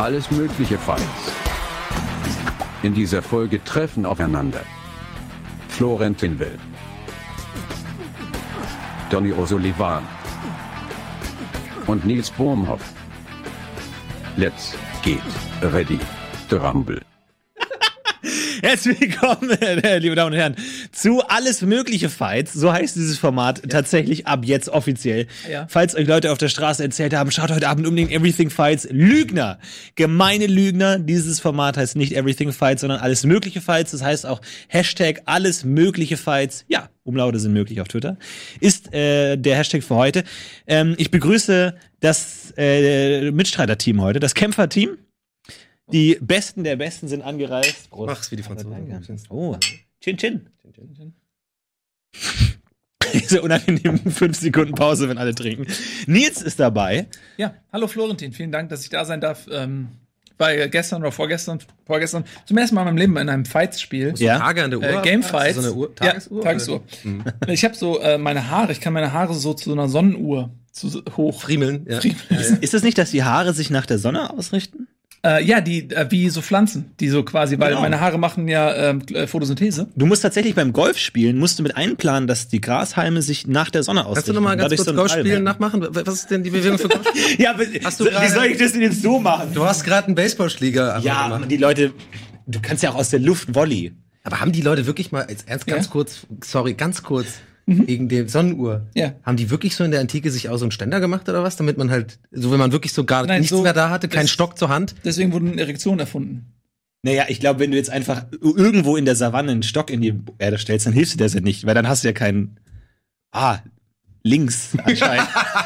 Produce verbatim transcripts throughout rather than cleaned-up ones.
Alles mögliche Fights. In dieser Folge treffen aufeinander Florentin Will, Donny O'Sullivan und Nils Bohmhoff. Let's get ready to rumble. Herzlich willkommen, liebe Damen und Herren, zu Alles mögliche Fights. So heißt dieses Format ja. tatsächlich ab jetzt offiziell. Ja. Falls euch Leute auf der Straße erzählt haben, schaut heute Abend unbedingt Everything Fights. Lügner, gemeine Lügner. Dieses Format heißt nicht Everything Fights, sondern Alles mögliche Fights. Das heißt auch Hashtag Alles mögliche Fights. Ja, Umlaute sind möglich auf Twitter. Ist äh, der Hashtag für heute. Ähm, ich begrüße das äh, Mitstreiterteam heute, das Kämpferteam. Die Besten der Besten sind angereist. Prost. Mach's wie die Franzosen. Oh, Chin Chin. Chin, Chin. Diese unangenehmen fünf Sekunden Pause, wenn alle trinken. Nils ist dabei. Ja, hallo Florentin, vielen Dank, dass ich da sein darf. Ähm, war gestern oder vorgestern, vorgestern zum ersten Mal in meinem Leben in einem Fights-Spiel. Ja. Tage an der Uhr. Äh, Gamefights. So eine Uhr, Tagesuhr? Ja, Tagesuhr. Mhm. Ich habe so äh, meine Haare, ich kann meine Haare so zu einer Sonnenuhr zu, hoch. Friemeln. Ja. Friemeln. Ja, ja. Ist das nicht, dass die Haare sich nach der Sonne ausrichten? Äh, ja, die äh, wie so Pflanzen, die so quasi, weil genau. meine Haare machen ja ähm, Photosynthese. Du musst tatsächlich beim Golf spielen, musst du mit einplanen, dass die Grashalme sich nach der Sonne ausrichten. Kannst du noch mal ganz kurz so Golf spielen nachmachen? Was ist denn die Bewegung für Golf? Ja, aber hast du wie soll ich das denn jetzt so machen? Du hast gerade einen Baseballschläger. Ja, gemacht. Die Leute, du kannst ja auch aus der Luft Volley. Aber haben die Leute wirklich mal, jetzt ernst, ganz ja? kurz, sorry, ganz kurz, mhm. wegen der Sonnenuhr. Ja. Haben die wirklich so in der Antike sich auch so einen Ständer gemacht oder was? Damit man halt, so wenn man wirklich so gar Nein, nichts so, mehr da hatte, keinen Stock zur Hand. Deswegen wurden Erektionen erfunden. Naja, ich glaube, wenn du jetzt einfach irgendwo in der Savanne einen Stock in die Erde stellst, dann hilft dir das ja nicht, weil dann hast du ja keinen, ah, links anscheinend.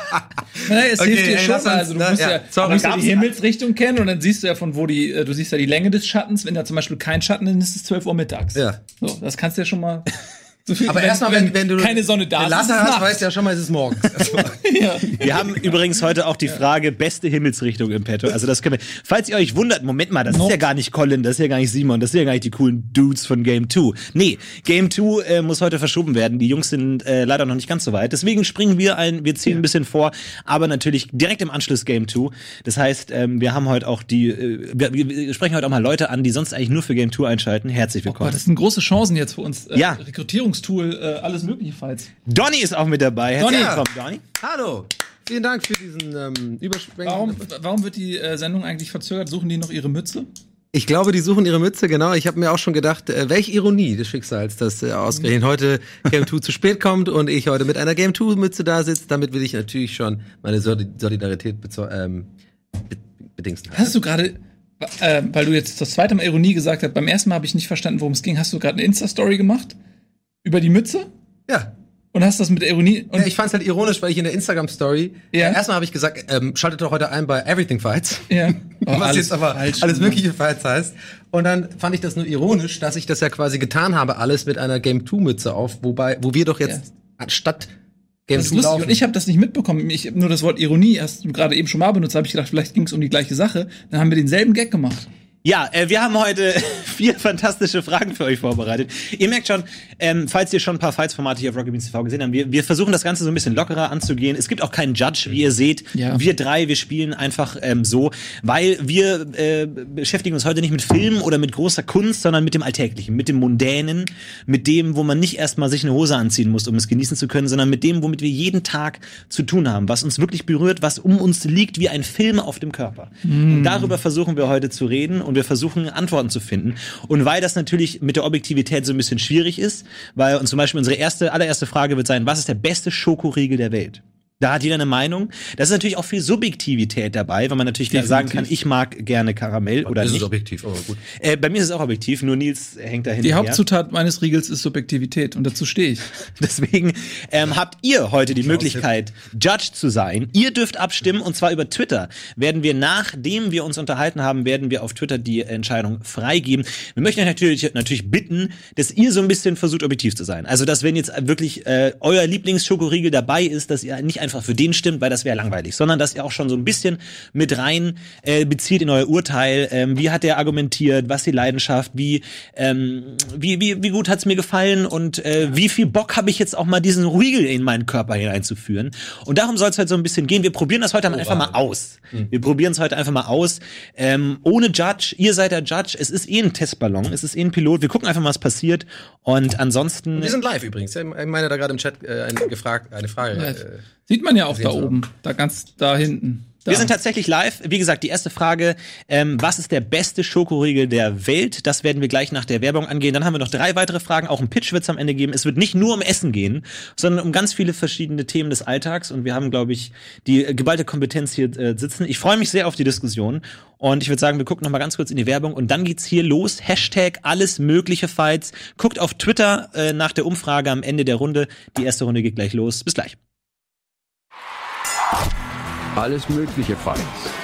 Naja, es okay, hilft dir ey, schon, uns, also du na, musst ja, ja, sorry, du musst ja die Himmelsrichtung kennen und dann siehst du ja von wo die, du siehst ja die Länge des Schattens, wenn da zum Beispiel kein Schatten ist, ist es zwölf Uhr mittags. Ja. So, das kannst du ja schon mal. So viel, aber wenn, erstmal, wenn, wenn du keine Sonne da eine ist, Latte hast, weißt du ja schon mal, es ist morgens. Also. Ja. Wir haben übrigens heute auch die Frage beste Himmelsrichtung im Petto. Also das können wir. Falls ihr euch wundert, Moment mal, das no. ist ja gar nicht Colin, das ist ja gar nicht Simon, das sind ja gar nicht die coolen Dudes von Game zwei. Nee, Game zwei äh, muss heute verschoben werden. Die Jungs sind äh, leider noch nicht ganz so weit. Deswegen springen wir ein, wir ziehen ja. ein bisschen vor, aber natürlich direkt im Anschluss Game zwei. Das heißt, ähm, wir haben heute auch die, äh, wir, wir sprechen heute auch mal Leute an, die sonst eigentlich nur für Game zwei einschalten. Herzlich willkommen. Oh Gott, das sind große Chancen jetzt für uns. Äh, ja. Rekrutierungstool, äh, alles mögliche Fights. Donny ist auch mit dabei. Herzlich Donny. willkommen, Donny. Hallo. Vielen Dank für diesen ähm, Übersprung. Warum, warum wird die äh, Sendung eigentlich verzögert? Suchen die noch ihre Mütze? Ich glaube, die suchen ihre Mütze, genau. Ich habe mir auch schon gedacht, äh, welche Ironie des Schicksals, dass äh, ausgerechnet mhm. heute Game zwei zu spät kommt und ich heute mit einer Game zwei Mütze da sitze. Damit will ich natürlich schon meine Solidarität bezo- ähm, be- bedingsen. Hast du gerade, äh, weil du jetzt das zweite Mal Ironie gesagt hast, beim ersten Mal habe ich nicht verstanden, worum es ging. Hast du gerade eine Insta-Story gemacht? Über die Mütze? Ja. Und hast das mit der Ironie? Und ja, ich fand's halt ironisch, weil ich in der Instagram-Story ja. äh, erstmal habe ich gesagt, ähm, schaltet doch heute ein bei Everything Fights. Ja. Oh, was alles jetzt aber alles mögliche Fights heißt. Und dann fand ich das nur ironisch, dass ich das ja quasi getan habe, alles mit einer Game zwei Mütze auf, wobei, wo wir doch jetzt ja. anstatt Game das ist lustig. laufen. Und ich habe das nicht mitbekommen. Ich nur das Wort Ironie hast du gerade eben schon mal benutzt. Habe ich gedacht, vielleicht ging es um die gleiche Sache. Dann haben wir denselben Gag gemacht. Ja, äh, wir haben heute vier fantastische Fragen für euch vorbereitet. Ihr merkt schon, ähm, falls ihr schon ein paar Fights-Formate hier auf Rocket Beans T V gesehen habt, wir, wir versuchen das Ganze so ein bisschen lockerer anzugehen. Es gibt auch keinen Judge, wie ihr seht. Ja. Wir drei, wir spielen einfach ähm, so, weil wir äh, beschäftigen uns heute nicht mit Filmen oder mit großer Kunst, sondern mit dem Alltäglichen, mit dem Mundänen, mit dem, wo man nicht erstmal sich eine Hose anziehen muss, um es genießen zu können, sondern mit dem, womit wir jeden Tag zu tun haben, was uns wirklich berührt, was um uns liegt wie ein Film auf dem Körper. Mm. Und darüber versuchen wir heute zu reden und wir versuchen, Antworten zu finden. Und weil das natürlich mit der Objektivität so ein bisschen schwierig ist, weil und zum Beispiel unsere erste, allererste Frage wird sein, was ist der beste Schokoriegel der Welt? Da hat jeder eine Meinung. Das ist natürlich auch viel Subjektivität dabei, weil man natürlich Definitiv. sagen kann, ich mag gerne Karamell oder das nicht. Das ist objektiv, aber gut. Äh, bei mir ist es auch objektiv, nur Nils hängt dahinter. Die Hauptzutat meines Riegels ist Subjektivität und dazu stehe ich. Deswegen ähm, habt ihr heute die Möglichkeit, Judge zu sein. Ihr dürft abstimmen und zwar über Twitter. Werden wir, nachdem wir uns unterhalten haben, werden wir auf Twitter die Entscheidung freigeben. Wir möchten euch natürlich, natürlich bitten, dass ihr so ein bisschen versucht, objektiv zu sein. Also, dass wenn jetzt wirklich äh, euer Lieblingsschokoriegel dabei ist, dass ihr nicht einfach für den stimmt, weil das wäre langweilig, sondern dass ihr auch schon so ein bisschen mit rein äh, bezieht in euer Urteil. Ähm, wie hat der argumentiert? Was die Leidenschaft? Wie ähm, wie wie wie gut hat's mir gefallen? Und äh, wie viel Bock habe ich jetzt auch mal diesen Riegel in meinen Körper hineinzuführen? Und darum soll es halt so ein bisschen gehen. Wir probieren das heute oh, einfach wow. mal aus. Mhm. Wir probieren es heute einfach mal aus. Ähm, ohne Judge. Ihr seid der Judge. Es ist eh ein Testballon. Es ist eh ein Pilot. Wir gucken einfach mal, was passiert. Und ansonsten. Und wir sind live übrigens. Ich meine da gerade im Chat äh, eine, gefragt, eine Frage. Äh, Sieht man ja auch da oben. Da ganz da hinten. Da. Wir sind tatsächlich live. Wie gesagt, die erste Frage, ähm, was ist der beste Schokoriegel der Welt? Das werden wir gleich nach der Werbung angehen. Dann haben wir noch drei weitere Fragen. Auch ein Pitch wird es am Ende geben. Es wird nicht nur um Essen gehen, sondern um ganz viele verschiedene Themen des Alltags. Und wir haben, glaube ich, die äh, geballte Kompetenz hier äh, sitzen. Ich freue mich sehr auf die Diskussion. Und ich würde sagen, wir gucken noch mal ganz kurz in die Werbung. Und dann geht's hier los. Hashtag alles mögliche Fights. Guckt auf Twitter äh, nach der Umfrage am Ende der Runde. Die erste Runde geht gleich los. Bis gleich. Alles mögliche Fights.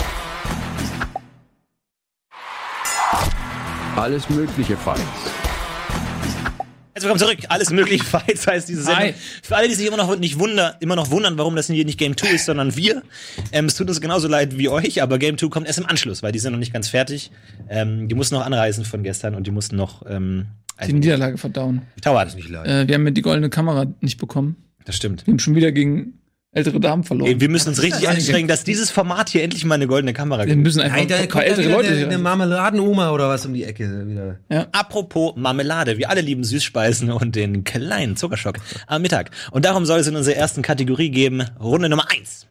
Alles mögliche Fights. Herzlich willkommen zurück. Alles mögliche Fights heißt diese Sendung. Hi. Für alle, die sich immer noch nicht wunder, immer noch wundern, warum das hier nicht Game two ist, sondern wir. Ähm, es tut uns genauso leid wie euch, aber Game two kommt erst im Anschluss, weil die sind noch nicht ganz fertig. Ähm, die mussten noch anreisen von gestern und die mussten noch ähm, die Niederlage verdauen. Dauert nicht leid. Äh, wir haben die goldene Kamera nicht bekommen. Das stimmt. Wir haben schon wieder gegen ältere Damen verloren. Wir müssen uns richtig anstrengen, dass dieses Format hier endlich mal eine goldene Kamera Wir gibt. müssen einfach Nein, da ein paar kommt ältere ältere Leute eine, eine hier. Marmeladenoma oder was um die Ecke wieder. Ja. Apropos Marmelade, wir alle lieben Süßspeisen und den kleinen Zuckerschock am Mittag. Und darum soll es in unserer ersten Kategorie geben, Runde Nummer eins.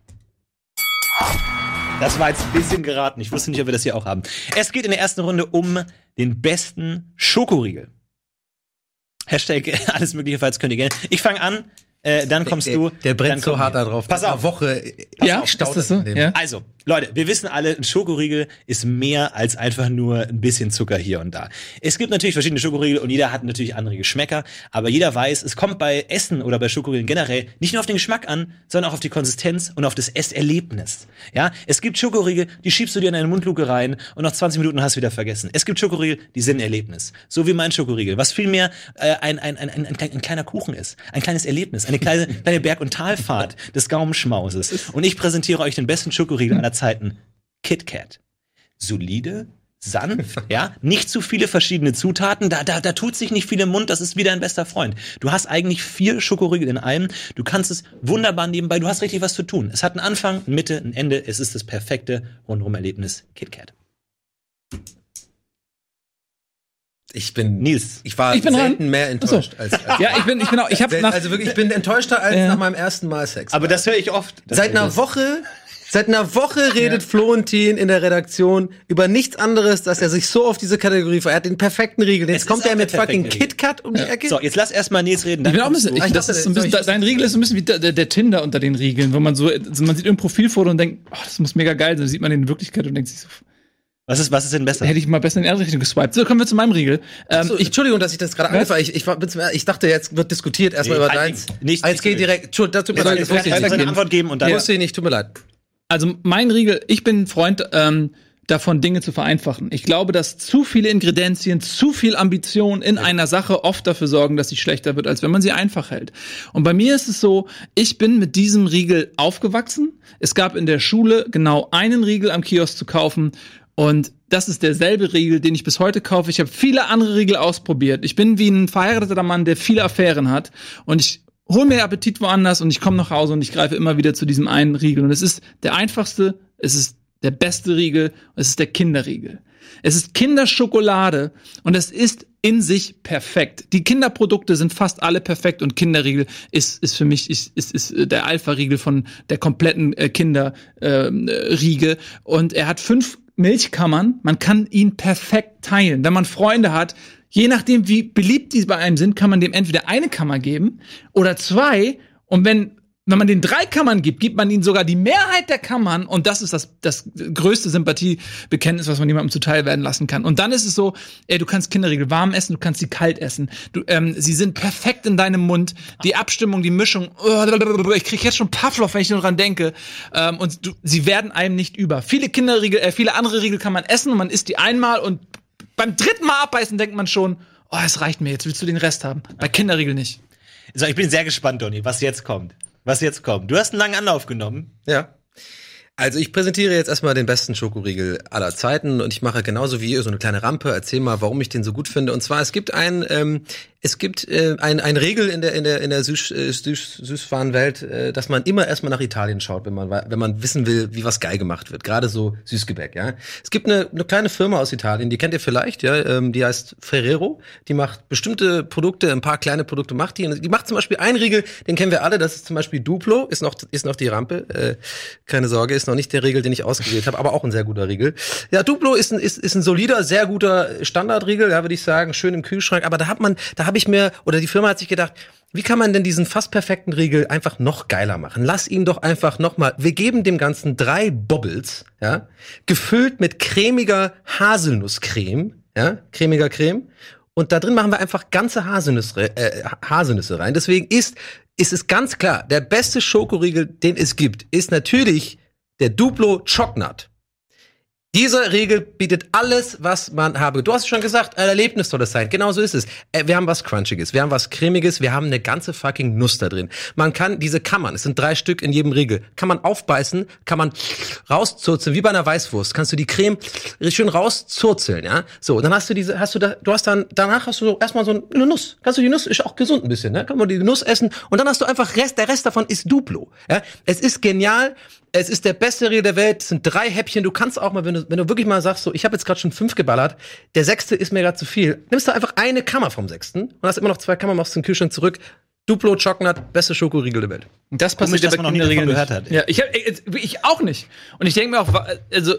Das war jetzt ein bisschen geraten. Ich wusste nicht, ob wir das hier auch haben. Es geht in der ersten Runde um den besten Schokoriegel. Hashtag alles mögliche, falls könnt ihr gerne. Ich fange an. Äh, dann kommst der, du. Der brennt so hart da drauf. Pass auf. Eine Woche. Ja, ist das so? Ja. Also, Leute, wir wissen alle, ein Schokoriegel ist mehr als einfach nur ein bisschen Zucker hier und da. Es gibt natürlich verschiedene Schokoriegel und jeder hat natürlich andere Geschmäcker, aber jeder weiß, es kommt bei Essen oder bei Schokoriegeln generell nicht nur auf den Geschmack an, sondern auch auf die Konsistenz und auf das Esserlebnis. Ja, es gibt Schokoriegel, die schiebst du dir in eine Mundluke rein und nach zwanzig Minuten hast du wieder vergessen. Es gibt Schokoriegel, die sind ein Erlebnis. So wie mein Schokoriegel, was vielmehr äh, ein, ein, ein, ein, ein, ein kleiner Kuchen ist. Ein kleines Erlebnis, eine kleine, kleine Berg- und Talfahrt des Gaumenschmauses. Und ich präsentiere euch den besten Schokoriegel aller Zeiten. KitKat. Solide, sanft, ja, nicht zu viele verschiedene Zutaten, da, da, da tut sich nicht viel im Mund, das ist wie dein bester Freund. Du hast eigentlich vier Schokoriegel in einem, du kannst es wunderbar nebenbei, du hast richtig was zu tun. Es hat einen Anfang, eine Mitte, ein Ende, es ist das perfekte Rundum-Erlebnis KitKat. Ich bin Nils. Ich war Ich bin selten dran. mehr enttäuscht Achso. als, als Ja, ich bin, ich bin auch, ich habe nach, also wirklich, ich bin enttäuschter als Ja. nach meinem ersten Mal Sex. Aber das höre ich oft. Das Seit einer Woche, seit einer Woche redet Florentin in der Redaktion über nichts anderes, dass er sich so auf diese Kategorie ver. Er hat den perfekten Riegel. Jetzt Es kommt ist er auch mit der fucking perfekte KitKat um die Ecke. So, jetzt lass erstmal Nils reden. ich Dann bin auch ein kommst bisschen, du. ich, Ich das dachte, ist so ein bisschen, soll ich- dein Riegel ist so ein bisschen wie der, der, der Tinder unter den Riegeln, wo man so, also man sieht irgendein Profilfoto und denkt, oh, das muss mega geil sein, dann sieht man den in Wirklichkeit und denkt sich so, Was ist, was ist denn besser? hätte ich mal besser in die andere Richtung geswiped. So, kommen wir zu meinem Riegel. Ähm, So, ich, Entschuldigung, dass ich das gerade angefangen habe. Ich, ich, war- bin zum- ich dachte, jetzt wird diskutiert erstmal Nee, über halt deins. nicht- Ah, jetzt nicht geht so direkt. Entschuldigung, das tut mir leid. Das Ich wusste ich werde nicht. eine Antwort geben und dann. Das wusste ich nicht, tut mir leid. Also mein Riegel, ich bin ein Freund ähm, davon, Dinge zu vereinfachen. Ich glaube, dass zu viele Ingredienzien, zu viel Ambition in einer Sache oft dafür sorgen, dass sie schlechter wird, als wenn man sie einfach hält. Und bei mir ist es so, ich bin mit diesem Riegel aufgewachsen. Es gab in der Schule genau einen Riegel am Kiosk zu kaufen und das ist derselbe Riegel, den ich bis heute kaufe. Ich habe viele andere Riegel ausprobiert. Ich bin wie ein verheirateter Mann, der viele Affären hat und ich hol mir Appetit woanders und ich komme nach Hause und ich greife immer wieder zu diesem einen Riegel. Und es ist der einfachste, es ist der beste Riegel, es ist der Kinderriegel. Es ist Kinderschokolade und es ist in sich perfekt. Die Kinderprodukte sind fast alle perfekt und Kinderriegel ist ist für mich ist ist, ist der Alpha-Riegel von der kompletten äh, Kinderriege. Äh, und er hat fünf Milchkammern. Man kann ihn perfekt teilen. Wenn man Freunde hat, je nachdem, wie beliebt die bei einem sind, kann man dem entweder eine Kammer geben oder zwei. Und wenn wenn man den drei Kammern gibt, gibt man ihnen sogar die Mehrheit der Kammern. Und das ist das, das größte Sympathiebekenntnis, was man jemandem zuteil werden lassen kann. Und dann ist es so, ey, du kannst Kinderriegel warm essen, du kannst sie kalt essen. Du, ähm, sie sind perfekt in deinem Mund. Die Abstimmung, die Mischung, ich krieg jetzt schon Pavlov, wenn ich nur dran denke. Ähm, und du, sie werden einem nicht über. Viele Kinderriegel, äh, viele andere Riegel kann man essen und man isst die einmal und beim dritten Mal abbeißen denkt man schon, oh, es reicht mir, jetzt willst du den Rest haben. Bei Kinderriegel nicht. So, ich bin sehr gespannt, Donny, was jetzt kommt. was jetzt kommt. Du hast einen langen Anlauf genommen. Ja. Also ich präsentiere jetzt erstmal den besten Schokoriegel aller Zeiten und ich mache genauso wie ihr so eine kleine Rampe. Erzähl mal, warum ich den so gut finde. Und zwar, es gibt ein, ähm, es gibt äh, ein, ein Regel in der in der in der Süß, äh, Süß, Süßwarenwelt, äh, dass man immer erstmal nach Italien schaut, wenn man wenn man wissen will, wie was geil gemacht wird. Gerade so Süßgebäck, ja. Es gibt eine, eine kleine Firma aus Italien, die kennt ihr vielleicht, ja. Ähm, die heißt Ferrero. Die macht bestimmte Produkte, ein paar kleine Produkte macht die. Und die macht zum Beispiel einen Riegel, den kennen wir alle. Das ist zum Beispiel Duplo. Ist noch ist noch die Rampe. Äh, keine Sorge, ist noch nicht der Riegel, den ich ausgewählt habe, aber auch ein sehr guter Riegel. Ja, Duplo ist ein, ist, ist ein solider, sehr guter Standardriegel, ja, würde ich sagen, schön im Kühlschrank. Aber da hat man, da habe ich mir, oder die Firma hat sich gedacht, wie kann man denn diesen fast perfekten Riegel einfach noch geiler machen? Lass ihn doch einfach noch mal, wir geben dem Ganzen drei Bobbles, ja, gefüllt mit cremiger Haselnusscreme, ja, cremiger Creme. Und da drin machen wir einfach ganze Haselnüsse, äh, Haselnüsse rein. Deswegen ist, ist es ganz klar, der beste Schokoriegel, den es gibt, ist natürlich der Duplo Chocolate. Dieser Riegel bietet alles, was man habe. Du hast schon gesagt, ein Erlebnis soll das sein. Genau so ist es. Wir haben was Crunchiges, wir haben was Cremiges, wir haben eine ganze fucking Nuss da drin. Man kann diese Kammern, es sind drei Stück in jedem Riegel, kann man aufbeißen, kann man rauszurzeln, wie bei einer Weißwurst. Kannst du die Creme schön rauszurzeln, ja? So, dann hast du diese, hast du da, du hast dann, danach hast du so erstmal so eine Nuss. Kannst du die Nuss, ist auch gesund ein bisschen, ne? Kann man die Nuss essen und dann hast du einfach Rest, der Rest davon ist Duplo, ja? Es ist genial. Es ist der beste Riegel der Welt. Es sind drei Häppchen. Du kannst auch mal, wenn du, wenn du wirklich mal sagst, so, ich habe jetzt gerade schon fünf geballert, der sechste ist mir gerade zu viel, nimmst du einfach eine Kammer vom sechsten und hast immer noch zwei Kammern, machst den Kühlschrank zurück. Duplo Chocolate, beste Schokoriegel der Welt. Und das passiert, dass man noch nie davon gehört hat. Ja, ich, hab, ich auch nicht. Und ich denke mir auch, also,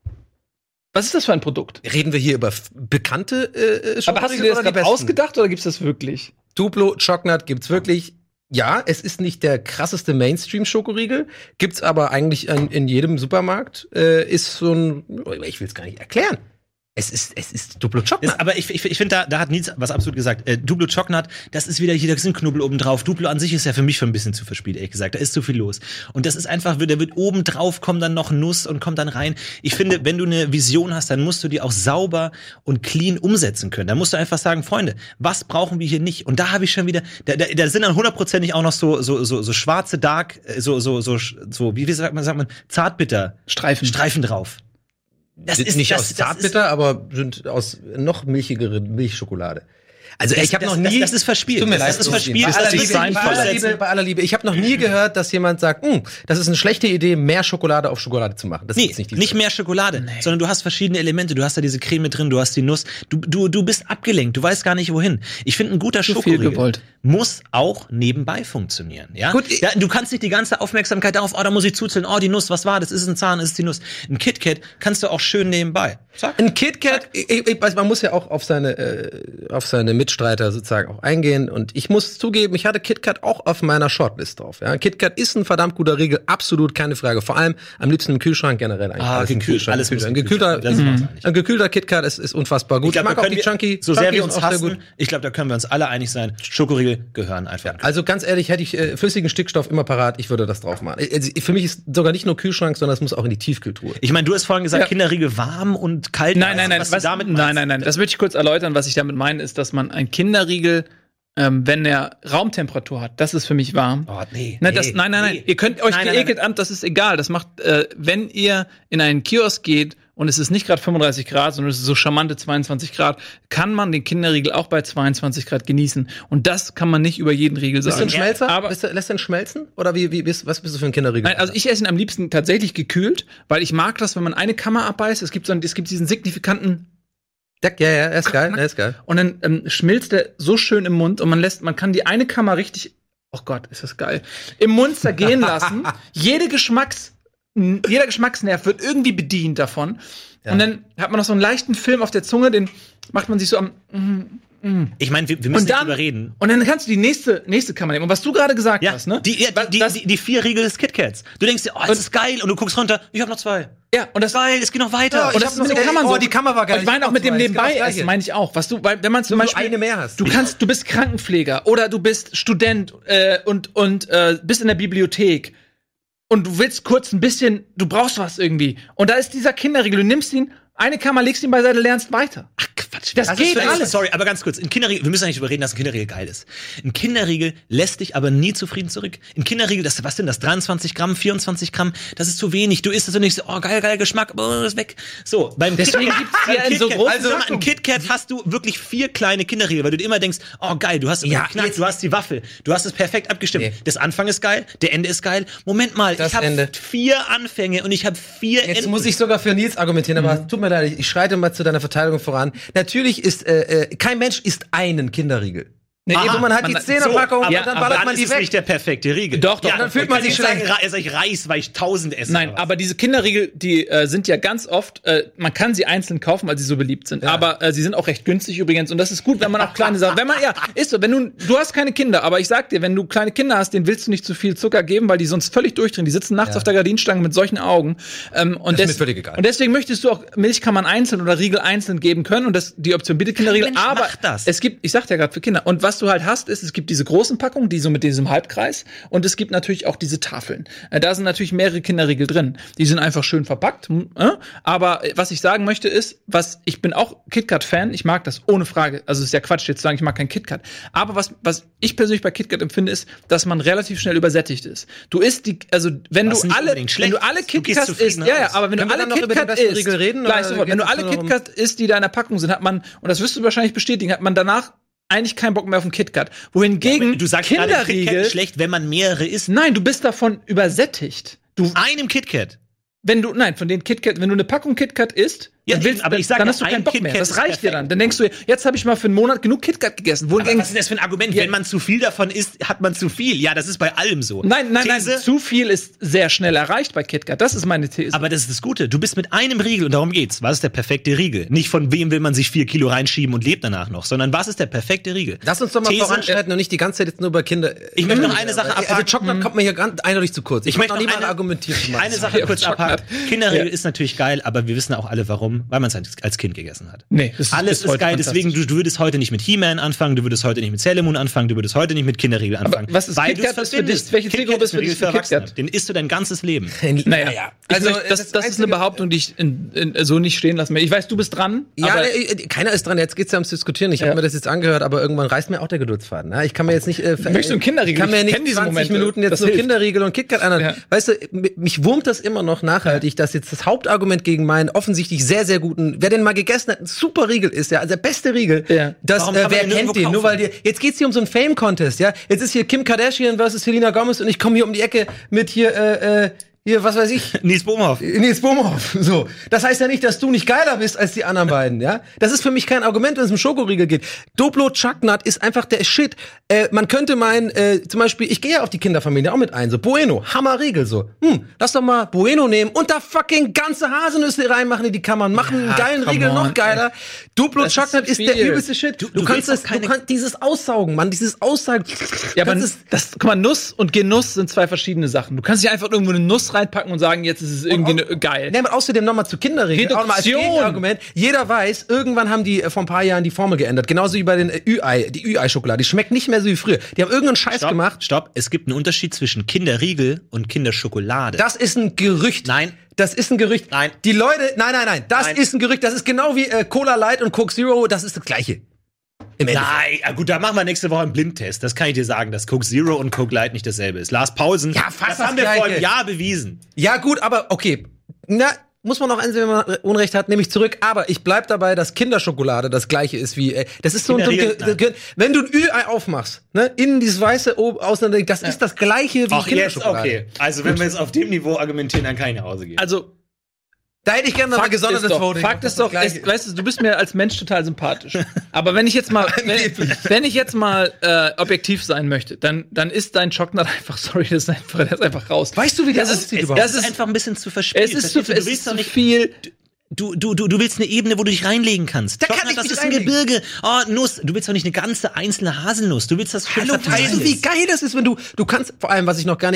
was ist das für ein Produkt? Reden wir hier über f- bekannte äh, Schokoriegel? Aber hast du dir das oder die gerade besten? ausgedacht oder gibt's das wirklich? Duplo Chocolate gibt's wirklich. Ja, es ist nicht der krasseste Mainstream-Schokoriegel, gibt's aber eigentlich in, in jedem Supermarkt. Äh, ist so ein, ich will es gar nicht erklären. Es ist, es ist Duplo Chocolate. Ist, aber ich, ich, ich finde, da, da hat Nils was absolut gesagt. Äh, Duplo Chocolate, das ist wieder hier, da ist ein Knubbel oben drauf. Duplo an sich ist ja für mich schon ein bisschen zu verspielt, ehrlich gesagt. Da ist zu viel los. Und das ist einfach, da wird oben drauf, kommt dann noch Nuss und kommt dann rein. Ich finde, wenn du eine Vision hast, dann musst du die auch sauber und clean umsetzen können. Da musst du einfach sagen, Freunde, was brauchen wir hier nicht? Und da habe ich schon wieder, da, da, da sind dann hundertprozentig auch noch so, so, so, so schwarze Dark, so, so, so, so, wie sagt man, sagt man, Zartbitter. Streifen. Streifen drauf. Das sind ist nicht das, aus das Zartbitter, aber sind aus noch milchigere Milchschokolade. Also Das- ich habe das- noch nie, das- das ist verspielt. Tut mir Das leid, ist so verspielt. Bei Das aller, ist Liebe, Design bei, aller vollsetzen. Liebe, bei aller Liebe, ich habe noch nie gehört, dass jemand sagt, "Hm, das ist eine schlechte Idee, mehr Schokolade auf Schokolade zu machen." Das Nee, ist nicht, nicht, die mehr Schokolade, sondern du hast verschiedene Elemente. Du hast da diese Creme drin, du hast die Nuss. Du, du, du bist abgelenkt, du weißt gar nicht wohin. Ich finde, ein guter Zu viel Schokoriegel gewollt. muss auch nebenbei funktionieren. Ja? Gut, ich- ja, du kannst nicht die ganze Aufmerksamkeit darauf, oh, da muss ich zuzählen, oh, die Nuss, was war das? Ist es ein Zahn, ist es die Nuss? Ein KitKat kannst du auch schön nebenbei. Zack. Ein KitKat, ich, ich, also man muss ja auch auf seine äh, auf seine Mitstreiter sozusagen auch eingehen und ich muss zugeben, ich hatte KitKat auch auf meiner Shortlist drauf. Ja, KitKat ist ein verdammt guter Riegel, absolut keine Frage. Vor allem am liebsten im Kühlschrank generell eigentlich. Ah, Alles im gekühlt, Kühlschrank, alles muss ein im gekühlter, Kühlschrank. Da sind wir uns einig. ein gekühlter KitKat ist, ist unfassbar gut. Ich, glaub, mag da auch können die wir- Chunky. So sehr Chunky wir ist uns auch sehr hassen, gut. ich glaube, da können wir uns alle einig sein. Schokoriegel gehören einfach. Also ganz ehrlich, hätte ich äh, flüssigen Stickstoff immer parat, ich würde das drauf machen. Also, für mich ist sogar nicht nur Kühlschrank, sondern es muss auch in die Tiefkühltruhe. Ich meine, du hast vorhin gesagt, Ja. Kinderriegel warm und kalt. Nein, nein, nein, was, was, du damit nein, meinst. nein, nein. Das möchte ich kurz erläutern. Was ich damit meine, ist, dass man einen Kinderriegel, ähm, wenn er Raumtemperatur hat, das ist für mich warm. Oh, nee. Ne, nee, das, nein, nein, nein. nee. Ihr könnt euch Nein, nein, geekelt nein. an, das ist egal. Das macht, äh, wenn ihr in einen Kiosk geht und es ist nicht gerade fünfunddreißig Grad, sondern es ist so charmante zweiundzwanzig Grad, kann man den Kinderriegel auch bei zweiundzwanzig Grad genießen. Und das kann man nicht über jeden Riegel Bist du ein sagen. Schmelzer? Aber- bist du, lässt du ihn schmelzen? Oder wie, wie bist, was bist du für ein Kinderriegel? Nein, also ich esse ihn am liebsten tatsächlich gekühlt, weil ich mag das, wenn man eine Kammer abbeißt. Es gibt so einen, es gibt diesen signifikanten ja, ja, ja, er ist geil, er ist geil. und dann ähm, schmilzt der so schön im Mund und man lässt, man kann die eine Kammer richtig, oh Gott, ist das geil, im Mund zergehen lassen. Jede Geschmacks, n- jeder Geschmacksnerv wird irgendwie bedient davon. Und dann hat man noch so einen leichten Film auf der Zunge, den macht man sich so am, Ich meine, wir, wir müssen und nicht dann, drüber reden. und dann kannst du die nächste, nächste Kammer nehmen. Und was du gerade gesagt Ja, hast, ne? die, ja, die, das, die, die vier Riegel des KitKats. Du denkst dir, oh, das ist geil. Und du guckst runter, ich hab noch zwei. ja, und das Geil, es geht noch weiter. Ja, Und ich das hab ist mit noch- den Kammern oh, so. die Kammer war geil. Und ich meine Ich auch mit dem hab noch zwei. nebenbei Ist genau das essen, Gleiche. meine ich auch. Was du, weil, wenn man zum Nur so Beispiel eine mehr hast. Du kannst, du bist Krankenpfleger oder du bist Student äh, und und äh, bist in der Bibliothek und du willst kurz ein bisschen, du brauchst was irgendwie. Und da ist dieser Kinderriegel. Du nimmst ihn Eine Kammer, legst ihn beiseite, lernst weiter. Ach, Quatsch. Das geht ist, alles. Sorry, aber ganz kurz. Ein Kinderriegel, wir müssen eigentlich überreden, dass ein Kinderriegel geil ist. Ein Kinderriegel lässt dich aber nie zufrieden zurück. Ein Kinderriegel, das, was sind das? dreiundzwanzig Gramm, vierundzwanzig Gramm? Das ist zu wenig. Du isst es und nicht so, oh, geil, geil, Geschmack, oh, ist weg. So, beim Deswegen KitKat- gibt's die ja beim in so KitKat- großen Also, ein Packungen. KitKat hast du wirklich vier kleine Kinderriegel, weil du dir immer denkst, oh, geil, du hast Ja, Knack, jetzt- du hast die Waffel, du hast es perfekt abgestimmt. Nee. Das Anfang ist geil, der Ende ist geil. Moment mal, Das ich habe Ende. vier Anfänge und ich habe vier Jetzt Enden. muss ich sogar für Nils argumentieren, aber tut mir leid, ich schreite mal zu deiner Verteidigung voran. Natürlich ist, äh, äh, kein Mensch isst einen Kinderriegel. Nee, Aha, eben, man hat man- die Zehnerpackung aber, und dann aber ballert dann man die ist es weg. nicht der perfekte Riegel. Doch, doch, ja, dann fühlt man kann sich ich sagen, schlecht. Ra- sag ich Reis, weil ich tausend esse. Nein, oder was? aber diese Kinderriegel, die äh, sind ja ganz oft, äh, man kann sie einzeln kaufen, weil sie so beliebt sind. Aber äh, sie sind auch recht günstig übrigens. Und das ist gut, wenn man auch kleine Sachen. Wenn man, ja, ist so, wenn du, du hast keine Kinder, aber ich sag dir, wenn du kleine Kinder hast, denen willst du nicht zu viel Zucker geben, weil die sonst völlig durchdrehen. Die sitzen nachts Ja. auf der Gardinenstange mit solchen Augen. Ähm, und, Das ist des- mir völlig egal. und deswegen möchtest du auch Milch kann man einzeln oder Riegel einzeln geben können. Und das, die Option bitte Kinderriegel. Mensch aber macht das. es gibt, ich sagte ja gerade für Kinder. Und was du halt hast, ist, es gibt diese großen Packungen, die so mit diesem Halbkreis. Und es gibt natürlich auch diese Tafeln. Äh, da sind natürlich mehrere Kinderriegel drin. Die sind einfach schön verpackt. hm, Äh? Aber äh, was ich sagen möchte ist, was ich bin auch KitKat-Fan. Ich mag das ohne Frage. Also es ist ja Quatsch jetzt zu sagen, ich mag kein KitKat. Aber was was ich persönlich bei KitKat empfinde, ist, dass man relativ schnell übersättigt ist. Du isst die, also wenn Was du nicht alle, unbedingt wenn schlecht du alle ist. Du gehst KitKats isst, zufrieden ja, ja, raus. aber wenn Können du wir alle dann noch über den KitKat besten isst, Riegel reden, gleich oder sofort. geht Wenn du es alle nur noch um- KitKat isst, die da in der Packung sind, hat man, und das wirst du wahrscheinlich bestätigen, hat man danach eigentlich keinen Bock mehr auf einen KitKat. Wohingegen du sagst gerade, KitKat Kinderriegel, ist schlecht, wenn man mehrere isst. nein, du bist davon übersättigt. Du, Einem KitKat. wenn du, nein, von den KitKat, wenn du eine Packung KitKat isst, Ja, dann, willst, aber ich sag dann ja, hast du ein keinen Bock mehr. KitKat Das ist reicht dir perfekt. dann. Dann denkst du, jetzt habe ich mal für einen Monat genug KitKat gegessen. Aber Wohingegen, was ist das für ein Argument? Ja. Wenn man zu viel davon isst, hat man zu viel. Ja, das ist bei allem so. nein, nein, These, nein, zu viel ist sehr schnell erreicht bei KitKat. Das ist meine These. Aber das ist das Gute. Du bist mit einem Riegel, und darum geht's. Was ist der perfekte Riegel? Nicht von wem will man sich vier Kilo reinschieben und lebt danach noch, sondern was ist der perfekte Riegel? Lass uns doch mal These, voranschreiten und nicht die ganze Zeit jetzt nur über Kinder. Ich möchte noch eine Sache Also abhaken. Chocolate kommt mir hier ganz eindeutig zu kurz. Ich möchte noch noch nie mal eine- argumentieren. Eine Sache Ja, kurz Schokolade. abhaken. Kinderriegel Ja. ist natürlich geil, aber wir wissen auch alle warum. Weil man es als, als Kind gegessen hat. Nee, das ist Alles bis ist heute geil, deswegen fantastisch. du, du würdest heute nicht mit He-Man anfangen, du würdest heute nicht mit Sailor Moon anfangen, du würdest heute nicht mit Kinderriegel anfangen. was ist weil KitKat du's ist für dich? verbindest. Welche KitKat Zielgruppe ist ein für dich Riegel für Erwachsene. KitKat? Den isst du dein ganzes Leben. Naja, Ja, also also, das, das das, ist eine Einzige- Behauptung, die ich in, in, so nicht stehen lassen will. Ich weiß, du bist dran. Ja, aber äh, keiner ist dran. Jetzt geht's ja ums Diskutieren. Ich Ja. habe mir das jetzt angehört, aber irgendwann reißt mir auch der Geduldsfaden. Ja, ich kann mir jetzt nicht. Äh, Möchtest du einen Kinderriegel? Ich kann mir Ich nicht kenn diese zwanzig Momente. Minuten jetzt Das nur hilft. Kinderriegel und KitKat anhören. Ja. Weißt du, m- mich wurmt das immer noch nachhaltig, dass jetzt das Hauptargument gegen meinen offensichtlich sehr, sehr guten, wer den mal gegessen hat, ein super Riegel ist, ja, also der beste Riegel. Ja. Das, Warum äh, kann man wer den kennt nirgendwo den? Nur weil kaufen? die, jetzt geht's hier um so einen Fame-Contest, ja. Jetzt ist hier Kim Kardashian versus Selena Gomez und ich komme hier um die Ecke mit hier, äh, äh, hier, was weiß ich. Nils Bohmhoff. Nils Bohmhoff. So. Das heißt ja nicht, dass du nicht geiler bist als die anderen beiden, ja? Das ist für mich kein Argument, wenn es um Schokoriegel geht. Duplo Chucknut ist einfach der Shit. Äh, man könnte meinen, äh, zum Beispiel, ich gehe ja auf die Kinderfamilie auch mit ein, so Bueno, Hammerriegel, so. Hm, lass doch mal Bueno nehmen und da fucking ganze Haselnüsse reinmachen in die Kammern, machen einen geilen come Riegel on, noch geiler. Duplo Das ist Chucknut zu ist, der viel. übelste Shit. Du, du kannst willst doch das, du keine- kannst dieses Aussaugen, Mann, dieses Aussaugen. Ja, aber das ist, das, guck mal, Nuss und Genuss sind zwei verschiedene Sachen. Du kannst nicht einfach irgendwo eine Nuss reinpacken und sagen, jetzt ist es irgendwie ne, geil. Nee, aber außerdem nochmal zu Kinderregeln. Auch noch mal als Reduktion. Gegenargument. Jeder weiß, irgendwann haben die äh, vor ein paar Jahren die Formel geändert. Genauso wie bei den äh, Ü-Ei, die Ü-Ei-Schokolade. Die schmeckt nicht mehr so wie früher. Die haben irgendeinen Scheiß Stopp, gemacht. stopp. Es gibt einen Unterschied zwischen Kinderriegel und Kinderschokolade. Das ist ein Gerücht. Nein. Das ist ein Gerücht. Nein. Die Leute, nein, nein, nein. Das Nein. ist ein Gerücht. Das ist genau wie äh, Cola Light und Coke Zero. Das ist das Gleiche. Im Endeffekt. Nein, ja gut, da machen wir nächste Woche einen Blindtest. Das kann ich dir sagen, dass Coke Zero und Coke Light nicht dasselbe ist. Lars Pausen, Ja, fast das das haben wir vor Gleiche. einem Jahr bewiesen. Ja, gut, aber okay. Na, muss man auch einsehen, wenn man Unrecht hat, nehme ich zurück. Aber ich bleib dabei, dass Kinderschokolade das gleiche ist wie, äh, das ist so ein, so ein Kinderriegel, Ge- Ge- wenn du ein Ü-Ei aufmachst, ne, innen dieses weiße oben außen, das ist das gleiche wie Ach, jetzt, Kinderschokolade. okay. Also, wenn wir jetzt auf dem Niveau argumentieren, dann kann ich nach Hause gehen. Also, Da hätte ich gerne noch mal Fakt ist gesondertes doch, Voting. Fakt Das ist doch, das es, Gleiche. weißt du, du bist mir als Mensch total sympathisch. Aber wenn ich jetzt mal, wenn, wenn ich jetzt mal äh, objektiv sein möchte, dann, dann ist dein Chocolate einfach, sorry, das ist einfach, das ist einfach raus. Weißt du, wie der das ist, aussieht es, überhaupt? das ist einfach ein bisschen zu verspielt. Es ist zu, Verstehst du? es Du willst ist doch zu nicht viel. Du, du, du, du willst eine Ebene, wo du dich reinlegen kannst. Da kann Schokolade, ich das mich ist ein reinlegen. Gebirge. Oh, Nuss. Du willst doch nicht eine ganze einzelne Haselnuss. Du willst das schön Hallo, weißt du, wie geil das ist, wenn du, du kannst, vor allem, was ich noch gar nicht,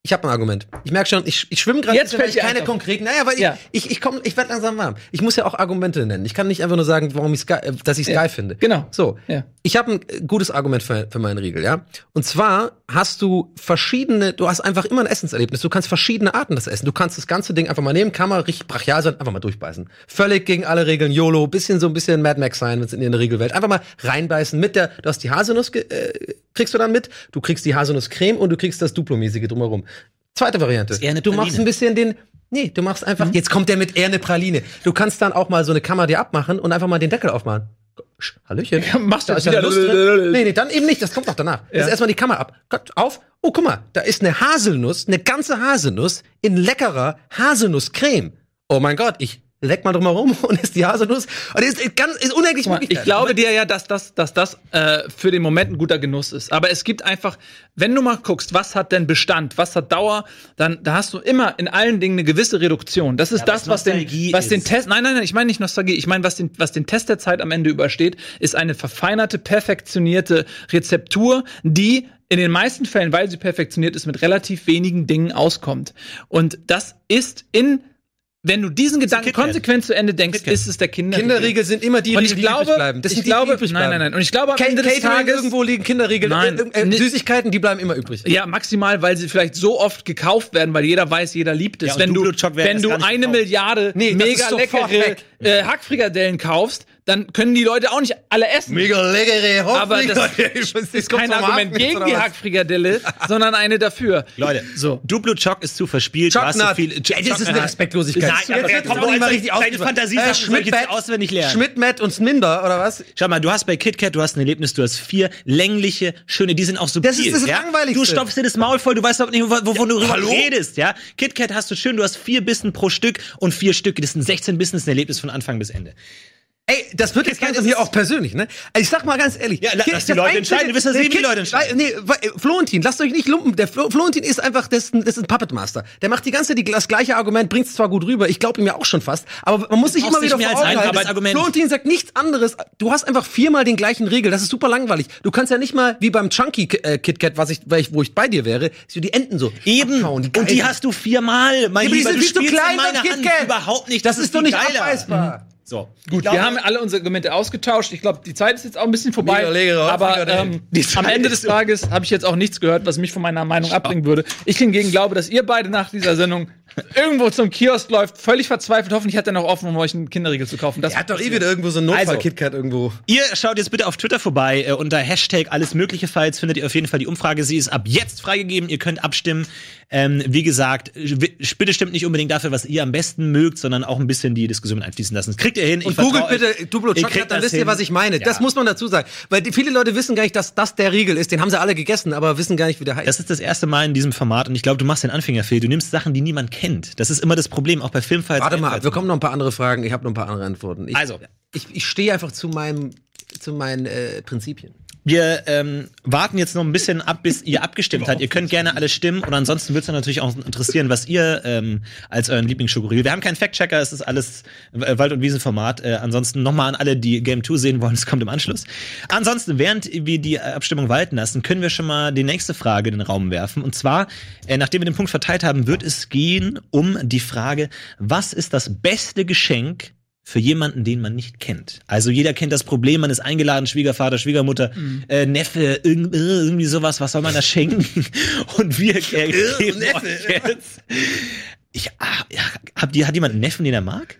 Ich habe ein Argument. Ich merke schon, ich, ich schwimme gerade, Jetzt weil fällt ich dir keine eins auf. konkreten. Naja, weil Ja. ich, ich, ich komme, ich werde langsam warm. Ich muss ja auch Argumente nennen. Ich kann nicht einfach nur sagen, warum ich geil, dass ich es Ja. geil finde. Genau. So, Ja. ich habe ein gutes Argument für, für meinen Riegel, ja. Und zwar hast du verschiedene, du hast einfach immer ein Essenserlebnis. Du kannst verschiedene Arten das essen. Du kannst das ganze Ding einfach mal nehmen, kann mal richtig brachial sein, einfach mal durchbeißen. Völlig gegen alle Regeln, YOLO, bisschen so ein bisschen Mad Max sein, wenn es in eine Regelwelt. Einfach mal reinbeißen mit der, du hast die Haselnuss, äh, kriegst du dann mit, du kriegst die Haselnusscreme und du kriegst das Duplo-mäßige drumherum. Zweite Variante. Ist eher eine Du Praline. machst ein bisschen den, nee, du machst einfach, jetzt kommt der mit eher eine Praline. Du kannst dann auch mal so eine Kammer dir abmachen und einfach mal den Deckel aufmachen. Sch, Hallöchen. Ja, machst du Da das ist ja wieder Lust drin. Nee, nee, dann eben nicht, das kommt doch danach. Ja. Jetzt erstmal die Kammer ab. Gott, auf. Oh, guck mal, da ist eine Haselnuss, eine ganze Haselnuss in leckerer Haselnusscreme. Oh mein Gott, ich leck mal drum herum und ist die Haselnuss. Und ist, ist ganz, ist unendlich Guck mal, möglich. ich glaube dir ja, dass das, dass das äh, für den Moment ein guter Genuss ist. Aber es gibt einfach, wenn du mal guckst, was hat denn Bestand, was hat Dauer, dann da hast du immer in allen Dingen eine gewisse Reduktion. Das ist Ja, das, was was den, Nostalgie was den ist. Test, nein, nein, nein, ich meine nicht Nostalgie, ich meine, was den, was den Test der Zeit am Ende übersteht, ist eine verfeinerte, perfektionierte Rezeptur, die in den meisten Fällen, weil sie perfektioniert ist, mit relativ wenigen Dingen auskommt. Und das ist in Wenn du diesen Gedanken KitKat. konsequent zu Ende denkst, KitKat. ist es der Kinderriegel. Kinderriegel sind immer die Und Riegel, ich glaube, die übrig bleiben. Das ich sind die, glaube, die übrig nein, bleiben. nein, nein. Und ich glaube, am Ca- Ende des Catering Tages irgendwo liegen Kinderriegel. Nein, äh, äh, nicht- Süßigkeiten, die bleiben immer übrig. Ja, maximal, weil sie vielleicht so oft gekauft werden, weil jeder weiß, jeder liebt es. Ja, und wenn du, Duplo-Choc werden wenn erst du gar nicht eine gekauft. Milliarde Nee, das mega ist sofort leckere weg. äh, Hackfrikadellen kaufst, dann können die Leute auch nicht alle essen. Mega leckere Aber das ist kein Argument gegen die Hackfrikadelle, sondern eine dafür. Leute, So. Duplo-Choc ist zu verspielt. Du hast so Chocknut. viel, Ey, das ist eine Respektlosigkeit. Nein, aber Jetzt komm, komm, jetzt mal deine- richtig deine ausdrücken. Fantasiesachen Äh, soll ich jetzt Schmidt-Matt- auswendig lernen. Schmidt-Matt und Sminder, oder was? Schau mal, du hast bei KitKat, du hast ein Erlebnis, du hast vier längliche, schöne, die sind auch subtil. Das ist das ja? Langweiligste. Du stopfst dir das Maul voll, du weißt überhaupt nicht, wovon du hallo? redest, ja? KitKat hast du schön, du hast vier Bissen pro Stück und vier Stücke, das sind sechzehn Bissen, das ist ein Erlebnis von Anfang bis Ende. Ey, das wird jetzt KitKat langsam ist- hier auch persönlich, ne? Also ich sag mal ganz ehrlich. Ja, la- Kid- lass die das Leute einzige- entscheiden. Du wirst ja Nee, sehen, wie die Kid- Leute entscheiden. Nee, äh, Florentin, lasst euch nicht lumpen. Der Flo Florentin ist einfach, das ist ein, das ist ein Puppet Master. Der macht die ganze Zeit die, das gleiche Argument, bringt's zwar gut rüber. Ich glaube ihm ja auch schon fast. Aber man muss sich brauchst immer wieder nicht mehr vor als Augen ein halten. Arbeitsargument. Florentin sagt nichts anderes. Du hast einfach viermal den gleichen Regel. Das ist super langweilig. Du kannst ja nicht mal, wie beim Chunky äh, KitKat, was ich, weil ich, wo ich bei dir wäre, so die Enten so Eben. abkauen, und die geil hast du viermal. Mein Ja, aber die Lieber, sind du viel zu spielst klein in meiner beim Hand KitKat. überhaupt nicht. Das, ist doch nicht viel geiler. abweisbar. So. Gut, wir haben alle unsere Argumente ausgetauscht. Ich glaube, die Zeit ist jetzt auch ein bisschen vorbei. Mega leckere aber Hackfrikadellen. ähm, Die Zeit am Ende ist des so- Tages habe ich jetzt auch nichts gehört, was mich von meiner Meinung abbringen würde. Ich hingegen glaube, dass ihr beide nach dieser Sendung irgendwo zum Kiosk läuft, völlig verzweifelt. Hoffentlich hat er noch offen, um euch einen Kinderriegel zu kaufen. Das Er hat doch eh wieder irgendwo so einen Also. Notfall-KitKat irgendwo. Ihr schaut jetzt bitte auf Twitter vorbei. Äh, unter Hashtag alles mögliche Files findet ihr auf jeden Fall die Umfrage. Sie ist ab jetzt freigegeben. Ihr könnt abstimmen. Ähm, wie gesagt, w- bitte stimmt nicht unbedingt dafür, was ihr am besten mögt, sondern auch ein bisschen die Diskussion mit einfließen lassen. Das kriegt ihr hin. Ich Und googelt vertrau euch. bitte Duplo Ihr Chocolate, kriegt dann das wisst ihr, hin. was ich meine. Ja. Das muss man dazu sagen. Weil die, viele Leute wissen gar nicht, dass das der Riegel ist. Den haben sie alle gegessen, aber wissen gar nicht, wie der heißt. Das ist das erste Mal in diesem Format und ich glaube, du machst den Anfängerfehler. Du nimmst Sachen, die niemand kennt. Das ist immer das Problem, auch bei Filmfiles. Warte mal, wir kommen noch ein paar andere Fragen. Ich habe noch ein paar andere Antworten. Ich, Also. ich, ich stehe einfach zu meinem, zu meinen äh, Prinzipien. Wir ähm, warten jetzt noch ein bisschen ab, bis ihr abgestimmt habt. Ihr könnt gerne alle stimmen und ansonsten würde es natürlich auch interessieren, was ihr ähm, als euren Lieblingsschokoriegel. Wir haben keinen Fact-Checker, es ist alles äh, Wald- und Wiesenformat. Äh, ansonsten nochmal an alle, die Game zwei sehen wollen, es kommt im Anschluss. Ansonsten, während wir die Abstimmung walten lassen, können wir schon mal die nächste Frage in den Raum werfen. Und zwar, äh, nachdem wir den Punkt verteilt haben, wird es gehen um die Frage, was ist das beste Geschenk für jemanden, den man nicht kennt. Also jeder kennt das Problem, man ist eingeladen, Schwiegervater, Schwiegermutter, Mhm. äh, Neffe, irgend, irgendwie sowas, was soll man da schenken? Und wir äh, geben Neffe. euch jetzt. Ich, ah, ja, habt ihr, hat jemand einen Neffen, den er mag?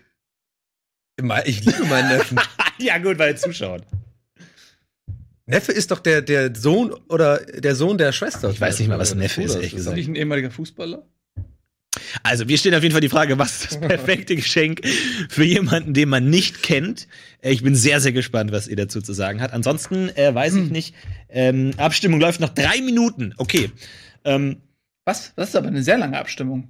Ich liebe meinen Neffen. Ja gut, weil er zuschaut. Neffe ist doch der, der Sohn oder der Sohn der Schwester. Ich weiß nicht mal, was ein Neffe ist, Bruder, ehrlich das gesagt. nicht ein ehemaliger Fußballer? Also, wir stehen auf jeden Fall die Frage, was ist das perfekte Geschenk für jemanden, den man nicht kennt? Äh, Ich bin sehr, sehr gespannt, was ihr dazu zu sagen habt. Ansonsten äh, weiß ich nicht. Ähm, Abstimmung läuft noch drei Minuten. Okay. Ähm, Was? Das ist aber eine sehr lange Abstimmung.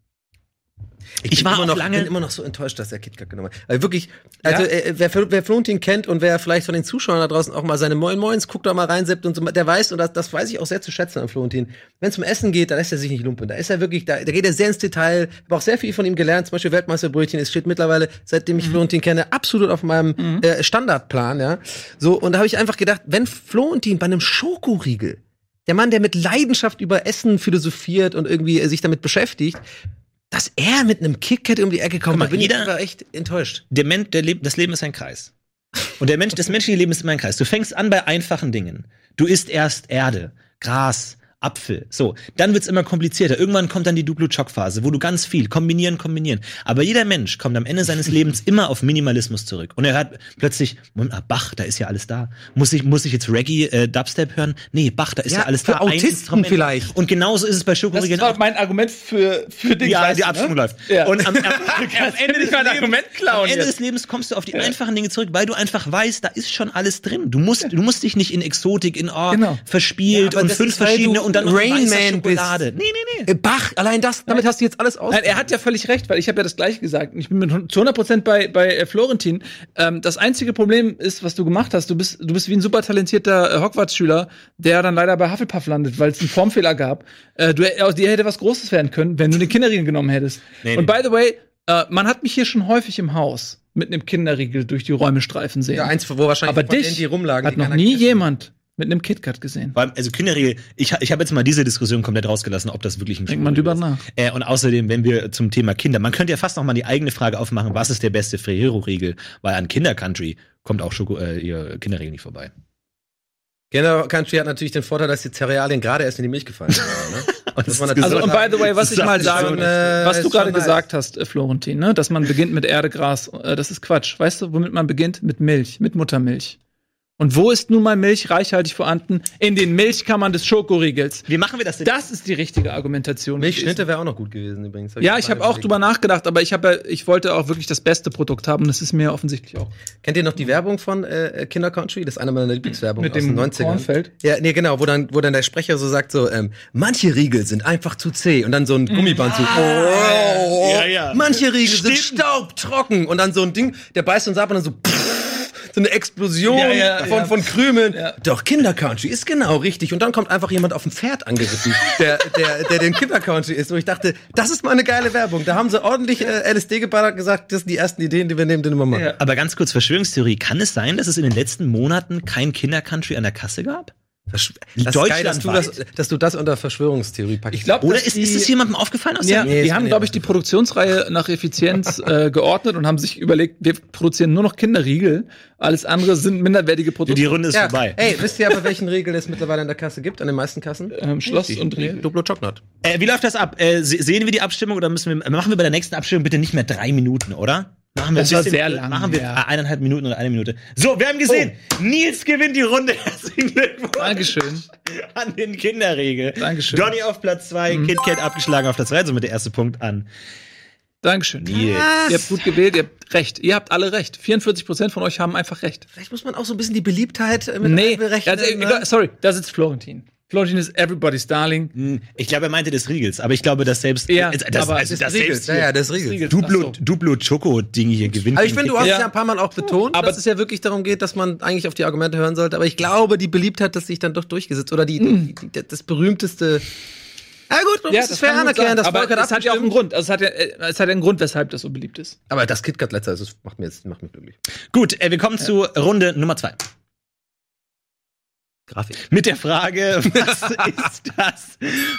Ich, Ich bin war immer auch noch, lange- bin immer noch so enttäuscht, dass er KitKat genommen hat. Weil wirklich, also Ja? äh, wer, wer Florentin kennt und wer vielleicht von den Zuschauern da draußen auch mal seine Moin Moins guckt, da mal reinseppt und so, der weiß, und das, das weiß ich auch sehr zu schätzen an Florentin, wenn es um Essen geht, dann lässt er sich nicht lumpen. Da ist er wirklich, da, da geht er sehr ins Detail. Ich habe auch sehr viel von ihm gelernt, zum Beispiel Weltmeisterbrötchen. Es steht mittlerweile, seitdem ich Florentin kenne, absolut auf meinem äh, Standardplan, ja. So, und da habe ich einfach gedacht, wenn Florentin bei einem Schokoriegel der Mann, der mit Leidenschaft über Essen philosophiert und irgendwie äh, sich damit beschäftigt, dass er mit einem KitKat um die Ecke kommt, mal, da bin jeder- ich aber echt enttäuscht. Der Mensch, der Leb das Leben ist ein Kreis. Und der Mensch, das menschliche Leben ist immer ein Kreis. Du fängst an bei einfachen Dingen. Du isst erst Erde, Gras, Apfel. So, dann wird's immer komplizierter. Irgendwann kommt dann die Duplo-Choc-Phase, wo du ganz viel kombinieren, kombinieren. Aber jeder Mensch kommt am Ende seines Lebens immer auf Minimalismus zurück. Und er hört plötzlich, Moment mal, Bach, da ist ja alles da. Muss ich, muss ich jetzt Reggae, äh, Dubstep hören? Nee, Bach, da ist ja, Ja, alles für da. Ein Autisten Instrument. vielleicht. Und genauso ist es bei Das Schokoriegeln war auch. mein Argument für, für den Ja, Kreis, die Abstimmung ne? läuft. Ja. Und am, am, am Ende des nicht mein Lebens, Argument klauen am Ende jetzt. des Lebens kommst du auf die einfachen Dinge zurück, weil du einfach weißt, da ist schon alles drin. Du musst, du musst dich nicht in Exotik, in oh, Genau. verspielt Ja, aber und das fünf ist, weil verschiedene du und dann noch Rain weißer Man Schokolade. bist. Nee, nee, nee. Äh, Bach, allein das, damit hast du jetzt alles aus. Nein, er hat ja völlig recht, weil ich habe ja das Gleiche gesagt. Und ich bin mit zu hundert Prozent bei, bei äh, Florentin. Ähm, das einzige Problem ist, was du gemacht hast, du bist, du bist wie ein super talentierter äh, Hogwarts-Schüler, der dann leider bei Hufflepuff landet, weil es einen Formfehler gab. Äh, du, aus dir hätte was Großes werden können, wenn du den Kinderriegel genommen hättest. Nee, Und nee. by the way, äh, man hat mich hier schon häufig im Haus mit einem Kinderriegel durch die Räume streifen sehen. Ja, eins, wo wahrscheinlich Aber von dich denen, die rumlagen, hat die noch keiner nie gegessen hat. jemand mit einem KitKat gesehen. Vor allem, also Kinderriegel, ich, ich habe jetzt mal diese Diskussion komplett rausgelassen, ob das wirklich ein Denkt man Schokoriegel drüber ist. Äh, und außerdem, wenn wir zum Thema Kinder, man könnte ja fast noch mal die eigene Frage aufmachen, was ist der beste Ferrero-Riegel? Weil an Kindercountry kommt auch Schoko, äh, ihr Kinderriegel nicht vorbei. Kinder Country hat natürlich den Vorteil, dass die Cerealien gerade erst in die Milch gefallen sind. Ne? Und Das war ist natürlich- Also, und by the way, was ich mal ist sagen, schon, äh, was du ist gerade schon nice. gesagt hast, äh, Florentin, ne, dass man beginnt mit Erde, Gras, äh, das ist Quatsch. Weißt du, womit man beginnt? Mit Milch, mit Muttermilch. Und wo ist nun mal Milch reichhaltig vorhanden? In den Milchkammern des Schokoriegels. Wie machen wir das denn? Das ist die richtige Argumentation. Milchschnitte wäre auch noch gut gewesen übrigens. Ja, ich habe auch drüber nachgedacht, aber ich habe ja, ich wollte auch wirklich das beste Produkt haben. Das ist mir offensichtlich auch. Kennt ihr noch die Werbung von äh, Kinder Country? Das ist eine meiner Lieblingswerbungen Mit aus dem den neunzigern. Kornfeld? Ja, nee, genau, wo dann, wo dann der Sprecher so sagt so, ähm, manche Riegel sind einfach zu zäh und dann so ein Gummiband so, oh, Ja, ja. manche Riegel sind Stimmt. staubtrocken und dann so ein Ding, der beißt uns ab und dann so, pff, so eine Explosion Ja, ja, von, ja. von Krümeln. Ja. Doch, Kinder Country ist genau richtig. Und dann kommt einfach jemand auf dem Pferd angerissen, der, der, der den Kinder Country ist. Und ich dachte, das ist mal eine geile Werbung. Da haben sie ordentlich äh, L S D geballert, gesagt, das sind die ersten Ideen, die wir nehmen, den wir machen. Ja. Aber ganz kurz, Verschwörungstheorie, kann es sein, dass es in den letzten Monaten kein Kindercountry an der Kasse gab? Versch- Das ist geil, dass du das, Deutschlandweit? dass du das unter Verschwörungstheorie packst. Ich glaube, Oder ist, ist es jemandem aufgefallen aus Ja, der Nee, die ist haben, mir glaube nicht ich, die Produktionsreihe nach Effizienz äh, geordnet und haben sich überlegt, wir produzieren nur noch Kinderriegel. Alles andere sind minderwertige Produkte. Die Runde ist ja, vorbei. ey, wisst ihr aber, welchen Riegel es mittlerweile an der Kasse gibt, an den meisten Kassen? ähm, Schloss und Riegel. Duplo Chocolate. Äh, wie läuft das ab? Äh, se- sehen wir die Abstimmung oder müssen wir, machen wir bei der nächsten Abstimmung bitte nicht mehr drei Minuten, oder? Machen wir Das ein war bisschen- sehr lang, Machen wir ja. eineinhalb Minuten oder eine Minute. So, wir haben gesehen, Nils gewinnt die Runde. Herzlichen Glückwunsch Dankeschön. an den Kinderriegel. Dankeschön. Donny auf Platz zwei, mhm. KitKat abgeschlagen auf Platz drei, somit der erste Punkt an Dankeschön. Nils. Ihr habt gut gewählt, ihr habt recht. Ihr habt alle recht. vierundvierzig Prozent von euch haben einfach recht. Vielleicht muss man auch so ein bisschen die Beliebtheit äh, mit Nee, einberechnen. also, ne? egal, sorry, da sitzt Florentin. Florentin ist everybody's darling. Hm, Ich glaube, er meinte des Riegels, aber ich glaube, dass selbst Ja, äh, das, aber also, Das das Riegel. selbst Ja, ja, das Riegel. Riegel. Duplo, Ach so. Duplo Choco-Ding hier gewinnt. Aber ich finde, du hast Ja. es ja ein paar Mal auch betont, Aber- dass es ja wirklich darum geht, dass man eigentlich auf die Argumente hören sollte. Aber ich glaube, die Beliebtheit, dass sich dann doch durchgesetzt. Oder die, die, die das berühmteste. Ja gut, man muss es fair kann gut anerkennen, sein. das aber Volk hat es hat ja auch einen abgestimmt. Grund. Also es hat ja, äh, es hat ja einen Grund, weshalb das so beliebt ist. Aber das KitKat letzter ist, das macht mir jetzt macht mich glücklich. Gut, äh, wir kommen zu Runde Nummer zwei. Grafik. Mit der Frage, was ist das?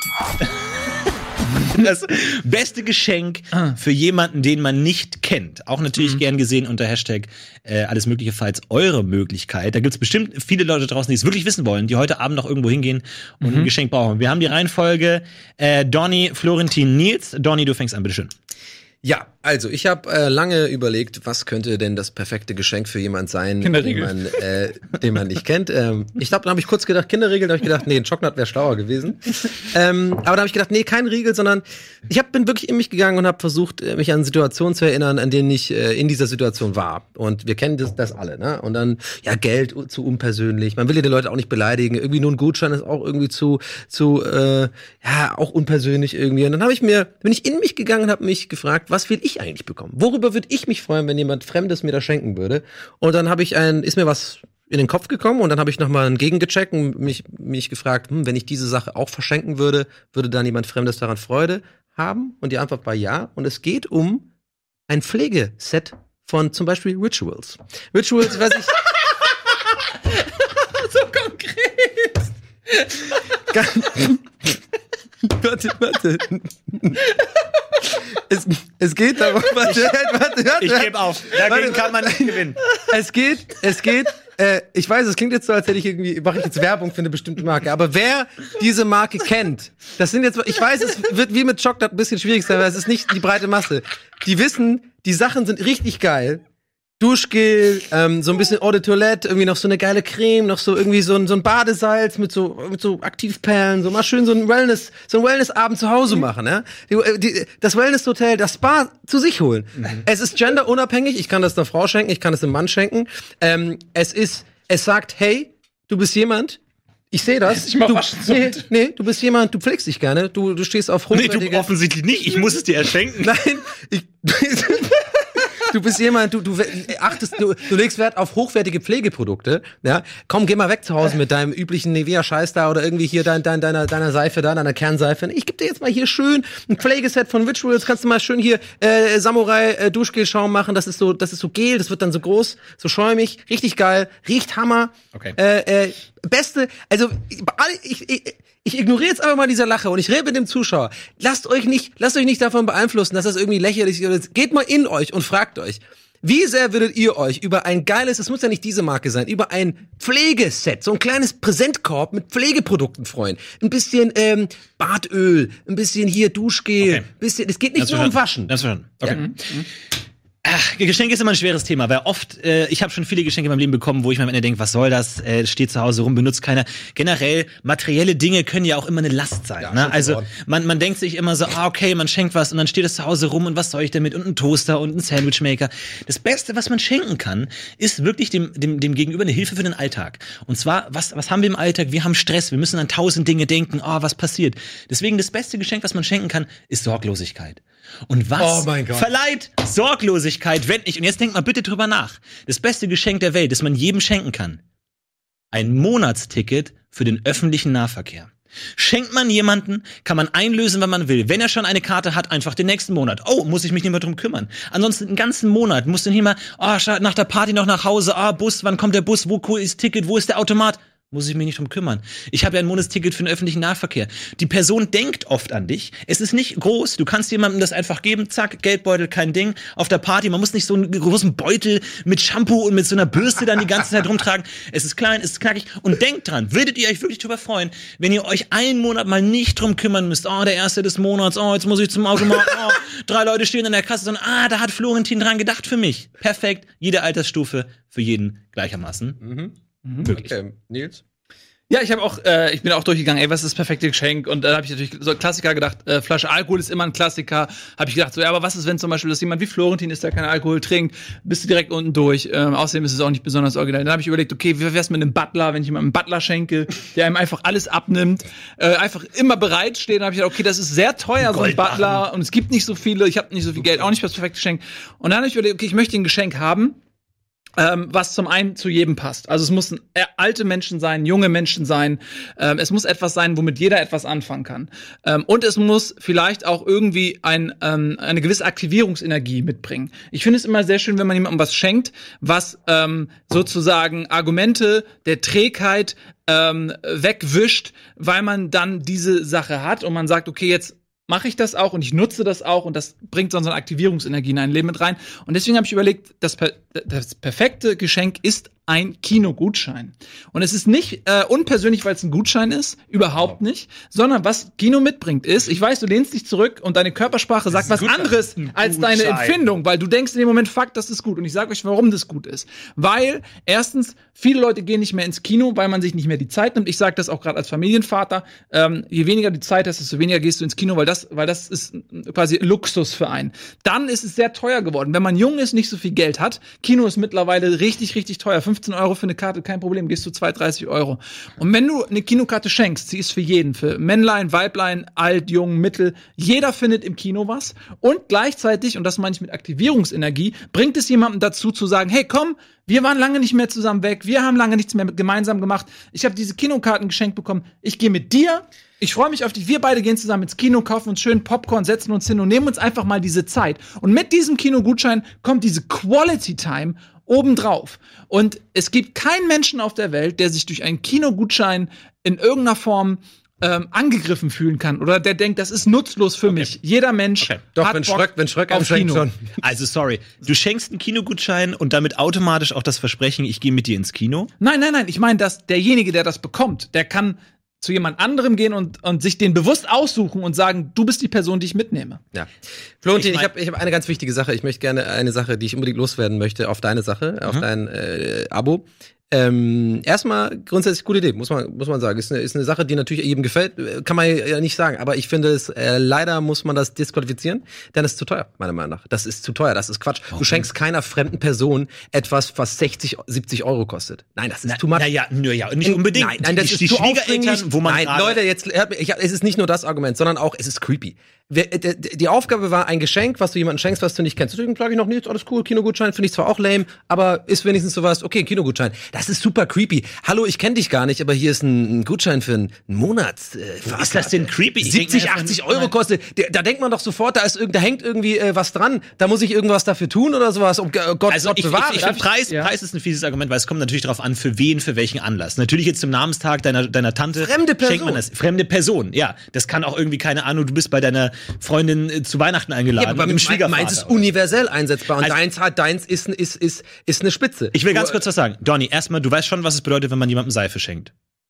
Das beste Geschenk für jemanden, den man nicht kennt. Auch natürlich gern gesehen unter Hashtag äh, alles mögliche, falls eure Möglichkeit. Da gibt's bestimmt viele Leute draußen, die es wirklich wissen wollen, die heute Abend noch irgendwo hingehen und ein Geschenk brauchen. Wir haben die Reihenfolge äh, Donny, Florentin, Nils. Donny, du fängst an, bitteschön. Ja, also ich habe äh, lange überlegt, was könnte denn das perfekte Geschenk für jemand sein, den Kinderriegel. man, äh, den man nicht kennt. Ähm, ich glaube, da habe ich kurz gedacht, Kinderriegel, da habe ich gedacht, nee, ein Schokolad wäre schlauer gewesen. ähm, aber da habe ich gedacht, nee, kein Riegel, sondern ich hab, bin wirklich in mich gegangen und habe versucht, äh, mich an Situationen zu erinnern, an denen ich äh, in dieser Situation war. Und wir kennen das, das alle, ne? Und dann, ja, Geld zu unpersönlich. Man will ja die Leute auch nicht beleidigen. Irgendwie nur ein Gutschein ist auch irgendwie zu, zu äh, ja, auch unpersönlich irgendwie. Und dann habe ich mir, bin ich in mich gegangen und habe mich gefragt, was will ich eigentlich bekommen? Worüber würde ich mich freuen, wenn jemand Fremdes mir das schenken würde? Und dann habe ich ein, ist mir was in den Kopf gekommen und dann habe ich nochmal einen Gegengecheckt und mich, mich gefragt, hm, wenn ich diese Sache auch verschenken würde, würde dann jemand Fremdes daran Freude haben? Und die Antwort war ja. Und es geht um ein Pflegeset von zum Beispiel Rituals. Rituals, weiß ich. So konkret. Warte, warte. Es, es geht darum, warte, warte, warte. Ich gebe auf. Dagegen Warte, kann man nicht gewinnen. Es geht, es geht, äh, ich weiß, es klingt jetzt so, als hätte ich irgendwie, mache ich jetzt Werbung für eine bestimmte Marke, aber wer diese Marke kennt, das sind jetzt, ich weiß, es wird wie mit Schokolade ein bisschen schwierig sein, weil es ist nicht die breite Masse. Die wissen, die Sachen sind richtig geil. Duschgel, ähm, so ein bisschen Eau de Toilette, irgendwie noch so eine geile Creme, noch so irgendwie so ein, so ein Badesalz mit so, mit so Aktivperlen, so mal schön so ein Wellness, so ein Wellnessabend zu Hause machen, ja? Die, die, das Wellness-Hotel, das Spa zu sich holen. Mhm. Es ist genderunabhängig, ich kann das einer Frau schenken, ich kann es einem Mann schenken. Ähm, es ist, es sagt, hey, du bist jemand, ich sehe das. Ich mach du, waschen nee, nee, du bist jemand, du pflegst dich gerne, du, du stehst auf hochwertige... Nee, du offensichtlich nicht, ich muss es dir erschenken. Nein, ich... Du bist jemand, du, du achtest, du, du legst Wert auf hochwertige Pflegeprodukte, ja. Komm, geh mal weg zu Hause mit deinem üblichen Nivea-Scheiß da oder irgendwie hier dein, dein, deiner, deiner Seife da, deiner Kernseife. Ich geb dir jetzt mal hier schön ein Pflegeset von Rituals, kannst du mal schön hier, äh, Samurai, äh, Duschgel-Schaum machen, das ist so, das ist so Gel, das wird dann so groß, so schäumig, richtig geil, riecht Hammer. Okay. Äh, äh, beste, also, ich, ich, Ich ignoriere jetzt einfach mal diese Lache und ich rede mit dem Zuschauer. Lasst euch nicht, lasst euch nicht davon beeinflussen, dass das irgendwie lächerlich ist. Geht mal in euch und fragt euch, wie sehr würdet ihr euch über ein geiles, es muss ja nicht diese Marke sein, über ein Pflegeset, so ein kleines Präsentkorb mit Pflegeprodukten freuen. Ein bisschen ähm, Badöl, ein bisschen hier Duschgel, Okay. ein bisschen, es geht nicht Das nur um verstanden. Waschen. Das verstanden. Okay. Ja. Mhm. Ach, Geschenke ist immer ein schweres Thema, weil oft, äh, ich habe schon viele Geschenke in meinem Leben bekommen, wo ich mir am Ende denke, was soll das, äh, steht zu Hause rum, benutzt keiner. Generell, materielle Dinge können ja auch immer eine Last sein. Ja, Ne? schon Also geworden. man, man denkt sich immer so, ah, okay, man schenkt was und dann steht es zu Hause rum und was soll ich damit und ein Toaster und ein Sandwichmaker. Das Beste, was man schenken kann, ist wirklich dem, dem, dem Gegenüber eine Hilfe für den Alltag. Und zwar, was, was haben wir im Alltag? Wir haben Stress, wir müssen an tausend Dinge denken, ah, was passiert. Deswegen das beste Geschenk, was man schenken kann, ist Sorglosigkeit. Und was Oh mein Gott. verleiht Sorglosigkeit, wenn nicht, und jetzt denkt mal bitte drüber nach, das beste Geschenk der Welt, das man jedem schenken kann, ein Monatsticket für den öffentlichen Nahverkehr. Schenkt man jemanden, kann man einlösen, wenn man will. Wenn er schon eine Karte hat, einfach den nächsten Monat. Oh, muss ich mich nicht mehr drum kümmern. Ansonsten den ganzen Monat musst du nicht mal, oh, nach der Party noch nach Hause, ah, Bus, wann kommt der Bus, wo ist das Ticket, wo ist der Automat? Muss ich mich nicht drum kümmern. Ich habe ja ein Monatsticket für den öffentlichen Nahverkehr. Die Person denkt oft an dich. Es ist nicht groß. Du kannst jemandem das einfach geben. Zack, Geldbeutel, kein Ding. Auf der Party, man muss nicht so einen großen Beutel mit Shampoo und mit so einer Bürste dann die ganze Zeit rumtragen. Es ist klein, es ist knackig. Und denkt dran, würdet ihr euch wirklich drüber freuen, wenn ihr euch einen Monat mal nicht drum kümmern müsst. Oh, der erste des Monats. Oh, jetzt muss ich zum Automat. Oh, drei Leute stehen an der Kasse. Sondern, ah, da hat Florentin dran gedacht für mich. Perfekt. Jede Altersstufe für jeden gleichermaßen. Mhm. Wirklich. Okay, Nils? Ja, ich habe auch, äh, ich bin auch durchgegangen, ey, was ist das perfekte Geschenk? Und da habe ich natürlich so Klassiker gedacht, äh, Flasche Alkohol ist immer ein Klassiker. Habe ich gedacht, so, ja, aber was ist, wenn zum Beispiel dass jemand wie Florentin ist, der keinen Alkohol trinkt, bist du direkt unten durch. Ähm, außerdem ist es auch nicht besonders originell. Dann habe ich überlegt, okay, wie wär's mit einem Butler, wenn ich jemandem einen Butler schenke, der einem einfach alles abnimmt, äh, einfach immer bereit steht. Dann habe ich gedacht, okay, das ist sehr teuer, so ein Butler, und es gibt nicht so viele, ich habe nicht so viel Geld, auch nicht das perfekte Geschenk. Und dann habe ich überlegt, okay, ich möchte ein Geschenk haben, Ähm, was zum einen zu jedem passt. Also es müssen äh, alte Menschen sein, junge Menschen sein. Ähm, es muss etwas sein, womit jeder etwas anfangen kann. Ähm, und es muss vielleicht auch irgendwie ein, ähm, eine gewisse Aktivierungsenergie mitbringen. Ich finde es immer sehr schön, wenn man jemandem was schenkt, was ähm, sozusagen Argumente der Trägheit ähm, wegwischt, weil man dann diese Sache hat und man sagt, okay, jetzt mache ich das auch und ich nutze das auch und das bringt so eine Aktivierungsenergie in ein Leben mit rein. Und deswegen habe ich überlegt, das, per das perfekte Geschenk ist ein Kinogutschein. Und es ist nicht äh, unpersönlich, weil es ein Gutschein ist, überhaupt nicht, sondern was Kino mitbringt ist, ich weiß, du lehnst dich zurück und deine Körpersprache sagt was anderes als deine Empfindung, weil du denkst in dem Moment, fuck, das ist gut. Und ich sage euch, warum das gut ist. Weil, erstens, viele Leute gehen nicht mehr ins Kino, weil man sich nicht mehr die Zeit nimmt. Ich sage das auch gerade als Familienvater. Ähm, je weniger die Zeit hast, desto weniger gehst du ins Kino, weil das, weil das ist quasi Luxus für einen. Dann ist es sehr teuer geworden. Wenn man jung ist, nicht so viel Geld hat, Kino ist mittlerweile richtig, richtig teuer. fünfzehn Euro für eine Karte, kein Problem, gehst du zwei, dreißig Euro. Und wenn du eine Kinokarte schenkst, sie ist für jeden, für Männlein, Weiblein, alt, jung, mittel, jeder findet im Kino was. Und gleichzeitig, und das meine ich mit Aktivierungsenergie, bringt es jemandem dazu zu sagen, hey, komm, wir waren lange nicht mehr zusammen weg, wir haben lange nichts mehr gemeinsam gemacht, ich habe diese Kinokarten geschenkt bekommen, ich gehe mit dir, ich freue mich auf dich, wir beide gehen zusammen ins Kino, kaufen uns schön Popcorn, setzen uns hin und nehmen uns einfach mal diese Zeit. Und mit diesem Kinogutschein kommt diese Quality Time obendrauf. Und es gibt keinen Menschen auf der Welt, der sich durch einen Kinogutschein in irgendeiner Form ähm, angegriffen fühlen kann oder der denkt, das ist nutzlos für okay. mich. Jeder Mensch okay. Doch, hat wenn Bock Schröck, wenn Schröck auf Kino. schon. Also sorry, du schenkst einen Kinogutschein und damit automatisch auch das Versprechen, ich gehe mit dir ins Kino? Nein, nein, nein, ich meine, dass derjenige, der das bekommt, der kann zu jemand anderem gehen und, und sich den bewusst aussuchen und sagen, du bist die Person, die ich mitnehme. Ja. Florentin, Ich ich, mein- habe ich hab eine ganz wichtige Sache. Ich möchte gerne eine Sache, die ich unbedingt loswerden möchte, auf deine Sache, auf dein äh, Abo. Ähm, erstmal grundsätzlich gute Idee, muss man muss man sagen. Ist eine, ist eine Sache, die natürlich jedem gefällt, äh, kann man ja nicht sagen. Aber ich finde es, äh, leider muss man das disqualifizieren, denn es ist zu teuer, meiner Meinung nach. Das ist zu teuer, das ist Quatsch. Du schenkst keiner fremden Person etwas, was sechzig, siebzig Euro kostet. Nein, das ist too much. Naja, nö, ja, nicht unbedingt. Nein, nein, das die, ist die zu Schwiegereltern, aufdringlich. wo man Nein, gerade- Leute, jetzt hört mich, ich, es ist nicht nur das Argument, sondern auch, es ist creepy. Wer- d- d- Die Aufgabe war ein Geschenk, was du jemandem schenkst, was du nicht kennst. Deswegen plug ich noch nicht, alles cool, Kinogutschein finde ich zwar auch lame, aber ist wenigstens sowas, okay, Kinogutschein. Das ist super creepy. Hallo, ich kenne dich gar nicht, aber hier ist ein, ein Gutschein für einen Monat. Äh, Wo ist das denn creepy? Ich denk mir siebzig, einfach achtzig nicht- Euro kostet. Da, da denkt man doch sofort, da ist irgend, da hängt irgendwie äh, was dran. Da muss ich irgendwas dafür tun oder sowas. Um, äh, Gott, Also Gott ich, bewahre. ich, ich finde, Preis, Ja. Preis ist ein fieses Argument, weil es kommt natürlich darauf an, für wen, für welchen Anlass. Natürlich jetzt zum Namenstag deiner, deiner Tante Fremde Person. schenkt man das. Fremde Person, ja. Das kann auch irgendwie, keine Ahnung, du bist bei deiner Freundin äh, zu Weihnachten eingeladen. Ja, aber mit dem mein- Schwiegervater. meins ist universell einsetzbar und Also- deins hat deins ist ist ist ist eine Spitze. Ich will ganz Du- kurz was sagen. Donny, erstmal, du weißt schon, was es bedeutet, wenn man jemandem Seife schenkt.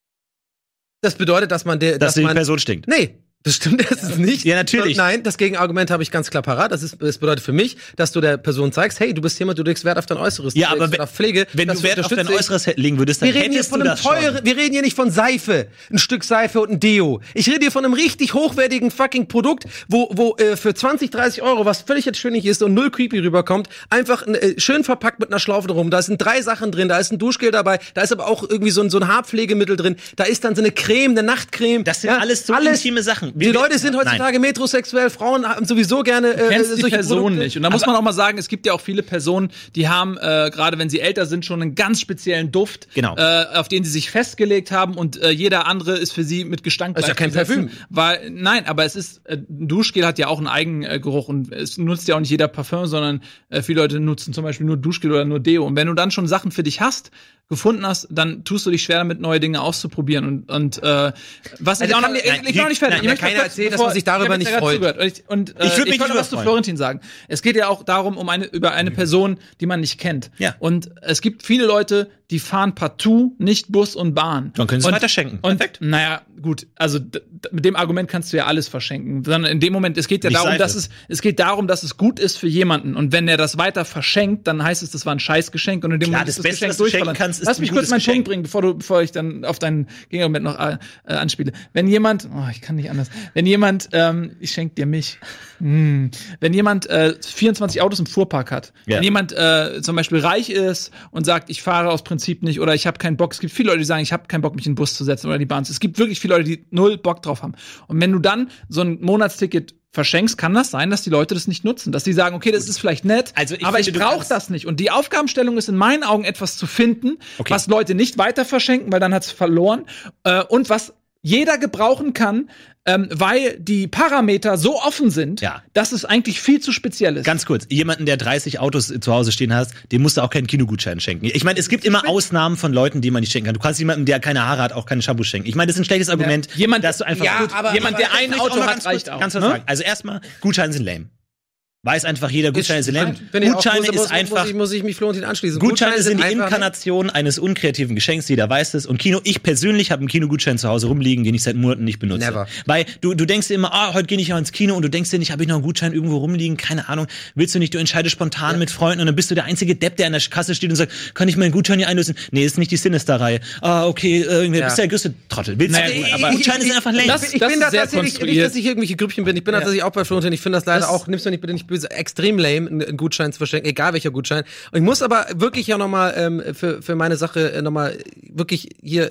Das bedeutet, dass man der Dass dass die man Person stinkt. Nee, das stimmt erstens nicht. Ja, natürlich. Nein, das Gegenargument habe ich ganz klar parat. Das, ist, das bedeutet für mich, dass du der Person zeigst, hey, du bist jemand, du legst Wert auf dein Äußeres, Ja, du aber legst wenn, Wert auf Pflege. wenn das du Wert auf dein unterstütze ich. Äußeres legen würdest, dann Wir reden hier hättest von du einem das schon. teuren, wir reden hier nicht von Seife, ein Stück Seife und ein Deo. Ich rede hier von einem richtig hochwertigen fucking Produkt, wo, wo äh, für zwanzig, dreißig Euro, was völlig jetzt schön nicht ist und null creepy rüberkommt, einfach äh, schön verpackt mit einer Schlaufe drum. Da sind drei Sachen drin, da ist ein Duschgel dabei, da ist aber auch irgendwie so ein, so ein Haarpflegemittel drin, da ist dann so eine Creme, eine Nachtcreme. Das sind alles so intime Sachen. Die Leute sind heutzutage metrosexuell, Frauen haben sowieso gerne äh, Du kennst die solche Person Produkte. nicht. Und da muss man auch mal sagen, es gibt ja auch viele Personen, die haben, äh, gerade wenn sie älter sind, schon einen ganz speziellen Duft, Genau. äh, auf den sie sich festgelegt haben und äh, jeder andere ist für sie mit Gestank Das ist ja kein gleichzusetzen. Parfüm. Weil, nein, aber es ist, äh, ein Duschgel hat ja auch einen Eigengeruch und es nutzt ja auch nicht jeder Parfum, sondern äh, viele Leute nutzen zum Beispiel nur Duschgel oder nur Deo. Und wenn du dann schon Sachen für dich hast, gefunden hast, dann tust du dich schwer damit, neue Dinge auszuprobieren. Und, und äh, was Also ich auch noch, kann mir- ich, ich bin noch nicht fertig. Nein, Ich möchte keiner noch kurz, erzählt, dass bevor- man sich darüber ich hab nicht jetzt ja freut. gerade zugehört. Und, und, äh, Ich würd mich ich wollte nicht was zu freuen. Florentin sagen. Es geht ja auch darum, um eine, über eine Person, die man nicht kennt. Ja. Und es gibt viele Leute, die fahren partout nicht Bus und Bahn. Dann können sie und, weiter schenken. Und, Perfekt. naja, gut, also d- d- mit dem Argument kannst du ja alles verschenken. Sondern in dem Moment, es geht ja Nicht darum, Seife. dass es, es geht darum, dass es gut ist für jemanden. Und wenn er das weiter verschenkt, dann heißt es, das war ein Scheißgeschenk. Und in dem Klar, Moment das ist Beste, Geschenk was du schenken durchballern. kannst, ist Lass ein mich kurz gutes meinen Geschenk. Punkt bringen, bevor du, bevor ich dann auf dein Gegenargument noch äh, äh, anspiele. Wenn jemand, oh, ich kann nicht anders. Wenn jemand, ähm, ich schenk dir mich. Hm. Wenn jemand äh, vierundzwanzig Autos im Fuhrpark hat, Ja. wenn jemand äh, zum Beispiel reich ist und sagt, ich fahre aus Prinzip nicht oder ich habe keinen Bock, es gibt viele Leute, die sagen, ich habe keinen Bock, mich in den Bus zu setzen oder in die Bahn. Es gibt wirklich viele Leute, die null Bock drauf haben. Und wenn du dann so ein Monatsticket verschenkst, kann das sein, dass die Leute das nicht nutzen, dass die sagen, okay, das ist vielleicht nett, Also ich aber finde, ich du brauche kannst- das nicht. Und die Aufgabenstellung ist in meinen Augen etwas zu finden, Okay. was Leute nicht weiter verschenken, weil dann hat's verloren äh, und was jeder gebrauchen kann, ähm, weil die Parameter so offen sind, Ja. dass es eigentlich viel zu speziell ist. Ganz kurz, jemanden, der dreißig Autos zu Hause stehen hat, dem musst du auch keinen Kinogutschein schenken. Ich meine, es gibt immer Ausnahmen von Leuten, die man nicht schenken kann. Du kannst jemandem, der keine Haare hat, auch keine Shampoo schenken. Ich meine, das ist ein schlechtes Argument, Jemand- dass du einfach Ja, gut, aber- jemand, der ein Vielleicht Auto auch mal hat, ganz kurz- reicht auch, Ganz was ne? sagen. Also erstmal, Gutscheine sind lame. Weiß einfach jeder, Gutscheine sind lame. Bin ich auch- Gutscheine muss, ist muss, einfach. Muss ich, muss ich mich Florentin anschließen. Gutscheine sind die einfach- Inkarnation eines unkreativen Geschenks, jeder weiß es. Und Kino, ich persönlich habe einen Kinogutschein zu Hause rumliegen, den ich seit Monaten nicht benutze. Never. Weil du, du denkst dir immer, ah, heute gehe ich ja ins Kino und du denkst dir nicht, habe ich noch einen Gutschein irgendwo rumliegen, keine Ahnung. Willst du nicht, du entscheidest spontan mit Freunden und dann bist du der einzige Depp, der an der Kasse steht und sagt, kann ich meinen Gutschein hier einlösen? Nee, ist nicht die Sinister-Reihe. Ah, okay, äh, irgendwie Ja. bist du der größte Trottel. Willst Naja, du, gut, aber aber- Gutscheine sind einfach lame. Das- Ich bin ist da sehr tatsächlich, nicht, konstruiert. dass ich irgendwelche Grüppchen bin. Ich bin da tatsächlich auch bei Florentin. Ich finde das leider Das- auch, nimm's mir nicht bitte nicht böse, extrem lame, einen einen Gutschein zu verschenken, egal welcher Gutschein. Und ich muss aber wirklich ja nochmal ähm, für, für meine Sache äh, nochmal wirklich hier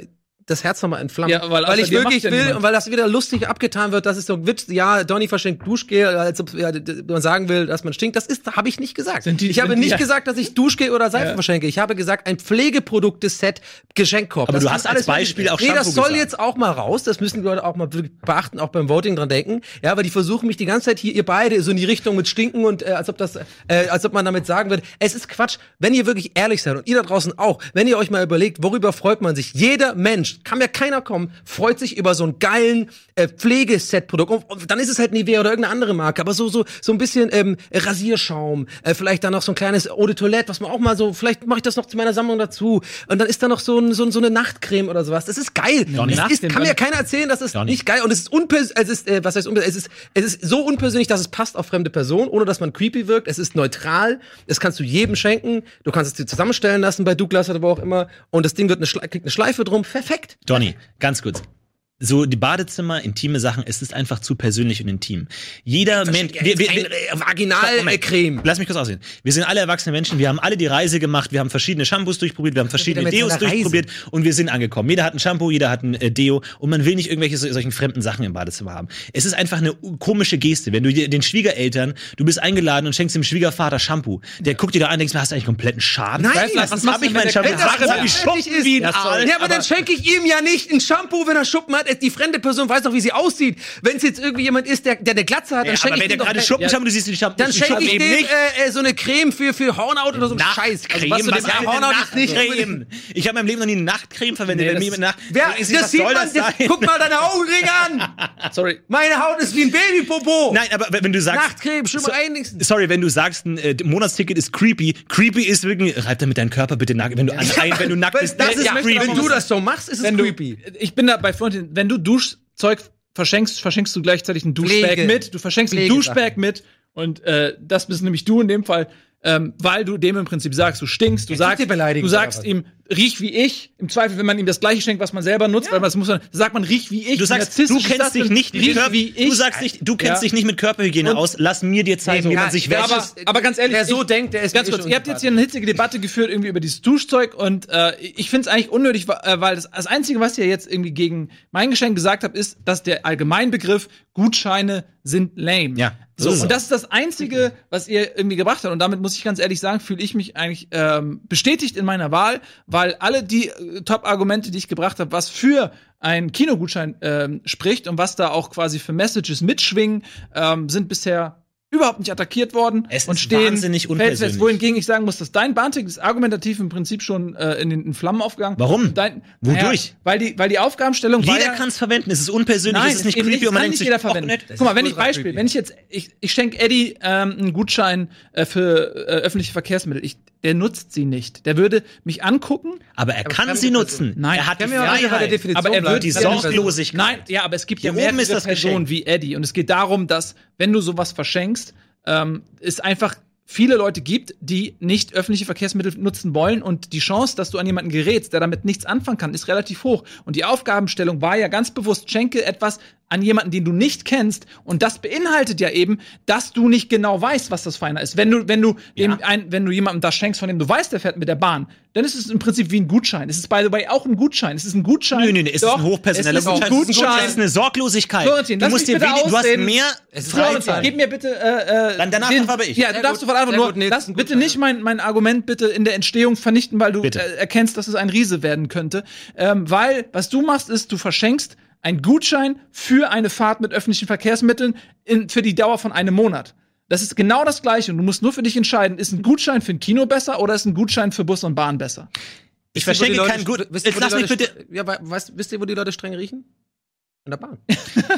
das Herz nochmal entflammen. Ja, weil weil außer ich dir wirklich macht ja will niemand. und weil das wieder lustig abgetan wird, dass es so ein Witz, ja, Donny verschenkt Duschgel, als ob ja, man sagen will, dass man stinkt. Das ist, habe ich nicht gesagt. Sind die- ich habe sind die- nicht ja. gesagt, dass ich Duschgel oder Seife Ja. verschenke. Ich habe gesagt, ein Pflegeprodukte-Set, Geschenkkorb. Aber Das du kann hast als alles Beispiel auch Nee, das Shampoo soll gesagt. jetzt auch mal raus. Das müssen die Leute auch mal wirklich beachten, auch beim Voting dran denken. Ja, aber die versuchen mich die ganze Zeit hier, ihr beide, so in die Richtung mit Stinken und äh, als ob das, äh, als ob man damit sagen würde, es ist Quatsch. Wenn ihr wirklich ehrlich seid und ihr da draußen auch, wenn ihr euch mal überlegt, worüber freut man sich? Jeder Mensch, kann mir keiner kommen, freut sich über so einen geilen äh, Pflegeset-Produkt. Und, und dann ist es halt Nivea oder irgendeine andere Marke, aber so so so ein bisschen ähm, Rasierschaum, äh, vielleicht dann noch so ein kleines Eau de Toilette, was man auch mal so, vielleicht mache ich das noch zu meiner Sammlung dazu. Und dann ist da noch so, ein, so, ein, so eine Nachtcreme oder sowas. Das ist geil. Donny. Das ist, kann mir keiner erzählen, dass es Donny. nicht geil und es ist unpersönlich, es ist, äh, was heißt unpersönlich, es ist, es ist so unpersönlich, dass es passt auf fremde Personen, ohne dass man creepy wirkt. Es ist neutral, das kannst du jedem schenken, du kannst es dir zusammenstellen lassen bei Douglas oder wo auch immer und das Ding wird eine Schle- kriegt eine Schleife drum, perfekt. Donny, ganz kurz. So, die Badezimmer, intime Sachen, es ist einfach zu persönlich und intim. Jeder Mensch. Wir, wir, wir, Vaginalcreme. Lass mich kurz aussehen. Wir sind alle erwachsene Menschen, wir haben alle die Reise gemacht, wir haben verschiedene Shampoos durchprobiert, wir haben verschiedene mit Deos seiner Reise. durchprobiert und wir sind angekommen. Jeder hat ein Shampoo, jeder hat ein äh, Deo und man will nicht irgendwelche so, solchen fremden Sachen im Badezimmer haben. Es ist einfach eine komische Geste, wenn du dir den Schwiegereltern, du bist eingeladen und schenkst dem Schwiegervater Shampoo. Der guckt dir da an und denkst, hast du eigentlich kompletten Schaden? Nein, Weißt du, was was machst hab du, ich wenn mein der- Shampoo? wenn das Sache, wie unfertig Schuppen ist? wie ein Ja, Aal. Ja, aber dann schenke ich ihm ja nicht ein Shampoo, wenn er Schuppen hat. Die fremde Person weiß doch, wie sie aussieht. Wenn es jetzt irgendwie jemand ist, der, der eine Glatze hat, Ja, dann schenke aber ich wenn der ihm doch gerade kein- Schuppen Shampoo, du siehst die Shampoo. Dann die schenke ich Schuppen dem nicht. äh, äh, so eine Creme für, für Hornhaut oder so Scheiß. Nachtcreme, was du was dem heißt Hornhaut denn jetzt nicht Nachtcreme? Ich habe in meinem Leben noch nie eine Nachtcreme verwendet. Nee, wenn das- mir jemand nach, Wer, Denken Sie, das was sieht soll man, das das, sein? guck mal deine Augenringe an. Sorry. Meine Haut ist wie ein Babypopo. Nein, aber wenn du sagst, Nachtcreme, schon mal reinigen. sorry, wenn du sagst, ein äh, Monatsticket ist creepy. Creepy ist wirklich, reib damit deinen Körper bitte nackt, wenn du, an, ein, wenn du nackt bist. Das Wenn- ist ja, creepy. Wenn du das so machst, ist es Wenn du, creepy. ich bin da bei Freundin, wenn du Duschzeug verschenkst, verschenkst du gleichzeitig ein Duschbag Pflege. mit, du verschenkst ein Pflegesachen. Duschbag mit und äh, das bist nämlich du in dem Fall, ähm, weil du dem im Prinzip sagst, du stinkst, du Jetzt sagst, ist die Beleidigung, du sagst oder was? ihm, riech wie ich, im Zweifel, wenn man ihm das gleiche schenkt, was man selber nutzt, weil das muss man, sagt man, riech wie ich. Du sagst, Wie du narzisstisch ist das kennst dich denn? nicht mit riech Körper, wie ich. du sagst nicht, du kennst Ja. dich nicht mit Körperhygiene Und- aus. Lass mir dir zeigen, wie Ja, man sich wer wäscht. aber, aber ganz ehrlich, wer so ich, denkt, der ist ganz mir eh kurz. schon Ihr habt jetzt hier eine hitzige Debatte geführt irgendwie über dieses Duschzeug und äh, ich finde es eigentlich unnötig, wa- äh, weil das, das Einzige, was ihr jetzt irgendwie gegen mein Geschenk gesagt habt, ist, dass der Allgemeinbegriff Gutscheine sind lame. Ja, so So, ist und es. das ist das Einzige, was ihr irgendwie gebracht habt. Und damit muss ich ganz ehrlich sagen, fühle ich mich eigentlich ähm, bestätigt in meiner Wahl, weil alle die äh, Top-Argumente, die ich gebracht habe, was für einen Kinogutschein ähm, spricht und was da auch quasi für Messages mitschwingen, ähm, sind bisher überhaupt nicht attackiert worden Es und ist stehen wahnsinnig felsenfest. unpersönlich. Wohingegen ich sagen muss, dass dein Bantik ist argumentativ im Prinzip schon äh, in den in Flammen aufgegangen. Warum? Dein, Wodurch? weil die, weil die Aufgabenstellung war Jeder ja, kann es verwenden. Es ist unpersönlich, Nein, es ist nicht eben creepy und man kann denkt nicht sich, jeder ach, verwenden. nett. Das Guck mal, ist wenn ich ultra Beispiel, creepy. wenn ich jetzt, ich, ich schenke Eddie ähm, einen Gutschein äh, für äh, öffentliche Verkehrsmittel, ich, der nutzt sie nicht. Der würde mich angucken. Aber er kann fremde sie Person. nutzen. Nein, er hat die Können wir mal bitte bei der Freiheit. Definition Aber er bleiben? wird die Ja, ja, Sorglosigkeit. Nein, ja, aber es gibt Hier ja mehrere oben ist das Personen Geschenk. wie Eddie und es geht darum, dass wenn du sowas verschenkst, ähm, es einfach viele Leute gibt, die nicht öffentliche Verkehrsmittel nutzen wollen und die Chance, dass du an jemanden gerätst, der damit nichts anfangen kann, ist relativ hoch. Und die Aufgabenstellung war ja ganz bewusst, schenke etwas an jemanden, den du nicht kennst und das beinhaltet ja eben, dass du nicht genau weißt, was das für einer ist. Wenn du, wenn du dem Ja. ein, wenn du jemandem das schenkst, von dem du weißt, der fährt mit der Bahn, dann ist es im Prinzip wie ein Gutschein. Es ist by the way auch ein Gutschein. Es ist ein Gutschein. Nö, nö, nö, es Doch, ist ein hochpersoneller es ist ein Gutschein. Gutschein. Es ist eine Sorglosigkeit. Florentin, du lass musst mich dir bitte wenig, du hast ausreden. mehr Es ist Florentin, Freizeit. gib mir bitte äh, äh, Dann danach den, aber ich. Ja, Sehr du darfst gut, sofort einfach sehr nur gut, Nils, das, ein bitte Gutschein. nicht mein mein Argument bitte in der Entstehung vernichten, weil du Bitte. äh, erkennst, dass es ein Riese werden könnte. Ähm, weil was du machst ist, du verschenkst einen Gutschein für eine Fahrt mit öffentlichen Verkehrsmitteln in, für die Dauer von einem Monat. Das ist genau das Gleiche und du musst nur für dich entscheiden, ist ein Gutschein für ein Kino besser oder ist ein Gutschein für Bus und Bahn besser? Ich Wisst ihr, wo die verschenke Leute- keinen Gut. wisst ihr, Jetzt wo die lass mich Leute bitte. st- Ja, we- weißt, wisst ihr, wo die Leute streng riechen? In der Bahn.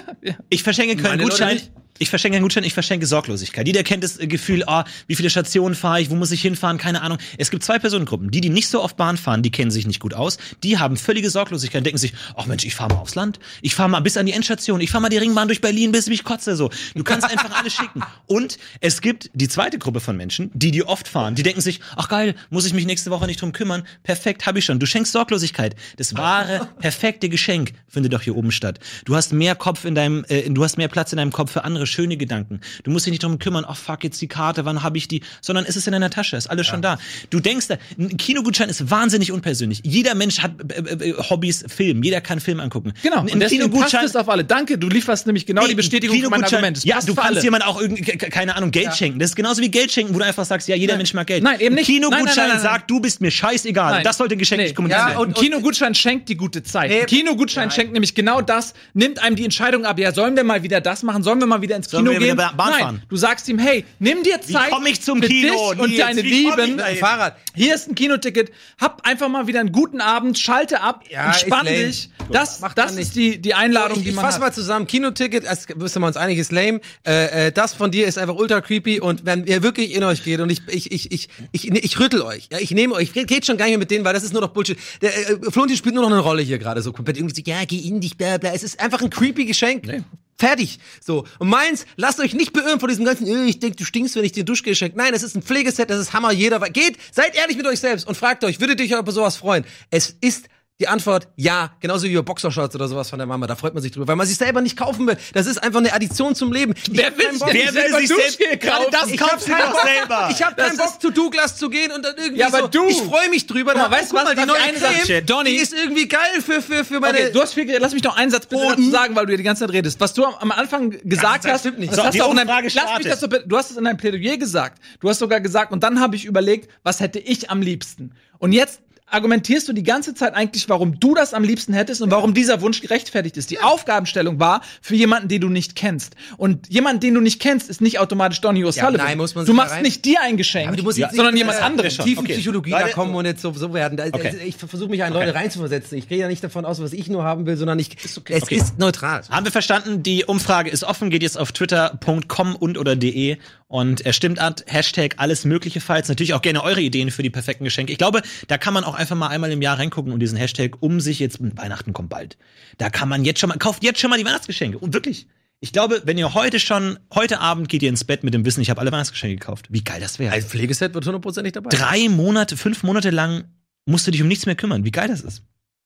Ich verschenke keinen Meine Leute Gutschein. nicht. Ich verschenke keinen Gutschein, ich verschenke Sorglosigkeit. Jeder kennt das äh, Gefühl, oh, wie viele Stationen fahre ich, wo muss ich hinfahren, keine Ahnung. Es gibt zwei Personengruppen. Die, die nicht so oft Bahn fahren, die kennen sich nicht gut aus. Die haben völlige Sorglosigkeit und denken sich, ach Mensch, ich fahre mal aufs Land. Ich fahre mal bis an die Endstation. Ich fahre mal die Ringbahn durch Berlin, bis ich kotze. So. Du kannst einfach alles schicken. Und es gibt die zweite Gruppe von Menschen, die, die oft fahren. Die denken sich, ach geil, muss ich mich nächste Woche nicht drum kümmern. Perfekt, hab ich schon. Du schenkst Sorglosigkeit. Das wahre, perfekte Geschenk findet doch hier oben statt. Du hast mehr Kopf in deinem, äh, du hast mehr Platz in deinem Kopf für andere schöne Gedanken. Du musst dich nicht darum kümmern, ach fuck, jetzt die Karte, wann habe ich die? Sondern es ist in deiner Tasche, ist alles ja. schon da. Du denkst, ein Kinogutschein ist wahnsinnig unpersönlich. Jeder Mensch hat äh, äh, Hobbys, Film. Jeder kann Film angucken. Genau, ein, und deswegen Kinogutschein passt es auf alle. Danke, du lieferst nämlich genau nee, die Bestätigung für mein Argument. Ja, du kannst jemand auch irgendwie, keine Ahnung, Geld ja. schenken. Das ist genauso wie Geld schenken, wo du einfach sagst, ja, jeder nein. Mensch mag Geld. Nein, eben nicht. Ein Kinogutschein nein, nein, nein, nein. sagt, du bist mir scheißegal. Nein. Das sollte ein Geschenk nee. nicht kommunizieren. Ja, und, und Kinogutschein schenkt die gute Zeit. Nee. Kinogutschein schenkt nämlich genau das, nimmt einem die Entscheidung ab, ja, sollen wir mal wieder das machen, sollen wir mal wieder ins Kino sollen wir gehen? Bahn Nein, fahren? Du sagst ihm, hey, nimm dir Zeit wie komm ich zum für Kino? dich und Nils, deine wie komm ich Lieben. dahin? Fahrrad. Hier ist ein Kinoticket, hab einfach mal wieder einen guten Abend, schalte ab, Ja, entspann ist lame. dich. Das, Macht das man ist nicht. die, die Einladung, ich, die ich man fasse hat. mal zusammen, Kinoticket, als wissen wir uns einig, ist lame. Äh, äh, das von dir ist einfach ultra creepy und wenn ihr wirklich in euch geht und ich ich ich ich ich, ich, ich rüttel euch, ja, ich nehme euch, ich geht schon gar nicht mehr mit denen, weil das ist nur noch Bullshit. Der äh, Florentin spielt nur noch eine Rolle hier gerade so komplett irgendwie so, ja, geh in dich, bla bla. Es ist einfach ein creepy Geschenk. Nee. Fertig. So. Und meins, lasst euch nicht beirren von diesem ganzen, äh, ich denk, du stinkst, wenn ich dir Duschgel schenke. Nein, es ist ein Pflegeset, das ist Hammer, jeder. Geht, seid ehrlich mit euch selbst und fragt euch, würdet ihr euch über sowas freuen? Es ist die Antwort, ja, genauso wie über Boxershorts oder sowas von der Mama, da freut man sich drüber, weil man sich selber nicht kaufen will. Das ist einfach eine Addition zum Leben. Wer will keinen sich Bock- denn Wer will sich selbst kaufen? das Ich kauft hab sie keinen doch Bock. selber. Ich habe keinen Bock zu Douglas zu gehen und dann irgendwie Ja, aber so, du- ich freue mich drüber. Guck mal, dann, weißt du oh, was, guck mal, die darf neue ich einen Satz, Creme, Donny? die ist irgendwie geil für für für meine Okay, du hast viel, lass mich noch einen Satz bitte dazu sagen, weil du ja die ganze Zeit redest. Was du am, am Anfang gesagt das hast, stimmt nicht. das So, hast die du auch in deinem, Umfrage lass mich startet. das so, bitte- du hast es in deinem Plädoyer gesagt. Du hast sogar gesagt, und dann habe ich überlegt, was hätte ich am liebsten? Und jetzt argumentierst du die ganze Zeit eigentlich, warum du das am liebsten hättest und warum dieser Wunsch gerechtfertigt ist. Die Aufgabenstellung war für jemanden, den du nicht kennst. Und jemanden, den du nicht kennst, ist nicht automatisch Donny O'Sullivan. nein, muss man du sich da machst rein- nicht dir ein Geschenk, Aber du musst Ja, jetzt sondern nicht jemand mit anderes. der tiefen Okay. Psychologie Leute, da kommen und jetzt so, so werden. Da, Okay. Ich versuche mich an Leute reinzuversetzen. Ich gehe ja nicht davon aus, was ich nur haben will, sondern ich, es Okay. ist neutral. Haben wir verstanden, die Umfrage ist offen, geht jetzt auf twitter punkt com und oder de und er stimmt an, Hashtag alles mögliche falls. Natürlich auch gerne eure Ideen für die perfekten Geschenke. Ich glaube, da kann man auch einfach mal einmal im Jahr reingucken und diesen Hashtag um sich jetzt, Weihnachten kommt bald. Da kann man jetzt schon mal, kauft jetzt schon mal die Weihnachtsgeschenke. Und wirklich, ich glaube, wenn ihr heute schon, heute Abend geht ihr ins Bett mit dem Wissen, ich habe alle Weihnachtsgeschenke gekauft. Wie geil das wäre. Ein Pflegeset wird hundertprozentig dabei. Drei Monate, fünf Monate lang musst du dich um nichts mehr kümmern. Wie geil das ist.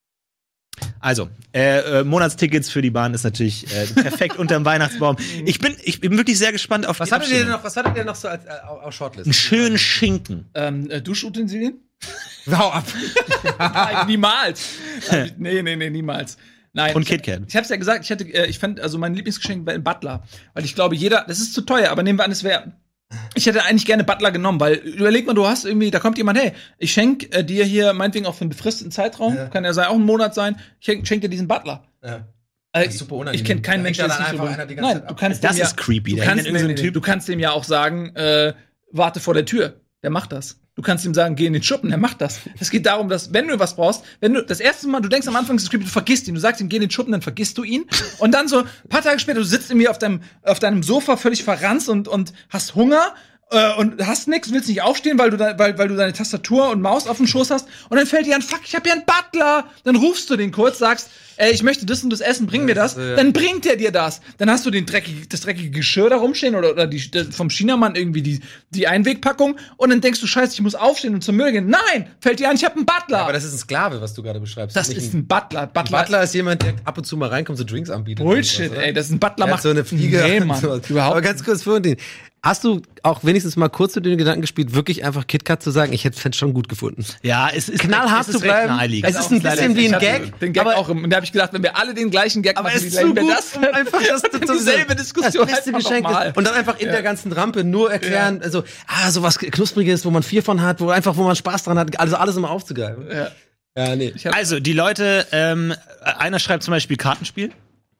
Also, äh, äh, Monatstickets für die Bahn ist natürlich äh, perfekt unterm Weihnachtsbaum. Ich bin, ich bin wirklich sehr gespannt auf Was die hattet ihr denn Abstimmung. noch, was hattet ihr noch so als, äh, auf Shortlist? Einen schönen Schinken. Ähm, äh, Duschutensilien? Hau ab. Nein, niemals. Äh, nee, nee, nee, niemals. Nein. Und ich- KitKat. Ich hab's ja gesagt, ich hätte, äh, ich fand, also mein Lieblingsgeschenk wäre ein Butler. Weil ich glaube, jeder, das ist zu teuer, aber nehmen wir an, es wäre, ich hätte eigentlich gerne Butler genommen, weil überleg mal, du hast irgendwie, da kommt jemand, hey, ich schenk äh, dir hier meinetwegen auch für einen befristeten Zeitraum, Ja. kann ja sein, auch ein Monat sein, ich schenk, schenk dir diesen Butler. Ja. Äh, Das ist super unangenehm. Ich kenne keinen Da Menschen, hängt der dann sich nicht einfach so einer die ganze Nein, Zeit du ab. kannst Das dem ist creepy, Du da kannst, hängt dann irgend so ein Typ. du kannst dem ja auch sagen, äh, warte vor der Tür. Der macht das. Du kannst ihm sagen, geh in den Schuppen, der macht das. Es geht darum, dass, wenn du was brauchst, wenn du das erste Mal, du denkst am Anfang, es ist creepy, du vergisst ihn, du sagst ihm, geh in den Schuppen, dann vergisst du ihn. Und dann so, ein paar Tage später, du sitzt irgendwie auf deinem, auf deinem Sofa völlig verranzt und, und hast Hunger äh, und hast nix, willst nicht aufstehen, weil du, da, weil, weil du deine Tastatur und Maus auf dem Schoß hast. Und dann fällt dir an, fuck, ich hab hier einen Butler. Dann rufst du den kurz, sagst, ey, ich möchte das und das essen, bring mir das. äh, Dann bringt er dir das. Dann hast du den dreckige, das dreckige Geschirr da rumstehen oder, oder die, der, vom Chinamann irgendwie die, die Einwegpackung. Und dann denkst du, scheiße, ich muss aufstehen und zum Müll gehen. Nein, fällt dir an, ich hab einen Butler. Aber das ist ein Sklave, was du gerade beschreibst. das Nicht ist ein Butler. Butler, Ein Butler ist jemand, der ab und zu mal reinkommt, so Drinks anbietet. Bullshit, oder? ey. Das ist ein Butler, Er hat macht so eine Fliege. Nee, und Mann, sowas. überhaupt Aber ganz kurz vorhin, hast du auch wenigstens mal kurz zu den Gedanken gespielt, wirklich einfach KitKat zu sagen? Ich hätte es schon gut gefunden. Ja, es ist Knallhart es ist zu bleiben. recht naheliegend. Es ist ein bisschen wie ein Gag. Den Gag aber auch. Und da habe ich gedacht, wenn wir alle den gleichen Gag Aber machen, es wie ist lernen zu wir gut, das? um einfach das, das Dieselbe Diskussion das beste einfach Geschenk nochmal. ist. Und dann einfach in der ganzen Rampe nur erklären, also, ah, sowas Knuspriges, wo man vier von hat, wo einfach, wo man Spaß dran hat, also alles immer aufzugreifen. Ja. Ja, nee. Ich hab, Also, die Leute, ähm, einer schreibt zum Beispiel Kartenspiel.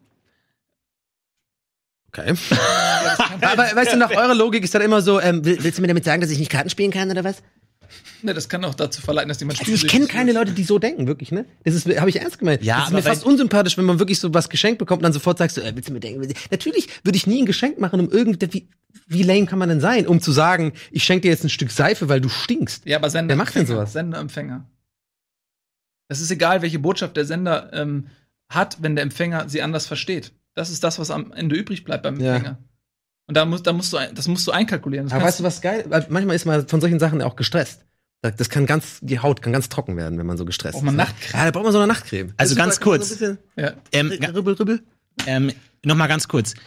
Okay. Aber weißt du, nach eurer Logik ist dann immer so, ähm, will- willst du mir damit sagen, dass ich nicht Karten spielen kann oder was? ne, das kann auch dazu verleiten, dass jemand Also ich kenne keine Leute, die so denken, wirklich, ne? Das ist, habe ich ernst gemeint. Ja, das ist aber mir fast wenn- unsympathisch, wenn man wirklich so was geschenkt bekommt und dann sofort sagst du, äh, willst du mir denken? Natürlich würde ich nie ein Geschenk machen, um irgendwie, wie, wie lame kann man denn sein, um zu sagen, ich schenke dir jetzt ein Stück Seife, weil du stinkst. Ja, aber Sender. Wer macht denn Empfänger, sowas? Senderempfänger. Es ist egal, welche Botschaft der Sender ähm, hat, wenn der Empfänger sie anders versteht. Das ist das, was am Ende übrig bleibt beim Ja. Empfänger. Und da musst, da musst du, ein- das musst du einkalkulieren. Das Aber kannst- weißt du, was geil? Weil manchmal ist man von solchen Sachen auch gestresst. Das kann ganz, die Haut kann ganz trocken werden, wenn man so gestresst Braucht man ist. ne? Nachtcreme? Ja, da braucht man so eine Nachtcreme. Also Das ist ganz super, kann man kurz. So ein ja. Ähm, bisschen, ribbel, ribbel. ähm, noch mal ganz kurz.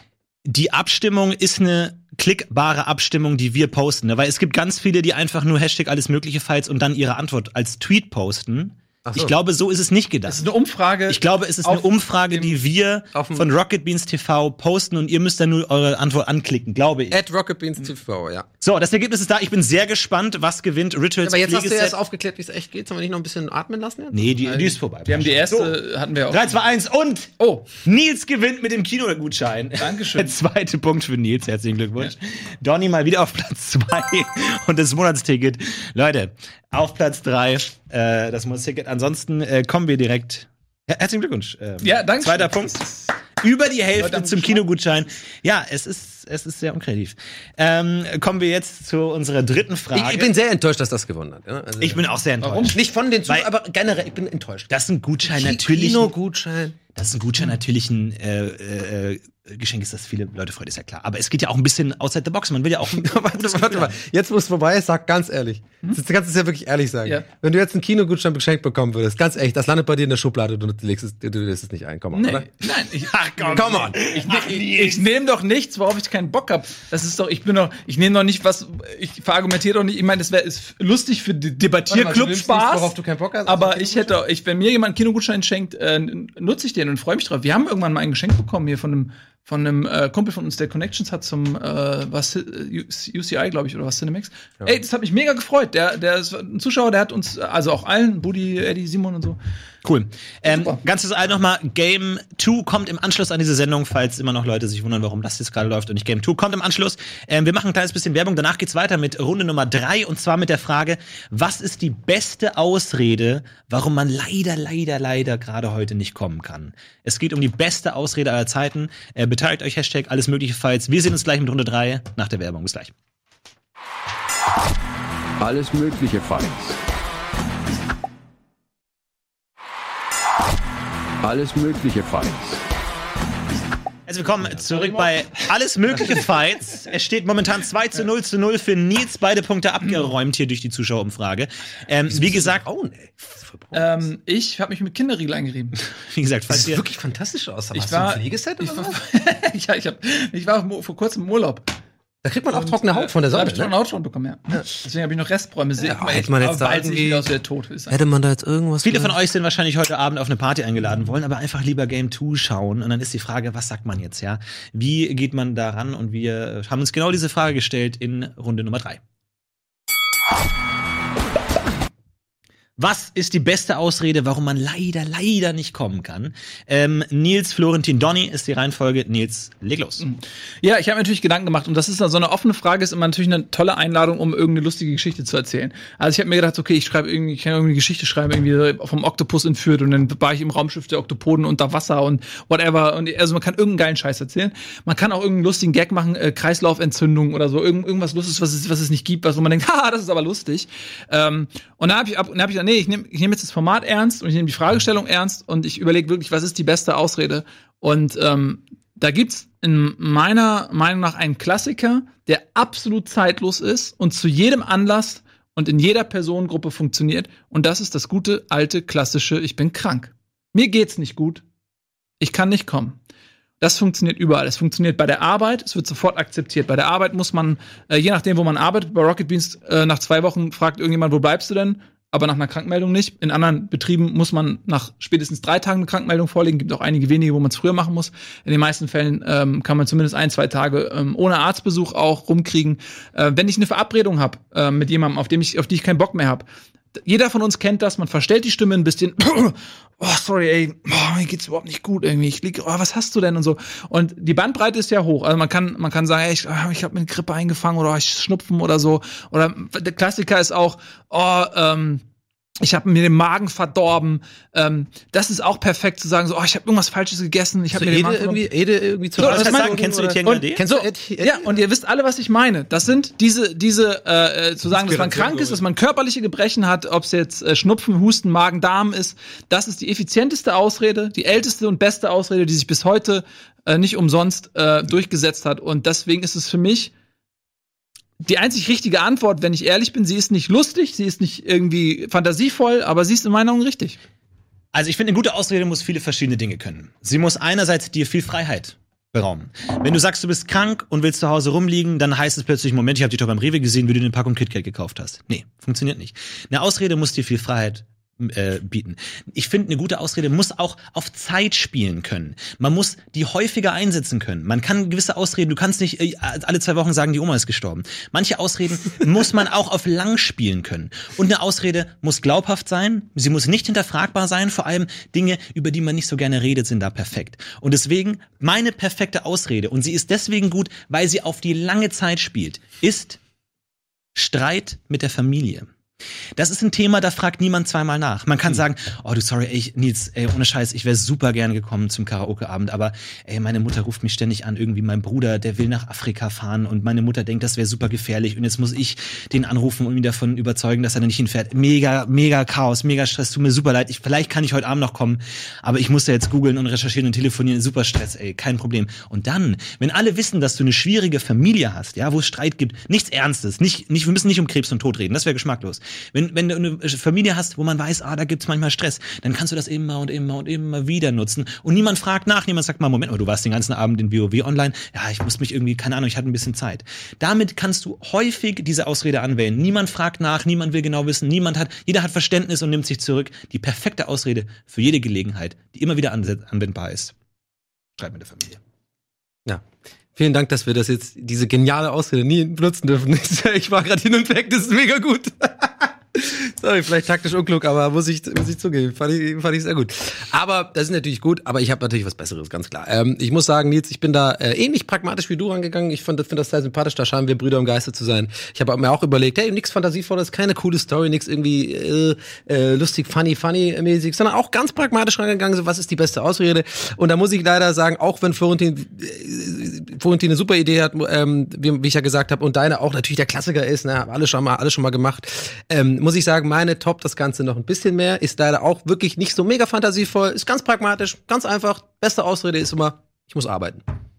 die Abstimmung ist eine klickbare Abstimmung, die wir posten. Ne? Weil es gibt ganz viele, die einfach nur Hashtag alles mögliche Fights und dann ihre Antwort als Tweet posten. Ach so. Ich glaube, so ist es nicht gedacht. Das ist eine Umfrage. Ich glaube, es ist eine Umfrage, die wir von Rocket Beans T V posten und ihr müsst dann nur eure Antwort anklicken, glaube ich. At Rocket Beans T V, ja. So, das Ergebnis ist da. Ich bin sehr gespannt, was gewinnt Rituals. Aber jetzt hast du Pflegeset. erst aufgeklärt, wie es echt geht. Sollen wir nicht noch ein bisschen atmen lassen jetzt? Nee, die, die ist vorbei. Wir haben die erste, so. hatten wir auch. drei, zwei, eins und oh. Nils gewinnt mit dem Kinogutschein. Dankeschön. Der zweite Punkt für Nils. Herzlichen Glückwunsch. Ja. Donny mal wieder auf Platz zwei und das Monatsticket. Leute, auf Platz drei äh, das Monatsticket. Ansonsten äh, kommen wir direkt. Her herzlichen Glückwunsch. Ähm, ja, danke. Zweiter Punkt. Über die Hälfte zum Kinogutschein. Ja, es ist, es ist sehr unkreativ. Ähm, kommen wir jetzt zu unserer dritten Frage. Ich, ich bin sehr enttäuscht, dass das gewonnen hat. Ja? Also, ich bin auch sehr enttäuscht. Warum? Nicht von den Zuschauern, Weil- aber generell, ich bin enttäuscht. Das ist ein Gutschein Ki- natürlich. Kinogutschein. Das ist ein Gutschein natürlich ein äh, äh, Geschenk ist, das viele Leute freut, ist ja klar. Aber es geht ja auch ein bisschen outside the box. Man will ja auch. warte, warte mal. Jetzt, wo es vorbei ist, sag ganz ehrlich. Jetzt kannst du es ja wirklich ehrlich sagen. Ja. Wenn du jetzt einen Kinogutschein geschenkt bekommen würdest, ganz ehrlich, das landet bei dir in der Schublade und du legst es, du lässt es nicht ein. Komm on, Nee, oder? nein, ich, Ach komm, Come on. ich, ich, ich nehme doch nichts, worauf ich keinen Bock hab. Das ist doch, ich bin doch, ich nehme doch nicht was, ich verargumentiere doch nicht. Ich meine, das wäre ist lustig für die Debattierclub-Spaß. Worauf du keinen Bock hast. Aber ich hätte, ich, wenn mir jemand einen Kinogutschein schenkt, äh, nutze ich den und freue mich drauf. Wir haben irgendwann mal ein Geschenk bekommen hier von einem von einem äh, Kumpel von uns, der Connections hat zum äh, was U C I, glaube ich, oder was Cinemax. Ja. Ey, das hat mich mega gefreut. Der, der ist ein Zuschauer, der hat uns, also auch allen, Buddy, Eddie, Simon und so. Cool. Ähm, Super. ganzes All nochmal, Game zwei kommt im Anschluss an diese Sendung, falls immer noch Leute sich wundern, warum das jetzt gerade läuft und nicht Game zwei kommt im Anschluss. Ähm, wir machen ein kleines bisschen Werbung, danach geht's weiter mit Runde Nummer drei und zwar mit der Frage, was ist die beste Ausrede, warum man leider, leider, leider gerade heute nicht kommen kann? Es geht um die beste Ausrede aller Zeiten. Äh, beteiligt euch, Hashtag alles mögliche Fights. Wir sehen uns gleich mit Runde drei nach der Werbung. Bis gleich. Alles mögliche Fights. Alles mögliche Fights. Also willkommen zurück bei Alles mögliche Fights. Es steht momentan zwei zu null zu null für Nils. Beide Punkte abgeräumt hier durch die Zuschauerumfrage. Ähm, wie gesagt, Braun, ey. Ähm, ich habe mich mit Kinderriegel eingerieben. wie gesagt, Das falls sieht ihr wirklich fantastisch aus. Ich Hast war- du ein Pflegeset Ich oder war, was? ja, ich, hab, ich war vor kurzem im Urlaub. Da kriegt man auch trockene Haut von der Da Sonne, hab ich trockene ne? Haut schon bekommen, ja. Deswegen habe ich noch Restbräume. Sehe Ja, aber hätte man jetzt da bald sehe ich irgendwie- wieder aus, wie der tot ist. Hätte man da jetzt irgendwas... Viele von euch sind wahrscheinlich heute Abend auf eine Party eingeladen, wollen aber einfach lieber Game zwei schauen. Und dann ist die Frage, was sagt man jetzt, ja? Wie geht man da ran? Und wir haben uns genau diese Frage gestellt in Runde Nummer drei. Was ist die beste Ausrede, warum man leider, leider nicht kommen kann? Ähm, Nils, Florentin, Donny ist die Reihenfolge. Nils, leg los. Ja, ich habe mir natürlich Gedanken gemacht und das ist so eine offene Frage, ist immer natürlich eine tolle Einladung, um irgendeine lustige Geschichte zu erzählen. Also ich habe mir gedacht, okay, ich schreibe irgendwie, ich kann irgendwie eine Geschichte schreiben, irgendwie vom Oktopus entführt und dann war ich im Raumschiff der Oktopoden unter Wasser und whatever. Und also man kann irgendeinen geilen Scheiß erzählen. Man kann auch irgendeinen lustigen Gag machen, äh, Kreislaufentzündung oder so, irgend, irgendwas Lustiges, was es, was es nicht gibt, was wo man denkt, haha, das ist aber lustig. Ähm, und dann habe ich, ab, dann hab ich gesagt, nee, ich nehme ich nehm jetzt das Format ernst und ich nehme die Fragestellung ernst und ich überlege wirklich, was ist die beste Ausrede? Und ähm, da gibt's in meiner Meinung nach einen Klassiker, der absolut zeitlos ist und zu jedem Anlass und in jeder Personengruppe funktioniert. Und das ist das gute, alte, klassische, ich bin krank. Mir geht's nicht gut. Ich kann nicht kommen. Das funktioniert überall. Es funktioniert bei der Arbeit, es wird sofort akzeptiert. Bei der Arbeit muss man, äh, je nachdem, wo man arbeitet, bei Rocket Beans äh, nach zwei Wochen fragt irgendjemand, wo bleibst du denn? Aber nach einer Krankmeldung nicht. In anderen Betrieben muss man nach spätestens drei Tagen eine Krankmeldung vorlegen. Gibt auch einige wenige, wo man es früher machen muss. In den meisten Fällen ähm, kann man zumindest ein, zwei Tage ähm, ohne Arztbesuch auch rumkriegen. Äh, wenn ich eine Verabredung habe äh, mit jemandem, auf dem ich, auf die ich keinen Bock mehr habe. Jeder von uns kennt das. Man verstellt die Stimme ein bisschen. Oh, sorry, ey, oh, mir geht's überhaupt nicht gut irgendwie. Ich lieg, oh, was hast du denn und so. Und die Bandbreite ist ja hoch. Also man kann, man kann sagen, ey, ich, ich habe mir eine Grippe eingefangen oder ich Schnupfen oder so. Oder der Klassiker ist auch, oh, ähm, ich habe mir den Magen verdorben. Ähm, das ist auch perfekt zu sagen, so, oh, ich habe irgendwas Falsches gegessen. Ich habe So mir den Ede Magen verdorben. irgendwie, Ede irgendwie zu So, Was das heißt mein- sagen, kennst du die oder- Tianguan und- D? Kennst du So, Ed, Ed, ja, und ihr wisst alle, was ich meine. Das sind diese, diese, äh, zu sagen, dass man Inspiration, krank ist, dass man körperliche Gebrechen hat, ob es jetzt äh, Schnupfen, Husten, Magen, Darm ist. Das ist die effizienteste Ausrede, die älteste und beste Ausrede, die sich bis heute äh, nicht umsonst äh, durchgesetzt hat. Und deswegen ist es für mich die einzig richtige Antwort, wenn ich ehrlich bin. Sie ist nicht lustig, sie ist nicht irgendwie fantasievoll, aber sie ist in meinen Augen richtig. Also ich finde, eine gute Ausrede muss viele verschiedene Dinge können. Sie muss einerseits dir viel Freiheit berauben. Wenn du sagst, du bist krank und willst zu Hause rumliegen, dann heißt es plötzlich, Moment, ich habe dich doch beim Rewe gesehen, wie du eine Packung KitKat gekauft hast. Nee, funktioniert nicht. Eine Ausrede muss dir viel Freiheit äh, bieten. Ich finde, eine gute Ausrede muss auch auf Zeit spielen können. Man muss die häufiger einsetzen können. Man kann gewisse Ausreden, du kannst nicht äh, alle zwei Wochen sagen, die Oma ist gestorben. Manche Ausreden muss man auch auf lang spielen können. Und eine Ausrede muss glaubhaft sein, sie muss nicht hinterfragbar sein, vor allem Dinge, über die man nicht so gerne redet, sind da perfekt. Und deswegen, meine perfekte Ausrede, und sie ist deswegen gut, weil sie auf die lange Zeit spielt, ist Streit mit der Familie. Das ist ein Thema, da fragt niemand zweimal nach. Man kann hm. sagen, oh du, sorry, ey, Nils, ey, ohne Scheiß, ich wäre super gern gekommen zum Karaoke-Abend, aber ey, meine Mutter ruft mich ständig an, irgendwie mein Bruder, der will nach Afrika fahren und meine Mutter denkt, das wäre super gefährlich und jetzt muss ich den anrufen und ihn davon überzeugen, dass er da nicht hinfährt. Mega, mega Chaos, mega Stress, tut mir super leid. Ich, vielleicht kann ich heute Abend noch kommen, aber ich muss ja jetzt googeln und recherchieren und telefonieren, super Stress, ey, kein Problem. Und dann, wenn alle wissen, dass du eine schwierige Familie hast, ja, wo es Streit gibt, nichts Ernstes, nicht, nicht, wir müssen nicht um Krebs und Tod reden, das wäre geschmacklos. Wenn, wenn du eine Familie hast, wo man weiß, ah, da gibt's manchmal Stress, dann kannst du das immer und immer und immer wieder nutzen. Und niemand fragt nach, niemand sagt mal, Moment mal, du warst den ganzen Abend in WoW online. Ja, ich muss mich irgendwie, keine Ahnung, ich hatte ein bisschen Zeit. Damit kannst du häufig diese Ausrede anwählen. Niemand fragt nach, niemand will genau wissen, niemand hat, jeder hat Verständnis und nimmt sich zurück. Die perfekte Ausrede für jede Gelegenheit, die immer wieder anwendbar ist. Streit mit der Familie. Ja. Vielen Dank, dass wir das jetzt, diese geniale Ausrede nie benutzen dürfen. Ich war gerade hin und weg, das ist mega gut. Sorry, vielleicht taktisch unklug, aber muss ich, muss ich zugeben, fand ich, fand ich sehr gut. Aber das ist natürlich gut, aber ich habe natürlich was Besseres, ganz klar. Ähm, ich muss sagen, Nils, ich bin da äh, ähnlich pragmatisch wie du rangegangen. Ich finde find das sehr sympathisch, da scheinen wir Brüder im Geiste zu sein. Ich habe mir auch überlegt, hey, nix Fantasievolles, keine coole Story, nix irgendwie äh, äh, lustig, funny, funny mäßig, sondern auch ganz pragmatisch rangegangen, so was ist die beste Ausrede. Und da muss ich leider sagen, auch wenn Florentin, äh, Florentin eine super Idee hat, ähm, wie, wie ich ja gesagt habe, und deine auch natürlich der Klassiker ist, ne, alles schon mal, alles schon mal gemacht, ähm, muss ich sagen, meine Top das Ganze noch ein bisschen mehr, ist leider auch wirklich nicht so mega fantasievoll, ist ganz pragmatisch, ganz einfach. Beste Ausrede ist immer, ich muss arbeiten.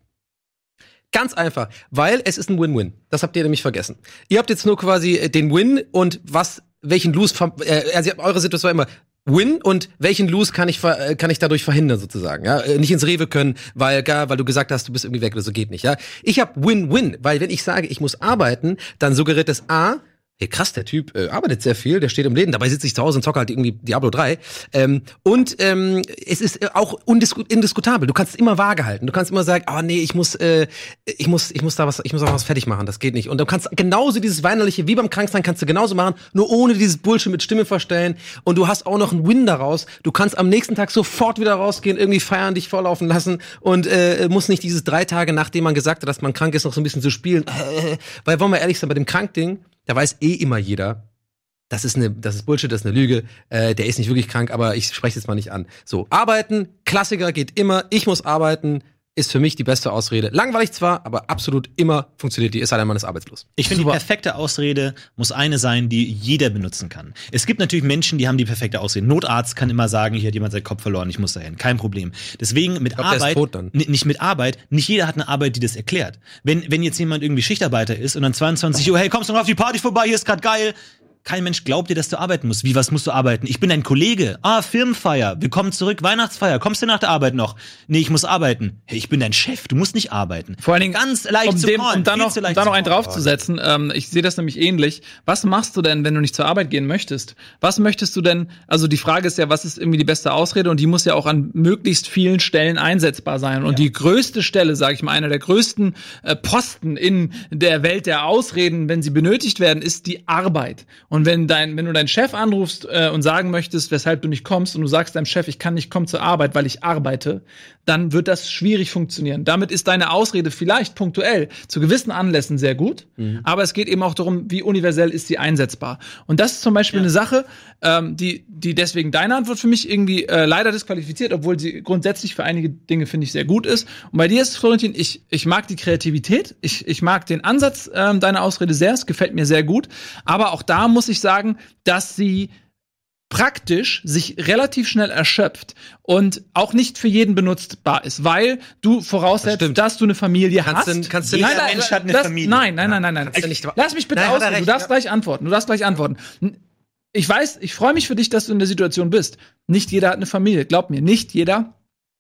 Ganz einfach, weil es ist ein Win-Win. Das habt ihr nämlich vergessen. Ihr habt jetzt nur quasi den Win und was, welchen Lose, äh, also eure Situation war immer Win und welchen Lose kann ich kann ich dadurch verhindern sozusagen, ja, nicht ins Rewe können, weil gar weil du gesagt hast, du bist irgendwie weg oder so, geht nicht, ja. Ich habe Win-Win, weil wenn ich sage, ich muss arbeiten, dann suggeriert das A, hey, krass, der Typ äh, arbeitet sehr viel, der steht im Läden, dabei sitze ich zu Hause und zocke halt irgendwie Diablo drei. Ähm, und ähm, es ist auch undisku- indiskutabel. Du kannst es immer vage halten. Du kannst immer sagen, oh nee, ich muss, äh, ich muss, ich muss da was, ich muss auch was fertig machen. Das geht nicht. Und du kannst genauso dieses Weinerliche wie beim Kranksein kannst du genauso machen, nur ohne dieses Bullshit mit Stimme verstellen. Und du hast auch noch einen Win daraus. Du kannst am nächsten Tag sofort wieder rausgehen, irgendwie feiern, dich vorlaufen lassen und äh, musst nicht dieses drei Tage, nachdem man gesagt hat, dass man krank ist, noch so ein bisschen zu spielen. Äh, weil, wollen wir ehrlich sein, bei dem Krankding, da weiß eh immer jeder, das ist eine, das ist Bullshit, das ist eine Lüge, äh, der ist nicht wirklich krank, aber ich spreche jetzt mal nicht an. So, arbeiten, Klassiker geht immer, ich muss arbeiten, ist für mich die beste Ausrede. Langweilig zwar, aber absolut immer funktioniert die, ist halt man ist arbeitslos. Ich finde, die perfekte Ausrede muss eine sein, die jeder benutzen kann. Es gibt natürlich Menschen, die haben die perfekte Ausrede. Notarzt kann immer sagen, hier hat jemand seinen Kopf verloren, ich muss dahin. Kein Problem. Deswegen mit glaub, Arbeit, der ist tot dann. N- nicht mit Arbeit, nicht jeder hat eine Arbeit, die das erklärt. Wenn, wenn jetzt jemand irgendwie Schichtarbeiter ist und dann zweiundzwanzig Uhr, hey, kommst du noch auf die Party vorbei, hier ist grad geil. Kein Mensch glaubt dir, dass du arbeiten musst. Wie, was musst du arbeiten? Ich bin dein Kollege. Ah, Firmenfeier. Willkommen zurück. Weihnachtsfeier. Kommst du nach der Arbeit noch? Nee, ich muss arbeiten. Hey, ich bin dein Chef. Du musst nicht arbeiten. Vor allen Dingen ganz leicht um zu dem, callen. um dann noch, um dann noch einen draufzusetzen. Ähm, ich sehe das nämlich ähnlich. Was machst du denn, wenn du nicht zur Arbeit gehen möchtest? Was möchtest du denn? Also die Frage ist ja, was ist irgendwie die beste Ausrede? Und die muss ja auch an möglichst vielen Stellen einsetzbar sein. Und ja. Die größte Stelle, sage ich mal, einer der größten äh, Posten in der Welt der Ausreden, wenn sie benötigt werden, ist die Arbeit. Und wenn dein, wenn du deinen Chef anrufst äh, und sagen möchtest, weshalb du nicht kommst und du sagst deinem Chef, ich kann nicht kommen zur Arbeit, weil ich arbeite, dann wird das schwierig funktionieren. Damit ist deine Ausrede vielleicht punktuell zu gewissen Anlässen sehr gut, mhm. aber es geht eben auch darum, wie universell ist sie einsetzbar. Und das ist zum Beispiel ja. eine Sache, ähm, die, die deswegen deine Antwort für mich irgendwie äh, leider disqualifiziert, obwohl sie grundsätzlich für einige Dinge, finde ich, sehr gut ist. Und bei dir ist, Florentin, ich, ich mag die Kreativität, ich, ich mag den Ansatz ähm, deiner Ausrede sehr, es gefällt mir sehr gut, aber auch da muss ich sagen, dass sie praktisch sich relativ schnell erschöpft und auch nicht für jeden benutzbar ist, weil du voraussetzt, das dass du eine Familie kannst hast. Du, kannst du Jeder nicht, Mensch hat eine das, Familie. Nein, nein, nein, nein, nein. Ja. Ich, Lass mich bitte ausreden. Du darfst gleich antworten. Du darfst gleich antworten. Ich weiß, ich freue mich für dich, dass du in der Situation bist. Nicht jeder hat eine Familie. Glaub mir, nicht jeder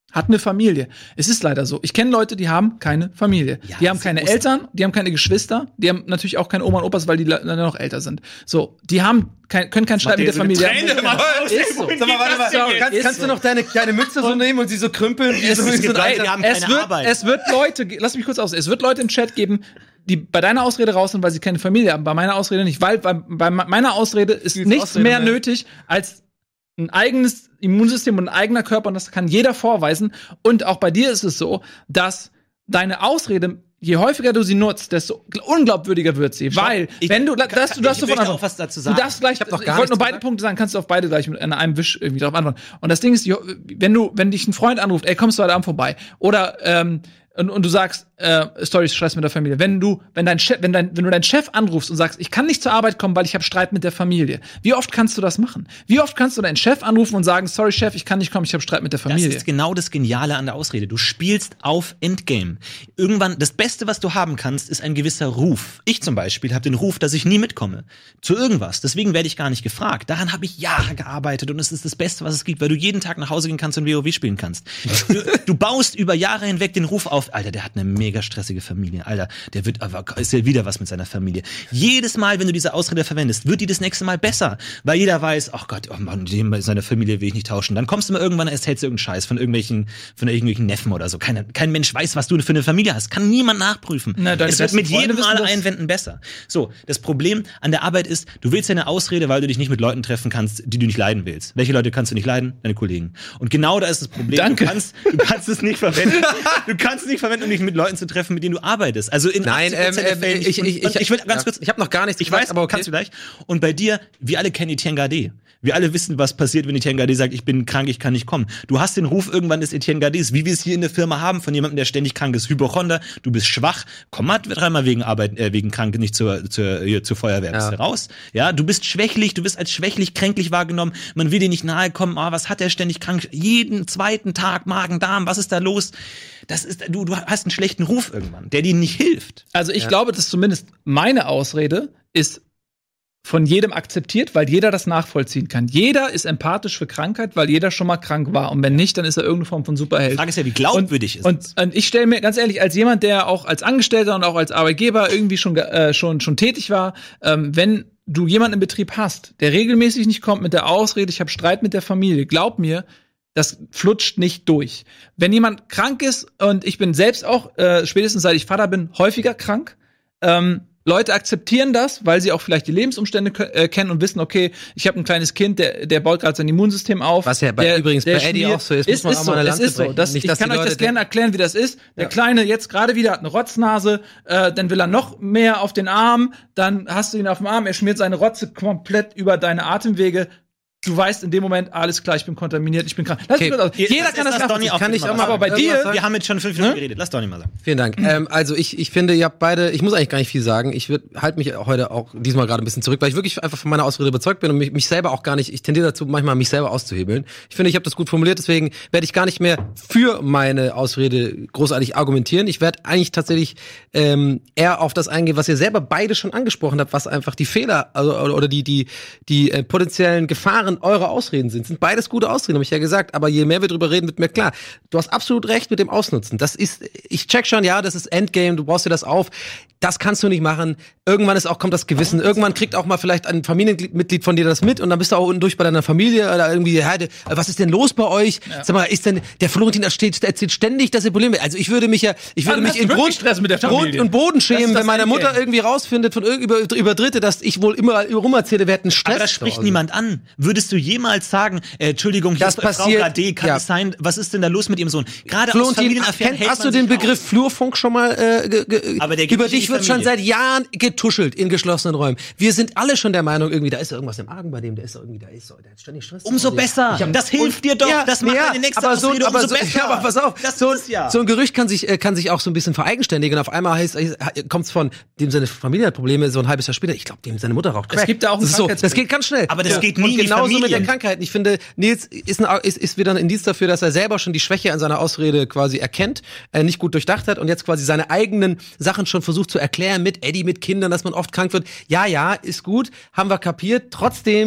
hat eine Familie. Es ist leider so. Ich kenne Leute, die haben keine Familie. Ja, die haben keine muss- Eltern, die haben keine Geschwister, die haben natürlich auch keine Oma und Opas, weil die le- leider noch älter sind. So, die haben kein, können keinen Streit mit der Familie haben. Träne, Mann. Ist so. Sag mal, warte mal, kannst, Ist kannst du so. noch deine kleine Mütze so nehmen und sie so krümpeln? Wie Es, so, es, wie so gibt, ein Leute, die haben es, keine wird, Arbeit. es wird Leute, ge- lass mich kurz aus, es wird Leute im Chat geben, die bei deiner Ausrede raus sind, weil sie keine Familie haben, bei meiner Ausrede nicht, weil bei, bei meiner Ausrede ist Viel nichts Ausrede mehr mehr. nötig als ein eigenes Immunsystem und ein eigener Körper und das kann jeder vorweisen. Und auch bei dir ist es so, dass deine Ausrede, je häufiger du sie nutzt, desto unglaubwürdiger wird sie. Weil, Ich- wenn du, das, du ich darfst du von möchte Anfang- auch was dazu Du sagen. darfst gleich, Ich hab doch ich gar wollte nur nichts beide gesagt. Punkte sagen, kannst du auf beide gleich mit in einem Wisch irgendwie drauf antworten. Und das Ding ist, die- wenn du, wenn dich ein Freund anruft, ey, kommst du heute Abend vorbei? Oder, ähm, und, und du sagst, äh, Story Stress mit der Familie. Wenn du, wenn dein Chef, wenn dein, wenn du deinen Chef anrufst und sagst, ich kann nicht zur Arbeit kommen, weil ich habe Streit mit der Familie. Wie oft kannst du das machen? Wie oft kannst du deinen Chef anrufen und sagen, sorry Chef, ich kann nicht kommen, ich habe Streit mit der Das Familie? ist genau das Geniale an der Ausrede. Du spielst auf Endgame. Irgendwann, das Beste, was du haben kannst, ist ein gewisser Ruf. Ich zum Beispiel habe den Ruf, dass ich nie mitkomme zu irgendwas. Deswegen werde ich gar nicht gefragt. Daran habe ich Jahre gearbeitet und es ist das Beste, was es gibt, weil du jeden Tag nach Hause gehen kannst und WoW spielen kannst. Du, du baust über Jahre hinweg den Ruf auf, Alter, der hat eine mega stressige Familie. Alter, der wird aber ist ja wieder was mit seiner Familie. Jedes Mal, wenn du diese Ausrede verwendest, wird die das nächste Mal besser, weil jeder weiß, ach Gott, oh Mann, dem bei seiner Familie will ich nicht tauschen. Dann kommst du mal irgendwann, erzählst du irgendeinen Scheiß von irgendwelchen von irgendwelchen Neffen oder so. Kein, kein Mensch weiß, was du für eine Familie hast. Kann niemand nachprüfen. Na, deine es wird besten mit Freunde jedem wissen Mal das. Einwenden besser. So, das Problem an der Arbeit ist, du willst ja eine Ausrede, weil du dich nicht mit Leuten treffen kannst, die du nicht leiden willst. Welche Leute kannst du nicht leiden? Deine Kollegen. Und genau da ist das Problem. Danke. Du kannst, du kannst es nicht verwenden. Du kannst es nicht verwenden, um dich mit Leuten zu treffen, mit denen du arbeitest. Also in Nein, achtzig Prozent ähm, der ähm, Fälle ich- nicht. Und- ich- und ich- ich will ganz ja, kurz. ich hab noch gar nichts Ich gesagt, weiß, aber okay. kannst du gleich. Und bei dir, wir alle kennen Etienne Gardet. Wir alle wissen, was passiert, wenn Etienne Gardet sagt, ich bin krank, ich kann nicht kommen. Du hast den Ruf irgendwann des Etienne Gardets, wie wir es hier in der Firma haben, von jemandem, der ständig krank ist. Hypochonder, du bist schwach, komm mal dreimal wegen Arbeit, äh, wegen krank nicht zur, zur, hier, zur Feuerwehr, bist Ja. du raus. Ja, du bist schwächlich, du bist als schwächlich, kränklich wahrgenommen. Man will dir nicht nahe kommen, ah, was hat er ständig krank? Jeden zweiten Tag Magen, Darm, was ist da los? Das ist, du, du hast einen schlechten Ruf irgendwann, der dir nicht hilft. Also ich glaube, dass zumindest meine Ausrede ist von jedem akzeptiert, weil jeder das nachvollziehen kann. Jeder ist empathisch für Krankheit, weil jeder schon mal krank war. Und wenn nicht, dann ist er irgendeine Form von Superheld. Die Frage ist ja, wie glaubwürdig ist und, es? und, und ich stelle mir ganz ehrlich, als jemand, der auch als Angestellter und auch als Arbeitgeber irgendwie schon, ge- äh, schon, schon tätig war, ähm, wenn du jemanden im Betrieb hast, der regelmäßig nicht kommt mit der Ausrede, ich habe Streit mit der Familie, glaub mir, das flutscht nicht durch. Wenn jemand krank ist, und ich bin selbst auch, äh, spätestens seit ich Vater bin, häufiger krank, ähm, Leute akzeptieren das, weil sie auch vielleicht die Lebensumstände ke- äh, kennen und wissen, okay, ich habe ein kleines Kind, der, der baut gerade sein Immunsystem auf. Was ja bei- der, übrigens der bei Eddie schmiert- auch so ist, ist, muss man ist auch so, mal eine es Lanze ist so. brechen. Das, Nicht, ich dass kann die euch das Leute gerne erklären, wie das ist. Der Kleine jetzt gerade wieder hat eine Rotznase, äh, dann will er noch mehr auf den Arm, dann hast du ihn auf dem Arm, er schmiert seine Rotze komplett über deine Atemwege. Du weißt in dem Moment, alles klar, ich bin kontaminiert, ich bin krank. Lass Okay. mich kurz aus. Jetzt- Jeder jetzt kann lass das Donny nachvollziehen. auch Kann ich mal auch was mal aber bei sagen. irgendwas dir, sagen? Wir haben jetzt schon fünf Minuten geredet. Lass Donny mal sagen. Vielen Dank. Ähm, also ich, ich finde, ihr habt beide, ich muss eigentlich gar nicht viel sagen. Ich würde halt mich heute auch diesmal gerade ein bisschen zurück, weil ich wirklich einfach von meiner Ausrede überzeugt bin und mich, mich selber auch gar nicht, ich tendiere dazu, manchmal mich selber auszuhebeln. Ich finde, ich habe das gut formuliert, deswegen werde ich gar nicht mehr für meine Ausrede großartig argumentieren. Ich werde eigentlich tatsächlich ähm, eher auf das eingehen, was ihr selber beide schon angesprochen habt, was einfach die Fehler also, oder die, die, die äh, potenziellen Gefahren eurer Ausreden sind. Sind beides gute Ausreden, habe ich ja gesagt. Aber je mehr wir drüber reden, wird mir klar. Du hast absolut recht mit dem Ausnutzen. Das ist, ich check schon, ja, das ist Endgame, du baust dir das auf. Das kannst du nicht machen. Irgendwann ist auch, kommt das Gewissen. Irgendwann kriegt auch mal vielleicht ein Familienmitglied von dir das mit und dann bist du auch unten durch bei deiner Familie oder irgendwie, ja, de- was ist denn los bei euch? Ja. Sag mal, ist denn, der Florentin erzählt, erzählt ständig, dass er Probleme hat. Also ich würde mich ja, ich würde Dann mich hast du in wirklich Grund, Stress mit der Grund Familie. und Boden Das ist schämen, das wenn meine Endgame. Mutter irgendwie rausfindet von irg- über, über Dritte, dass ich wohl immer rumerzähle, wir hätten Stress. Aber das zu spricht Hause. niemand an. Würdest du jemals sagen, äh, Entschuldigung, hier Das ist Frau passiert- Gade, kann ja. es sein, was ist denn da los mit ihrem Sohn? Gerade aus Florentin, Familienaffären kennt, hält hast man du den sich Begriff auf. Flurfunk schon mal äh, ge, ge, Aber der geht über nicht in dich die wird schon Familie. seit Jahren getuschelt in geschlossenen Räumen. Wir sind alle schon der Meinung, irgendwie, da ist ja irgendwas im Argen bei dem, der ist ja irgendwie, da ist so, der hat ständig Stress. Umso Ja. besser. Ich hab- Das hilft dir doch. Das macht deine nächste aber so, Ausrede aber umso so, besser. Ja, aber pass auf, Das so, ist es ja. so ein Gerücht kann sich, äh, kann sich auch so ein bisschen vereigenständigen. Auf einmal heißt, kommt es von dem seine Familie hat Probleme, so ein halbes Jahr später. Ich glaube, dem seine Mutter raucht Crack. Es gibt da auch ein das ist so, Krankheitsbild. das geht ganz schnell. Aber das Ja. geht nie Und in die genauso mit der Familien. Krankheit. Ich finde, Nils ist, ein, ist, ist wieder ein Indiz dafür, dass er selber schon die Schwäche an seiner Ausrede quasi erkennt, äh, nicht gut durchdacht hat und jetzt quasi seine eigenen Sachen schon versucht zu erklären mit Eddie, mit Kindern, dass man oft krank wird. Ja, ja, ist gut, haben wir kapiert. Trotzdem,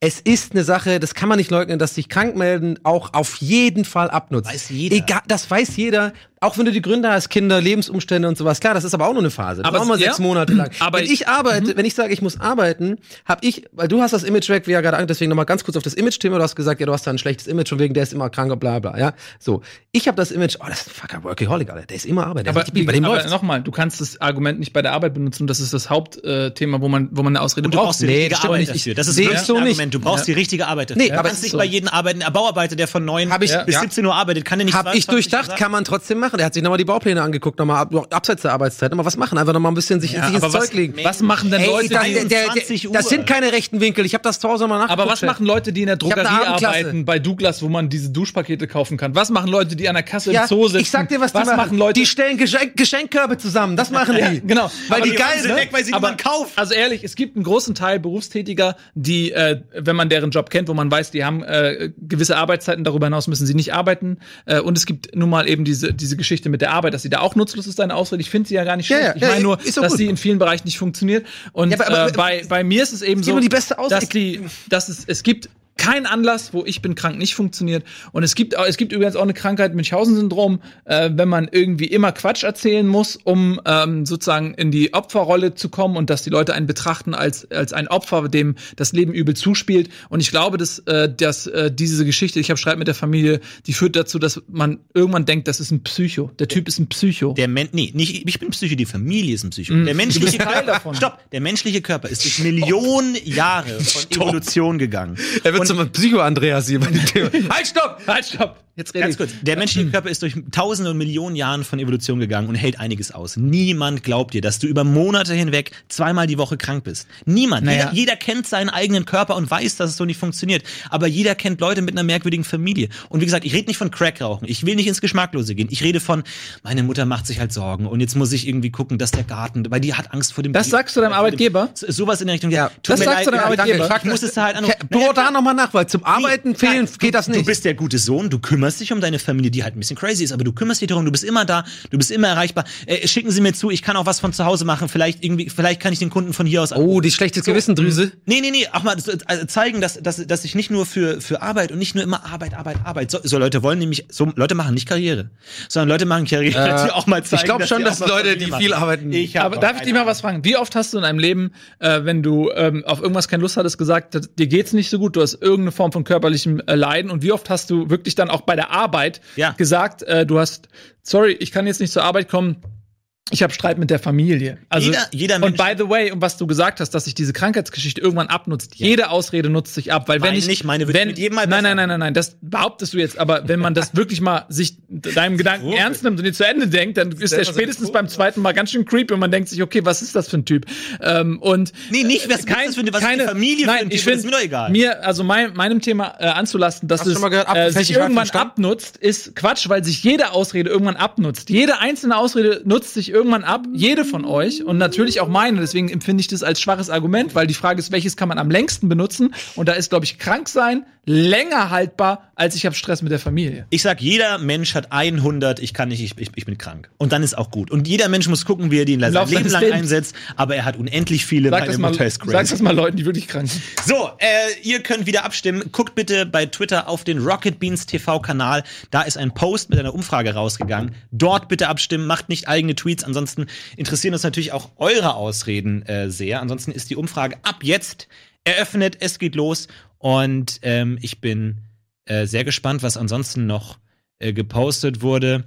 es ist eine Sache, das kann man nicht leugnen, dass sich krank melden auch auf jeden Fall abnutzt. Weiß jeder. Egal, das weiß jeder. Auch wenn du die Gründe hast, Kinder, Lebensumstände und sowas. Klar, das ist aber auch nur eine Phase. Das Aber brauchen wir ja, sechs Monate lang. aber wenn ich arbeite, mhm. wenn ich sage, ich muss arbeiten, habe ich, weil du hast das Image weg, wie ja gerade, deswegen nochmal ganz kurz auf das Image-Thema. Du hast gesagt, ja, du hast da ein schlechtes Image von wegen, der ist immer krank und bla bla. Ja, so. Ich habe das Image, oh, das ist ein fucker Workaholic, Alter. Der ist immer Arbeit. Aber, bei dem aber läuft's. nochmal, du kannst das Argument nicht bei der Arbeit benutzen. Das ist das Hauptthema, wo man, wo man eine Ausrede Und du brauchst die Nee, richtige das stimmt Arbeit nicht. dafür. Das ist Sehe wirklich ich so ein nicht. Argument. Du brauchst Ja. die richtige Arbeit dafür. Nee, du aber kannst ist nicht so. bei jedem arbeiten. Ein Bauarbeiter, der von neun Hab ich- bis ja. siebzehn Uhr arbeitet, kann der nicht Hab ich zweiundzwanzig durchdacht, Sachen- kann man trotzdem machen. Der hat sich nochmal die Baupläne angeguckt, nochmal ab, abseits der Arbeitszeit. Nochmal was machen, einfach nochmal ein bisschen sich, Ja, sich ins aber was- Zeug legen. Was machen denn Ey, Leute, das, die, der, der, einundzwanzig der, Uhr. das sind keine rechten Winkel. Ich habe das zu Hause mal nachgeguckt. aber was machen Leute, die in der Ich hab eine Drogerie Abendklasse. arbeiten, bei Douglas, wo man diese Duschpakete kaufen kann? Was machen Leute, die an der Kasse Ja, im Zoo sitzen? ich sag dir, was die was machen. machen Leute? Die stellen Geschenk Geschenkkörbe zusammen. Das machen die. Genau. Weil Aber die die geil Räumen sie sind. weg, weil sie Aber niemand kauft. Also ehrlich, es gibt einen großen Teil Berufstätiger, die, äh, wenn man deren Job kennt, wo man weiß, die haben äh, gewisse Arbeitszeiten, darüber hinaus müssen sie nicht arbeiten. Äh, und es gibt nun mal eben diese diese Geschichte mit der Arbeit, dass sie da auch nutzlos ist, deine Ausrede. Ich finde sie ja gar nicht Ja, schlecht. ja, ich ja, meine nur, ist doch dass gut. sie in vielen Bereichen nicht funktioniert. Und Ja, aber- aber- äh, bei bei mir ist es eben ist so, immer die beste Ausrede. dass die, dass es es gibt kein Anlass, wo ich bin krank nicht funktioniert. Und es gibt, es gibt übrigens auch eine Krankheit, Münchhausen-Syndrom, äh, wenn man irgendwie immer Quatsch erzählen muss, um ähm, sozusagen in die Opferrolle zu kommen und dass die Leute einen betrachten als als ein Opfer, dem das Leben übel zuspielt. Und ich glaube, dass, äh, dass äh, diese Geschichte, ich habe Streit mit der Familie, die führt dazu, dass man irgendwann denkt, das ist ein Psycho. Der Typ ist ein Psycho. Der Men nee, nicht ich bin Psycho, die Familie ist ein Psycho. Der menschliche Teil Körper, davon. stopp, der menschliche Körper ist durch Millionen Jahre von Evolution gegangen. Er wird zum Psycho-Andreas hier bei dem Thema. Halt, stopp! Halt, stopp! Jetzt rede Ganz ich. kurz, der menschliche Körper ist durch tausende und Millionen Jahren von Evolution gegangen und hält einiges aus. Niemand glaubt dir, dass du über Monate hinweg zweimal die Woche krank bist. Niemand. Naja. Jeder, jeder kennt seinen eigenen Körper und weiß, dass es so nicht funktioniert. Aber jeder kennt Leute mit einer merkwürdigen Familie. Und wie gesagt, ich rede nicht von Crackrauchen. Ich will nicht ins Geschmacklose gehen. Ich rede von, meine Mutter macht sich halt Sorgen und jetzt muss ich irgendwie gucken, dass der Garten, weil die hat Angst vor dem... Das sagst du deinem vor dem- Arbeitgeber? So, sowas in der Richtung. Ja, tut Das mir sagst leid, du deinem ja, Arbeitgeber? danke. Ich muss es halt an. Bohr da nochmal nach, weil zum Arbeiten Nee, fehlen nein, geht das du, nicht. Du bist der gute Sohn, du kümmerst dich um deine Familie, die halt ein bisschen crazy ist, aber du kümmerst dich darum, du bist immer da, du bist immer erreichbar. Äh, schicken Sie mir zu, ich kann auch was von zu Hause machen, vielleicht irgendwie, vielleicht kann ich den Kunden von hier aus Oh, die schlechte Gewissendrüse. Nee, nee, nee, auch mal so, also zeigen, dass, dass, dass ich nicht nur für, für Arbeit und nicht nur immer Arbeit, Arbeit, Arbeit. So, so Leute wollen nämlich, so Leute machen nicht Karriere, sondern Leute machen Karriere, Äh, dass sie auch mal zeigen. ich glaube schon, sie dass auch mal Leute, Karriere die machen. viel arbeiten. Ich hab Aber auch darf ich keine dich mal was fragen? Wie oft hast du in deinem Leben, äh, wenn du ähm, auf irgendwas keine Lust hattest, gesagt, dass- dir geht's nicht so gut, du hast irgendeine Form von körperlichem äh, Leiden und wie oft hast du wirklich dann auch bei der Arbeit Ja. gesagt, äh, du hast, sorry, ich kann jetzt nicht zur Arbeit kommen, ich habe Streit mit der Familie. Also, Jeder- jeder und Mensch- by the way, und was du gesagt hast, dass sich diese Krankheitsgeschichte irgendwann abnutzt, jede Ausrede nutzt sich ab, weil wenn Meine ich nicht, meine wird wenn, mit jedem Mal nein, besser. nein, nein, nein, nein, das behauptest du jetzt, aber wenn man das wirklich mal sich deinem Gedanken ernst nimmt und ihn zu Ende denkt, dann ist er spätestens beim zweiten Mal ganz schön creepy und man denkt sich, okay, was ist das für ein Typ? Ähm, und Nee, nicht, was kein, ist das für eine, was keine, ist die Familie für nein, ein ich Typ, das finde ist mir doch egal. mir, also mein, meinem Thema äh, anzulasten, dass Hast du es schon mal gehört, äh, sich Abfälligkeit irgendwann vom Stamm? abnutzt, ist Quatsch, weil sich jede Ausrede irgendwann abnutzt. Jede einzelne Ausrede nutzt sich irgendwann ab, jede von euch und natürlich auch meine. Deswegen empfinde ich das als schwaches Argument, weil die Frage ist, welches kann man am längsten benutzen? Und da ist, glaube ich, krank sein länger haltbar, als ich habe Stress mit der Familie. Ich sag, jeder Mensch hat hundert, ich kann nicht, ich, ich, ich bin krank. Und dann ist auch gut. Und jeder Mensch muss gucken, wie er die in sein Lauf Leben seines lang Lebens. einsetzt. Aber er hat unendlich viele. Sag Meine das, mal, Mutter ist sag crazy. das mal Leuten, die wirklich krank sind. So, äh, ihr könnt wieder abstimmen. Guckt bitte bei Twitter auf den Rocket Beans T V-Kanal. Da ist ein Post mit einer Umfrage rausgegangen. Dort bitte abstimmen. Macht nicht eigene Tweets. Ansonsten interessieren uns natürlich auch eure Ausreden äh, sehr. Ansonsten ist die Umfrage ab jetzt eröffnet. Es geht los. Und ähm, ich bin äh, sehr gespannt, was ansonsten noch äh, gepostet wurde.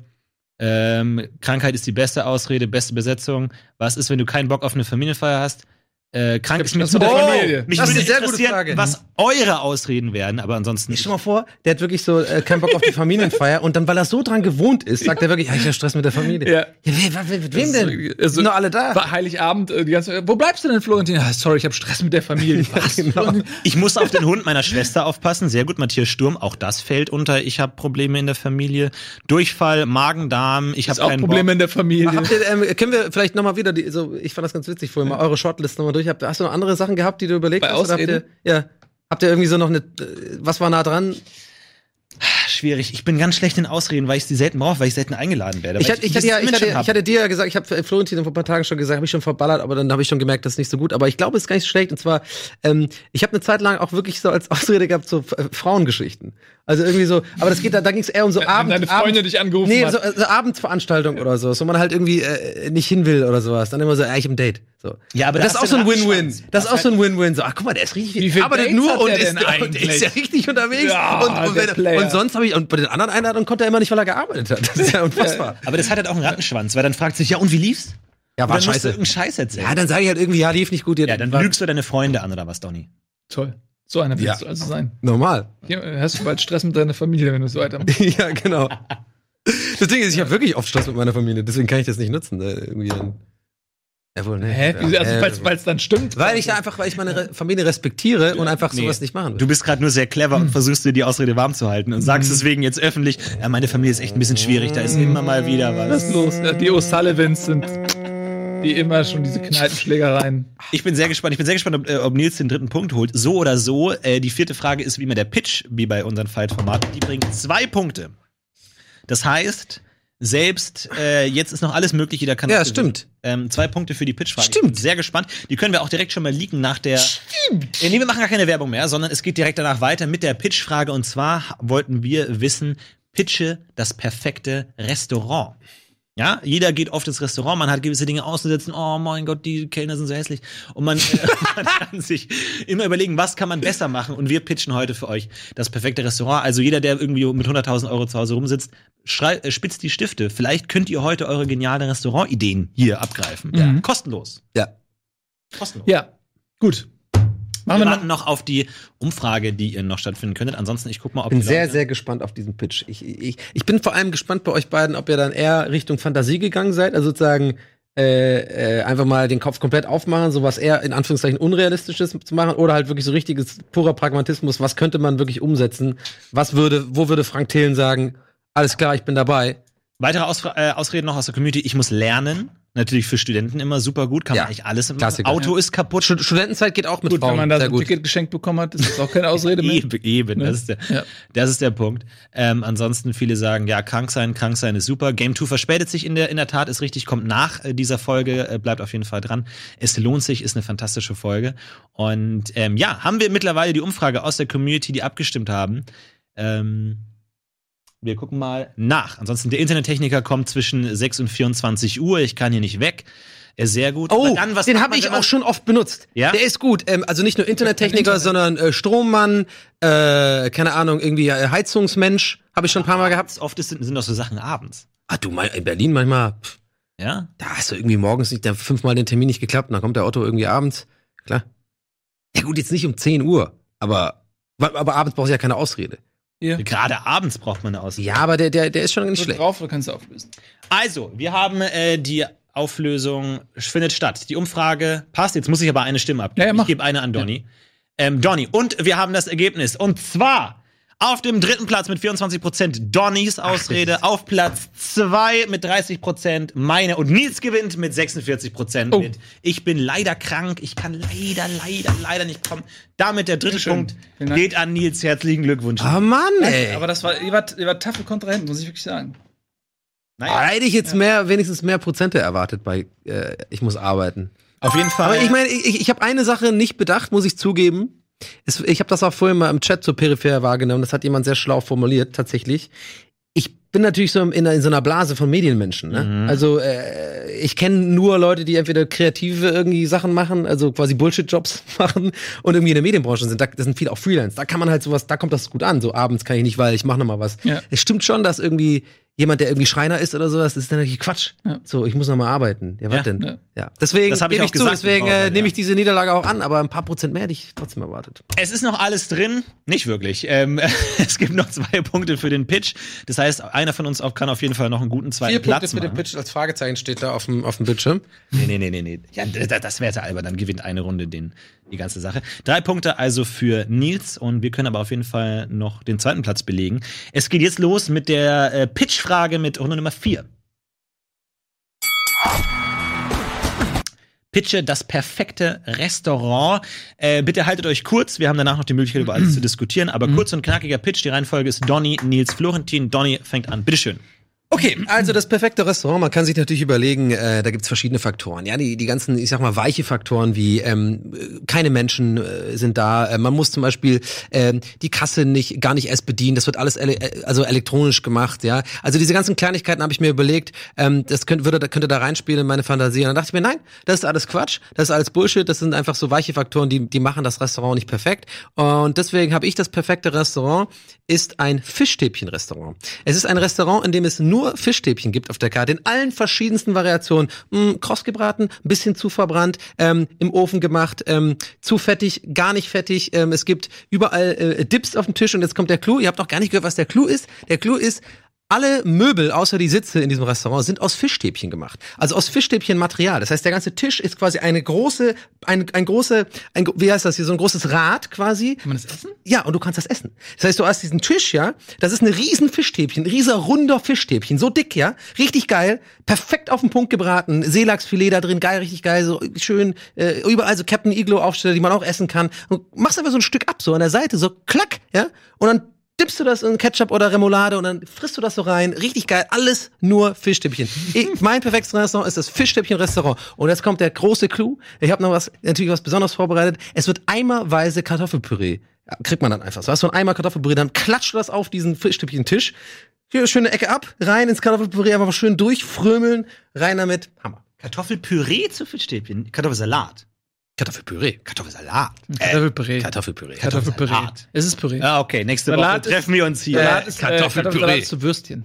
Ähm, Krankheit ist die beste Ausrede, beste Besetzung. Was ist, wenn du keinen Bock auf eine Familienfeier hast? Äh, krank ist mir das zu mit der oh, Familie. Mich Das ist würde eine sehr gute interessieren, Frage. was eure Ausreden werden, aber ansonsten. Stell dir mal vor, der hat wirklich so äh, keinen Bock auf die Familienfeier und dann, weil er so dran gewohnt ist, sagt er wirklich, ja, ich habe Stress mit der Familie. Ja. Ja, wer, wer, mit wem denn? Also, Sind doch alle da. War Heiligabend, äh, die ganze, wo bleibst du denn, Florentin? Ah, sorry, ich habe Stress mit der Familie. Was? genau. Ich muss auf den Hund meiner Schwester aufpassen. Sehr gut, Matthias Sturm. Auch das fällt unter. Ich habe Probleme in der Familie. Durchfall, Magen-Darm. Ich habe Auch keinen Probleme Bock. in der Familie. Habt ihr, ähm, können wir vielleicht nochmal wieder, die, so, ich fand das ganz witzig vorhin, mal eure Shortlist nochmal durch. Habt, hast du noch andere Sachen gehabt, die du überlegt Bei hast? Oder habt ihr, Ausreden? ja, habt ihr irgendwie so noch eine, äh, was war nah dran? schwierig. Ich bin ganz schlecht in Ausreden, weil ich sie selten brauche, weil ich selten eingeladen werde. Ich hatte, ich, hatte ja, ich, hatte, ich hatte dir ja gesagt, ich habe Florentin vor ein paar Tagen schon gesagt, habe ich schon verballert, aber dann habe ich schon gemerkt, das ist nicht so gut. Aber ich glaube, es ist gar nicht so schlecht. Und zwar, ähm, ich habe eine Zeit lang auch wirklich so als Ausrede gehabt, so äh, Frauengeschichten. Also irgendwie so, aber das geht, da, da ging es eher um so Abend. Deine Freundin Abend, dich angerufen nee, hat. so, so Abendsveranstaltung oder so, wo man halt irgendwie äh, nicht hin will oder sowas. Dann immer so, ja, ich hab ein Date. So. Ja, aber das, das ist auch ist so ein ja Win-Win. Rattenschwanz. Das ist auch so ein Win-Win. So, ach guck mal, der ist richtig, Wie viele arbeitet Dates nur hat und der ist, denn und eigentlich? ist ja richtig unterwegs. Ja, und, und, der wenn, Player. und sonst habe ich, und bei den anderen Einladungen konnte er immer nicht, weil er gearbeitet hat. Das ist ja unfassbar. Aber das hat halt auch einen Rattenschwanz, weil dann fragt sich, ja, und wie lief's? Ja, Und war dann musst du scheiße. irgendeinen Scheiß erzählen. Ja, dann sage ich halt irgendwie, ja, lief nicht gut. Ja, dann lügst du deine Freunde an oder was, Donny? Toll. So einer willst Ja. du also sein. Normal. Hier hast du bald Stress mit deiner Familie, wenn du so weitermachst. Ja, genau. Das Ding ist, ich habe wirklich oft Stress mit meiner Familie, deswegen kann ich das nicht nutzen. Äh, irgendwie dann. Ja, wohl, ne. Hä? Ja, Wieso? Also, äh, weil's, weil's dann stimmt. weil ich da einfach, weil ich meine Re Familie respektiere und einfach Nee. sowas nicht machen will. Du bist gerade nur sehr clever und versuchst dir die Ausrede warm zu halten und sagst deswegen jetzt öffentlich, ja, meine Familie ist echt ein bisschen schwierig, da ist immer mal wieder Was was. ist los? Ja, die O'Sullivans sind die immer schon diese Kneipenschlägereien. Ich bin sehr gespannt. Ich bin sehr gespannt, ob, äh, ob Nils den dritten Punkt holt. So oder so. Äh, die vierte Frage ist wie immer der Pitch, wie bei unseren Fight-Formaten. Die bringt zwei Punkte. Das heißt, selbst äh, jetzt ist noch alles möglich, jeder kann Ja, das gewinnen. stimmt. Ähm, zwei Punkte für die Pitchfrage. Stimmt. Ich bin sehr gespannt. Die können wir auch direkt schon mal leaken nach der. Stimmt. Äh, nee, wir machen gar keine Werbung mehr, sondern es geht direkt danach weiter mit der Pitchfrage. Und zwar wollten wir wissen, pitche das perfekte Restaurant. Ja, jeder geht oft ins Restaurant, man hat gewisse Dinge auszusetzen, oh mein Gott, die Kellner sind so hässlich. Und man, äh, man kann sich immer überlegen, was kann man besser machen. Und wir pitchen heute für euch das perfekte Restaurant. Also jeder, der irgendwie mit hunderttausend Euro zu Hause rumsitzt, schrei äh, spitzt die Stifte. Vielleicht könnt ihr heute eure genialen Restaurantideen hier abgreifen. Ja. Kostenlos. Ja. Kostenlos. Ja, gut. Machen Wir wir warten noch auf die Umfrage, die ihr noch stattfinden könntet. Ansonsten, ich guck mal, ob Ich bin die sehr, Leute- sehr gespannt auf diesen Pitch. Ich, ich, ich bin vor allem gespannt bei euch beiden, ob ihr dann eher Richtung Fantasie gegangen seid, also sozusagen äh, äh, einfach mal den Kopf komplett aufmachen, sowas eher in Anführungszeichen Unrealistisches zu machen, oder halt wirklich so richtiges purer Pragmatismus. Was könnte man wirklich umsetzen? Was würde, wo würde Frank Thelen sagen, alles klar, ich bin dabei? Weitere Ausfra äh, Ausreden noch aus der Community. Ich muss lernen. Natürlich für Studenten immer super gut. Kann Ja, man eigentlich alles machen. Klassiker. Auto ist kaputt. Stud- Studentenzeit geht auch mit gut, Frauen. wenn man da so sehr ein gut. Ticket geschenkt bekommen hat, ist das auch keine Ausrede mehr. Eben, eben. Ne? Das, ist der, Ja. das ist der Punkt. Ähm, ansonsten viele sagen, ja, krank sein, krank sein ist super. Game zwei verspätet sich in der, in der Tat, ist richtig, kommt nach äh, dieser Folge, äh, bleibt auf jeden Fall dran. Es lohnt sich, ist eine fantastische Folge. Und ähm, ja, haben wir mittlerweile die Umfrage aus der Community, die abgestimmt haben. Ähm, wir gucken mal nach. Ansonsten, der Internettechniker kommt zwischen sechs und vierundzwanzig Uhr. Ich kann hier nicht weg. Äh, sehr gut. Oh, Aber dann, was den macht habe man, ich wenn man- auch schon oft benutzt. Ja? Der ist gut. Ähm, also nicht nur Internettechniker, sondern äh, Strommann, äh, keine Ahnung, irgendwie äh, Heizungsmensch, habe ich schon ein paar Mal gehabt. Oft ist, sind doch so Sachen abends. Ah, du, mal in Berlin manchmal, pff, Ja? da hast du irgendwie morgens nicht, da fünfmal den Termin nicht geklappt, und dann kommt der Otto irgendwie abends. Klar. Ja gut, jetzt nicht um zehn Uhr, aber, aber abends brauchst du ja keine Ausrede. Hier. Gerade abends braucht man eine Ausrede. Ja, aber der, der, der ist schon nicht Drück schlecht. drauf, oder kannst du auflösen. Also, wir haben äh, die Auflösung findet statt. Die Umfrage passt. Jetzt muss ich aber eine Stimme abgeben. Ja, ja, mach. Ich gebe eine an Donny. Ähm, Donny. Und wir haben das Ergebnis. Und zwar auf dem dritten Platz mit vierundzwanzig Prozent Donnys Ausrede. Auf Platz zwei mit dreißig Prozent meine. Und Nils gewinnt mit sechsundvierzig Prozent. Oh. Mit Ich bin leider krank. Ich kann leider, leider, leider nicht kommen. Damit der dritte Schön. Punkt Vielen Dank. geht an Nils. Herzlichen Glückwunsch. Ah, Mann, ey. Aber das war, ihr wart, ihr wart taffe Kontrahenten, muss ich wirklich sagen. Naja, Da hätte ich jetzt mehr, wenigstens mehr Prozente erwartet bei äh, Ich muss arbeiten. auf jeden Fall. Aber ich meine, ich, ich habe eine Sache nicht bedacht, muss ich zugeben. Es, ich habe das auch vorhin mal im Chat so peripher wahrgenommen. Das hat jemand sehr schlau formuliert, tatsächlich. Ich bin natürlich so in, in so einer Blase von Medienmenschen. Ne? Mhm. Also äh, ich kenne nur Leute, die entweder kreative irgendwie Sachen machen, also quasi Bullshit-Jobs machen und irgendwie in der Medienbranche sind. Da, das sind viele auch Freelance. Da kann man halt sowas, da kommt das gut an. So abends kann ich nicht, weil ich mache noch mal was. Ja. Es stimmt schon, dass irgendwie jemand, der irgendwie Schreiner ist oder sowas, das ist dann natürlich Quatsch. Ja. So, ich muss noch mal arbeiten. Ja, was Ja. denn? Ja. Ja. Deswegen Das hab ich gebe auch ich zu, gesagt, deswegen Frau, äh, ja. nehme ich diese Niederlage auch an, aber ein paar Prozent mehr hätte ich trotzdem erwartet. Es ist noch alles drin. Nicht wirklich. Ähm, es gibt noch zwei Punkte für den Pitch. Das heißt, einer von uns auch kann auf jeden Fall noch einen guten zweiten Vier Punkte Platz für den machen. Pitch als Fragezeichen steht da auf dem, auf dem Bildschirm. Nee, nee, nee, nee, nee. Ja, das, das wäre albern. Dann gewinnt eine Runde den, die ganze Sache. Drei Punkte also für Nils und wir können aber auf jeden Fall noch den zweiten Platz belegen. Es geht jetzt los mit der äh, Pitch-Frage mit Runde Nummer vier. pitche das perfekte Restaurant. Äh, bitte haltet euch kurz, wir haben danach noch die Möglichkeit, über alles zu diskutieren, aber kurz und knackiger Pitch. Die Reihenfolge ist Donny, Nils, Florentin. Donny fängt an. Bitteschön. Okay, also das perfekte Restaurant, man kann sich natürlich überlegen, äh, da gibt's verschiedene Faktoren. Ja, die die ganzen, ich sag mal, weiche Faktoren wie ähm, keine Menschen äh, sind da. Äh, man muss zum Beispiel äh, die Kasse nicht gar nicht erst bedienen. Das wird alles ele also elektronisch gemacht. Ja, also diese ganzen Kleinigkeiten habe ich mir überlegt. Ähm, das könnte würde könnte da reinspielen in meine Fantasie. Und dann dachte ich mir, nein, das ist alles Quatsch, das ist alles Bullshit. Das sind einfach so weiche Faktoren, die die machen das Restaurant nicht perfekt. Und deswegen habe ich das perfekte Restaurant ist ein Fischstäbchen-Restaurant. Es ist ein Restaurant, in dem es nur Fischstäbchen gibt auf der Karte, in allen verschiedensten Variationen. Mh, kross gebraten, ein bisschen zu verbrannt, ähm, im Ofen gemacht, ähm, zu fettig, gar nicht fettig. Ähm, es gibt überall äh, Dips auf dem Tisch und jetzt kommt der Clou. Ihr habt noch gar nicht gehört, was der Clou ist. Der Clou ist, alle Möbel, außer die Sitze in diesem Restaurant, sind aus Fischstäbchen gemacht. Also aus Fischstäbchenmaterial. Das heißt, der ganze Tisch ist quasi eine große, ein, ein große, ein, wie heißt das hier, so ein großes Rad quasi. Kann man das essen? Ja, und du kannst das essen. Das heißt, du hast diesen Tisch, ja, das ist ein riesen Fischstäbchen, ein rieser runder Fischstäbchen, so dick, ja, richtig geil, perfekt auf den Punkt gebraten, Seelachsfilet da drin, geil, richtig geil, so schön, äh, überall so Captain Iglo Aufsteller, die man auch essen kann. Und machst einfach so ein Stück ab, so an der Seite, so klack, ja, und dann dippst du das in Ketchup oder Remoulade und dann frisst du das so rein. Richtig geil. Alles nur Fischstäbchen. Ich, mein perfektes Restaurant ist das Fischstäbchen-Restaurant. Und jetzt kommt der große Clou. Ich habe noch was, natürlich was Besonderes vorbereitet. Es wird eimerweise Kartoffelpüree. Ja, kriegt man dann einfach. So hast du ein Eimer Kartoffelpüree, dann klatscht du das auf diesen Fischstäbchen-Tisch. Hier, schöne Ecke ab, rein ins Kartoffelpüree, einfach mal schön durchfrömeln. Rein damit. Hammer. Kartoffelpüree zu Fischstäbchen? Kartoffelsalat. Kartoffelpüree. Kartoffelsalat. Kartoffelpüree. Kartoffelpüree. Kartoffelpüree. Es ist Püree. Ah, okay, nächste Salat Woche treffen wir uns hier. Salat ist äh, Kartoffelpüree. Kartoffelsalat zu Würstchen.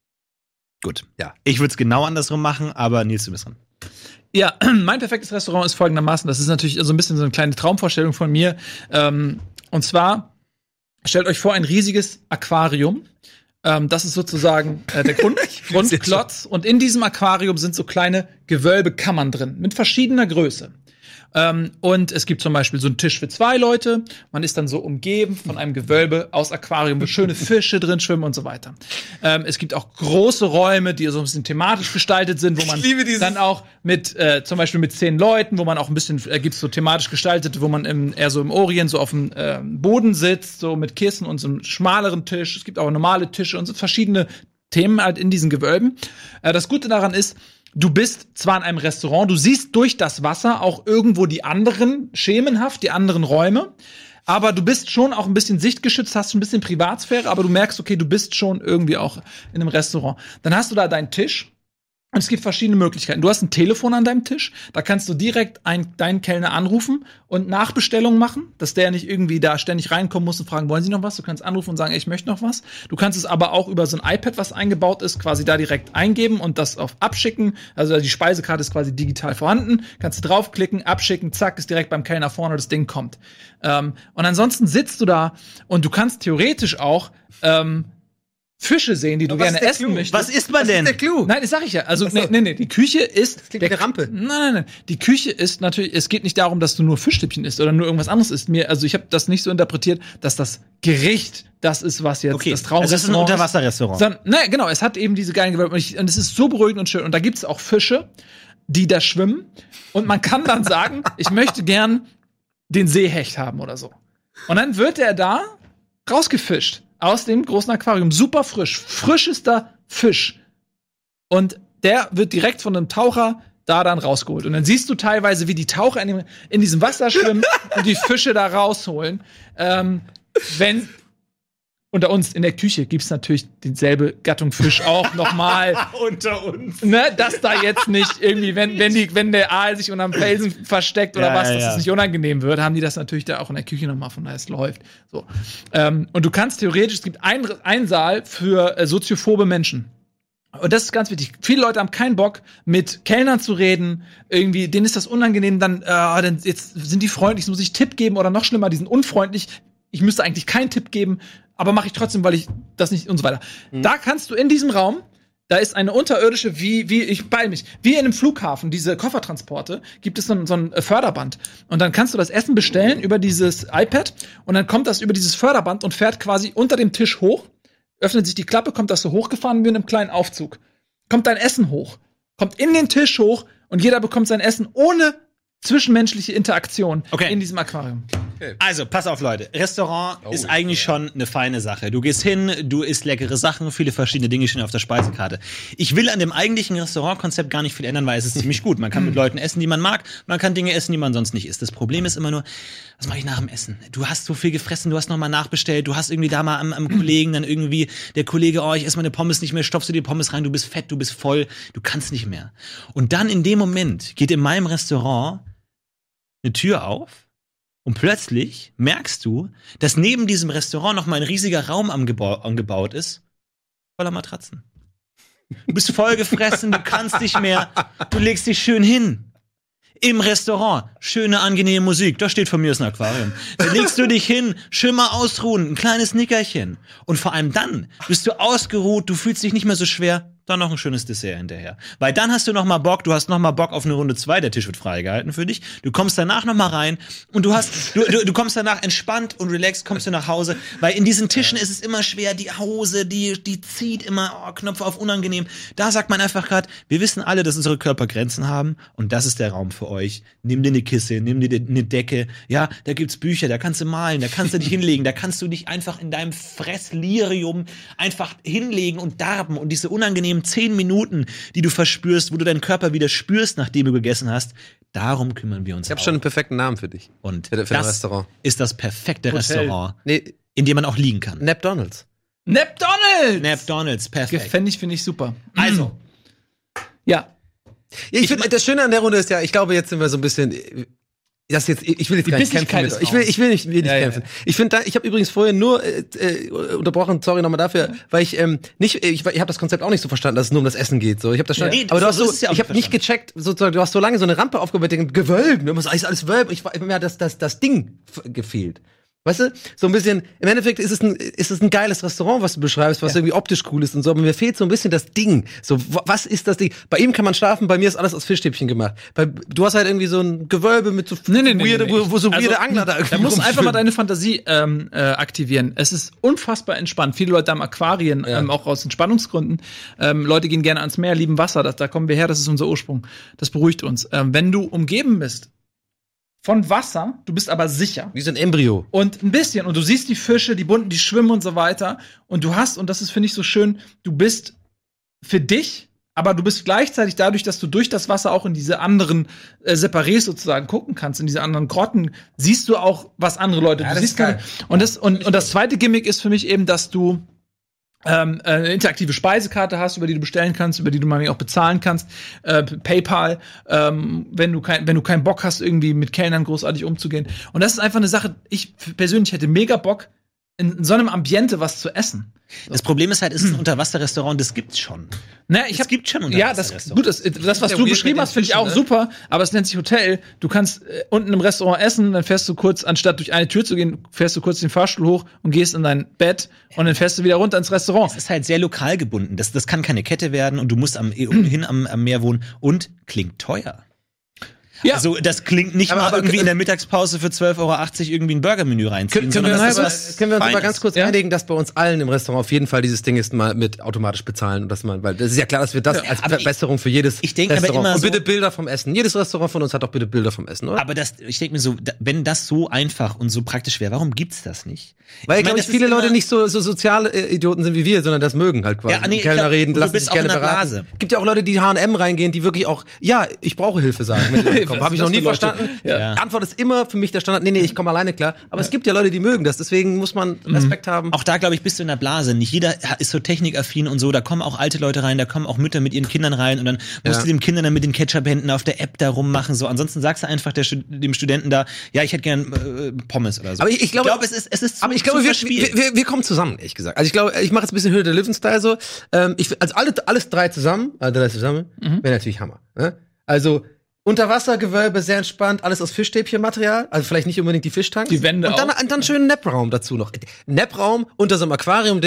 Gut. Ja. Ich würde es genau andersrum machen, aber Nils, du bist dran. Ja, mein perfektes Restaurant ist folgendermaßen. Das ist natürlich so ein bisschen so eine kleine Traumvorstellung von mir. Ähm, und zwar, stellt euch vor, ein riesiges Aquarium. Ähm, das ist sozusagen äh, der Grund, Grundklotz. Und in diesem Aquarium sind so kleine Gewölbekammern drin, mit verschiedener Größe. Ähm, und es gibt zum Beispiel so einen Tisch für zwei Leute. Man ist dann so umgeben von einem Gewölbe aus Aquarium, wo schöne Fische drin schwimmen und so weiter. Ähm, es gibt auch große Räume, die so ein bisschen thematisch gestaltet sind, wo man dann auch mit, äh, zum Beispiel mit zehn Leuten, wo man auch ein bisschen, äh, gibt's so thematisch gestaltet, wo man im, eher so im Orient so auf dem äh, Boden sitzt, so mit Kissen und so einem schmaleren Tisch. Es gibt auch normale Tische und so verschiedene Themen halt in diesen Gewölben. Äh, das Gute daran ist, du bist zwar in einem Restaurant, du siehst durch das Wasser auch irgendwo die anderen, schemenhaft, die anderen Räume, aber du bist schon auch ein bisschen sichtgeschützt, hast ein bisschen Privatsphäre, aber du merkst, okay, du bist schon irgendwie auch in einem Restaurant. Dann hast du da deinen Tisch. Und es gibt verschiedene Möglichkeiten. Du hast ein Telefon an deinem Tisch, da kannst du direkt einen, deinen Kellner anrufen und Nachbestellungen machen, dass der nicht irgendwie da ständig reinkommen muss und fragen, wollen Sie noch was? Du kannst anrufen und sagen, ey, ich möchte noch was. Du kannst es aber auch über so ein iPad, was eingebaut ist, quasi da direkt eingeben und das auf Abschicken. Also die Speisekarte ist quasi digital vorhanden. Kannst du draufklicken, abschicken, zack, ist direkt beim Kellner vorne, das Ding kommt. Ähm, und ansonsten sitzt du da und du kannst theoretisch auch ähm, Fische sehen, die du gerne essen möchtest. Was isst man denn? Das ist der Clou. Nein, das sag ich ja. Also, nee, nee, nee, die Küche ist. Das klingt wie eine Rampe. Nein, nein, nein. Die Küche ist natürlich, es geht nicht darum, dass du nur Fischstäbchen isst oder nur irgendwas anderes isst. Mir, also ich habe das nicht so interpretiert, dass das Gericht das ist, was jetzt okay. das Traumrestaurant also das ist ein Unterwasserrestaurant. Sondern, naja, genau, es hat eben diese geilen Gewölbe und, ich, und es ist so beruhigend und schön. Und da gibt's auch Fische, die da schwimmen. Und man kann dann sagen, ich möchte gern den Seehecht haben oder so. Und dann wird er da rausgefischt. Aus dem großen Aquarium. Super frisch. Frischester Fisch. Und der wird direkt von einem Taucher da dann rausgeholt. Und dann siehst du teilweise, wie die Taucher in, dem, in diesem Wasser schwimmen und die Fische da rausholen. Ähm, wenn unter uns in der Küche gibt's natürlich dieselbe Gattung Fisch auch nochmal. Unter uns. Ne, dass da jetzt nicht irgendwie, wenn, wenn, die, wenn der Aal sich unterm Felsen versteckt oder ja, was, ja, dass ja. es nicht unangenehm wird, haben die das natürlich da auch in der Küche nochmal, von daher es läuft. So. Ähm, und du kannst theoretisch, es gibt einen, einen Saal für äh, soziophobe Menschen. Und das ist ganz wichtig. Viele Leute haben keinen Bock, mit Kellnern zu reden. Irgendwie, denen ist das unangenehm. Dann, äh, dann jetzt sind die freundlich, muss ich Tipp geben oder noch schlimmer, die sind unfreundlich. Ich müsste eigentlich keinen Tipp geben, aber mache ich trotzdem, weil ich das nicht und so weiter. Mhm. Da kannst du in diesem Raum, da ist eine unterirdische, wie, wie, ich beeil mich, wie in einem Flughafen, diese Koffertransporte, gibt es so ein, so ein Förderband. Und dann kannst du das Essen bestellen über dieses iPad und dann kommt das über dieses Förderband und fährt quasi unter dem Tisch hoch, öffnet sich die Klappe, kommt das so hochgefahren wie in einem kleinen Aufzug. Kommt dein Essen hoch, kommt in den Tisch hoch und jeder bekommt sein Essen ohne zwischenmenschliche Interaktion Okay. in diesem Aquarium. Also, pass auf, Leute. Restaurant Oh, ist eigentlich schon eine feine Sache. Du gehst hin, du isst leckere Sachen, viele verschiedene Dinge stehen auf der Speisekarte. Ich will an dem eigentlichen Restaurantkonzept gar nicht viel ändern, weil es ist ziemlich gut. Man kann mit Leuten essen, die man mag, man kann Dinge essen, die man sonst nicht isst. Das Problem ist immer nur, was mache ich nach dem Essen? Du hast so viel gefressen, du hast nochmal nachbestellt, du hast irgendwie da mal am, am Kollegen dann irgendwie, der Kollege, oh, ich esse meine Pommes nicht mehr, stopfst du die Pommes rein, du bist fett, du bist voll, du kannst nicht mehr. Und dann in dem Moment geht in meinem Restaurant eine Tür auf und plötzlich merkst du, dass neben diesem Restaurant noch mal ein riesiger Raum angeba- angebaut ist, voller Matratzen. Du bist voll gefressen, du kannst nicht mehr, du legst dich schön hin. Im Restaurant, schöne, angenehme Musik, da steht von mir ist ein Aquarium. Da legst du dich hin, schön mal ausruhen, ein kleines Nickerchen. Und vor allem dann bist du ausgeruht, du fühlst dich nicht mehr so schwer, dann noch ein schönes Dessert hinterher. Weil dann hast du noch mal Bock, du hast noch mal Bock auf eine Runde zwei, der Tisch wird freigehalten für dich. Du kommst danach noch mal rein und du hast, du, du, du kommst danach entspannt und relaxed, kommst du nach Hause. Weil in diesen Tischen ist es immer schwer, die Hose, die, die zieht immer, oh, Knöpfe auf unangenehm. Da sagt man einfach gerade, wir wissen alle, dass unsere Körper Grenzen haben und das ist der Raum für euch. Nimm dir eine Kiste, nimm dir eine Decke. Ja, da gibt's Bücher, da kannst du malen, da kannst du dich hinlegen, da kannst du dich einfach in deinem Fresslirium einfach hinlegen und darben und diese unangenehmen zehn Minuten, die du verspürst, wo du deinen Körper wieder spürst, nachdem du gegessen hast, darum kümmern wir uns. Ich habe auch. schon einen perfekten Namen für dich. Und für, für das das Restaurant. ist das perfekte Hotel. Restaurant, Nee, in dem man auch liegen kann. McDonald's. McDonald's! McDonald's, perfekt. Fände ich, finde ich super. Also, Ja. Ja, ich finde, das Schöne an der Runde ist ja, ich glaube, jetzt sind wir so ein bisschen. Das jetzt, ich will jetzt Die gar nicht kämpfen Bissigkeit mit ist euch. Ich will, ich will nicht, will nicht Ja, ja, kämpfen. Ich finde, da, ich habe übrigens vorher nur äh, äh, unterbrochen, sorry nochmal dafür, weil ich ähm, nicht, ich, ich habe das Konzept auch nicht so verstanden, dass es nur um das Essen geht. So, ich habe das schon, Ja. Nee, aber du so hast so, ist es ja auch ich habe nicht verstanden. gecheckt, sozusagen, du hast so lange so eine Rampe aufgebaut mit den Gewölben, immer so alles, alles Wölbe. Ich war, mir hat das, das, das Ding f- gefehlt. Weißt du, so ein bisschen, im Endeffekt ist es ein, ist es ein geiles Restaurant, was du beschreibst, was irgendwie optisch cool ist und so, aber mir fehlt so ein bisschen das Ding. So, w- was ist das Ding? Bei ihm kann man schlafen, bei mir ist alles aus Fischstäbchen gemacht. Bei, du hast halt irgendwie so ein Gewölbe mit so Nee, nee, nee, weirde, nee, nee. Wo, wo so Also, weirde Angler da irgendwie Da musst du einfach mal rumschwimmen. deine Fantasie ähm, äh, aktivieren. Es ist unfassbar entspannt. Viele Leute haben Aquarien, Ja. ähm, auch aus Entspannungsgründen. Ähm, Leute gehen gerne ans Meer, lieben Wasser. Das, da kommen wir her, das ist unser Ursprung. Das beruhigt uns. Ähm, wenn du umgeben bist von Wasser, du bist aber sicher. Wie so ein Embryo. Und ein bisschen. Und du siehst die Fische, die bunten, die schwimmen und so weiter. Und du hast, und das ist, finde ich, so schön, du bist für dich, aber du bist gleichzeitig dadurch, dass du durch das Wasser auch in diese anderen äh, Separés sozusagen gucken kannst, in diese anderen Grotten, siehst du auch, was andere Leute, Ja, du das siehst ist geil. keine, und das, und, und das zweite Gimmick ist für mich eben, dass du ähm, äh, eine interaktive Speisekarte hast, über die du bestellen kannst, über die du mal auch bezahlen kannst, äh, PayPal, ähm, wenn du kein, wenn du keinen Bock hast, irgendwie mit Kellnern großartig umzugehen. Und das ist einfach eine Sache, ich persönlich hätte mega Bock, in so einem Ambiente was zu essen. das Problem ist halt, es ist ein Unterwasserrestaurant, das gibt's schon. Ne, ich Es hab, gibt schon ja, das, Unterwasserrestaurants. gut, das, das was Ja, du weird beschrieben mit hast, den finde ich auch Fischen, ne? super, aber es nennt sich Hotel. Du kannst äh, unten im Restaurant essen, dann fährst du kurz, anstatt durch eine Tür zu gehen, fährst du kurz den Fahrstuhl hoch und gehst in dein Bett und dann fährst du wieder runter ins Restaurant. Es ist halt sehr lokal gebunden. Das, das kann keine Kette werden und du musst am, ohnehin am, am Meer wohnen und klingt teuer. Ja. Also das klingt nicht Aber- mal aber- irgendwie in der Mittagspause für zwölf Euro achtzig irgendwie ein Burgermenü reinziehen, Können, können, wir sondern uns, das aber, ist was können wir uns aber Feines. ganz kurz Ja? einigen, dass bei uns allen im Restaurant auf jeden Fall dieses Ding ist, mal mit automatisch bezahlen und dass man, weil das ist ja klar, dass wir das als aber Verbesserung für jedes ich denk aber Restaurant. immer Und so- bitte Bilder vom Essen. Jedes Restaurant von uns hat auch bitte Bilder vom Essen, oder? Aber das, ich denke mir so, da, wenn das so einfach und so praktisch wäre, warum gibt's das nicht? Weil, meine, glaube ich, das viele ist Leute immer- nicht so, so soziale äh, Idioten sind wie wir, sondern das mögen halt quasi. Ja, nee, ich Kellner glaub, reden, du lassen bist sich auch gerne in der beraten. Blase. Gibt ja auch Leute, die H und M reingehen, die wirklich auch, ja, ich brauche Hilfe sagen. Wenn die kommen. Was Habe ich ist noch das nie für Leute? verstanden. Ja. Die Antwort ist immer für mich der Standard, nee, nee, ich komme alleine klar. Aber es gibt ja Leute, die mögen das, deswegen muss man Respekt haben. Auch da, glaube ich, bist du in der Blase. Nicht jeder ist so technikaffin und so. Da kommen auch alte Leute rein, da kommen auch Mütter mit ihren Kindern rein und dann musst Ja. du dem Kindern dann mit den Ketchup-Händen auf der App da rummachen. So. Ansonsten sagst du einfach der, Stu- dem Studenten da, ja, ich hätte gern äh, Pommes oder so. Aber ich, ich glaube, es ist, es ist zu, aber ich glaube, zu wir, verspielt. wir, wir, wir kommen zusammen, ehrlich gesagt. Also ich glaube, ich mache jetzt ein bisschen Höhe der Löwen-Style so. Ähm, ich, also alle, alles drei zusammen, alle drei zusammen, Mhm. wäre natürlich Hammer. Ne? Also Unterwassergewölbe, sehr entspannt, alles aus Fischstäbchenmaterial, also vielleicht nicht unbedingt die Fischtanks. Die Wände Und dann, auch. und dann schönen Nappraum dazu noch. Nappraum unter so einem Aquarium-Ding. Hey,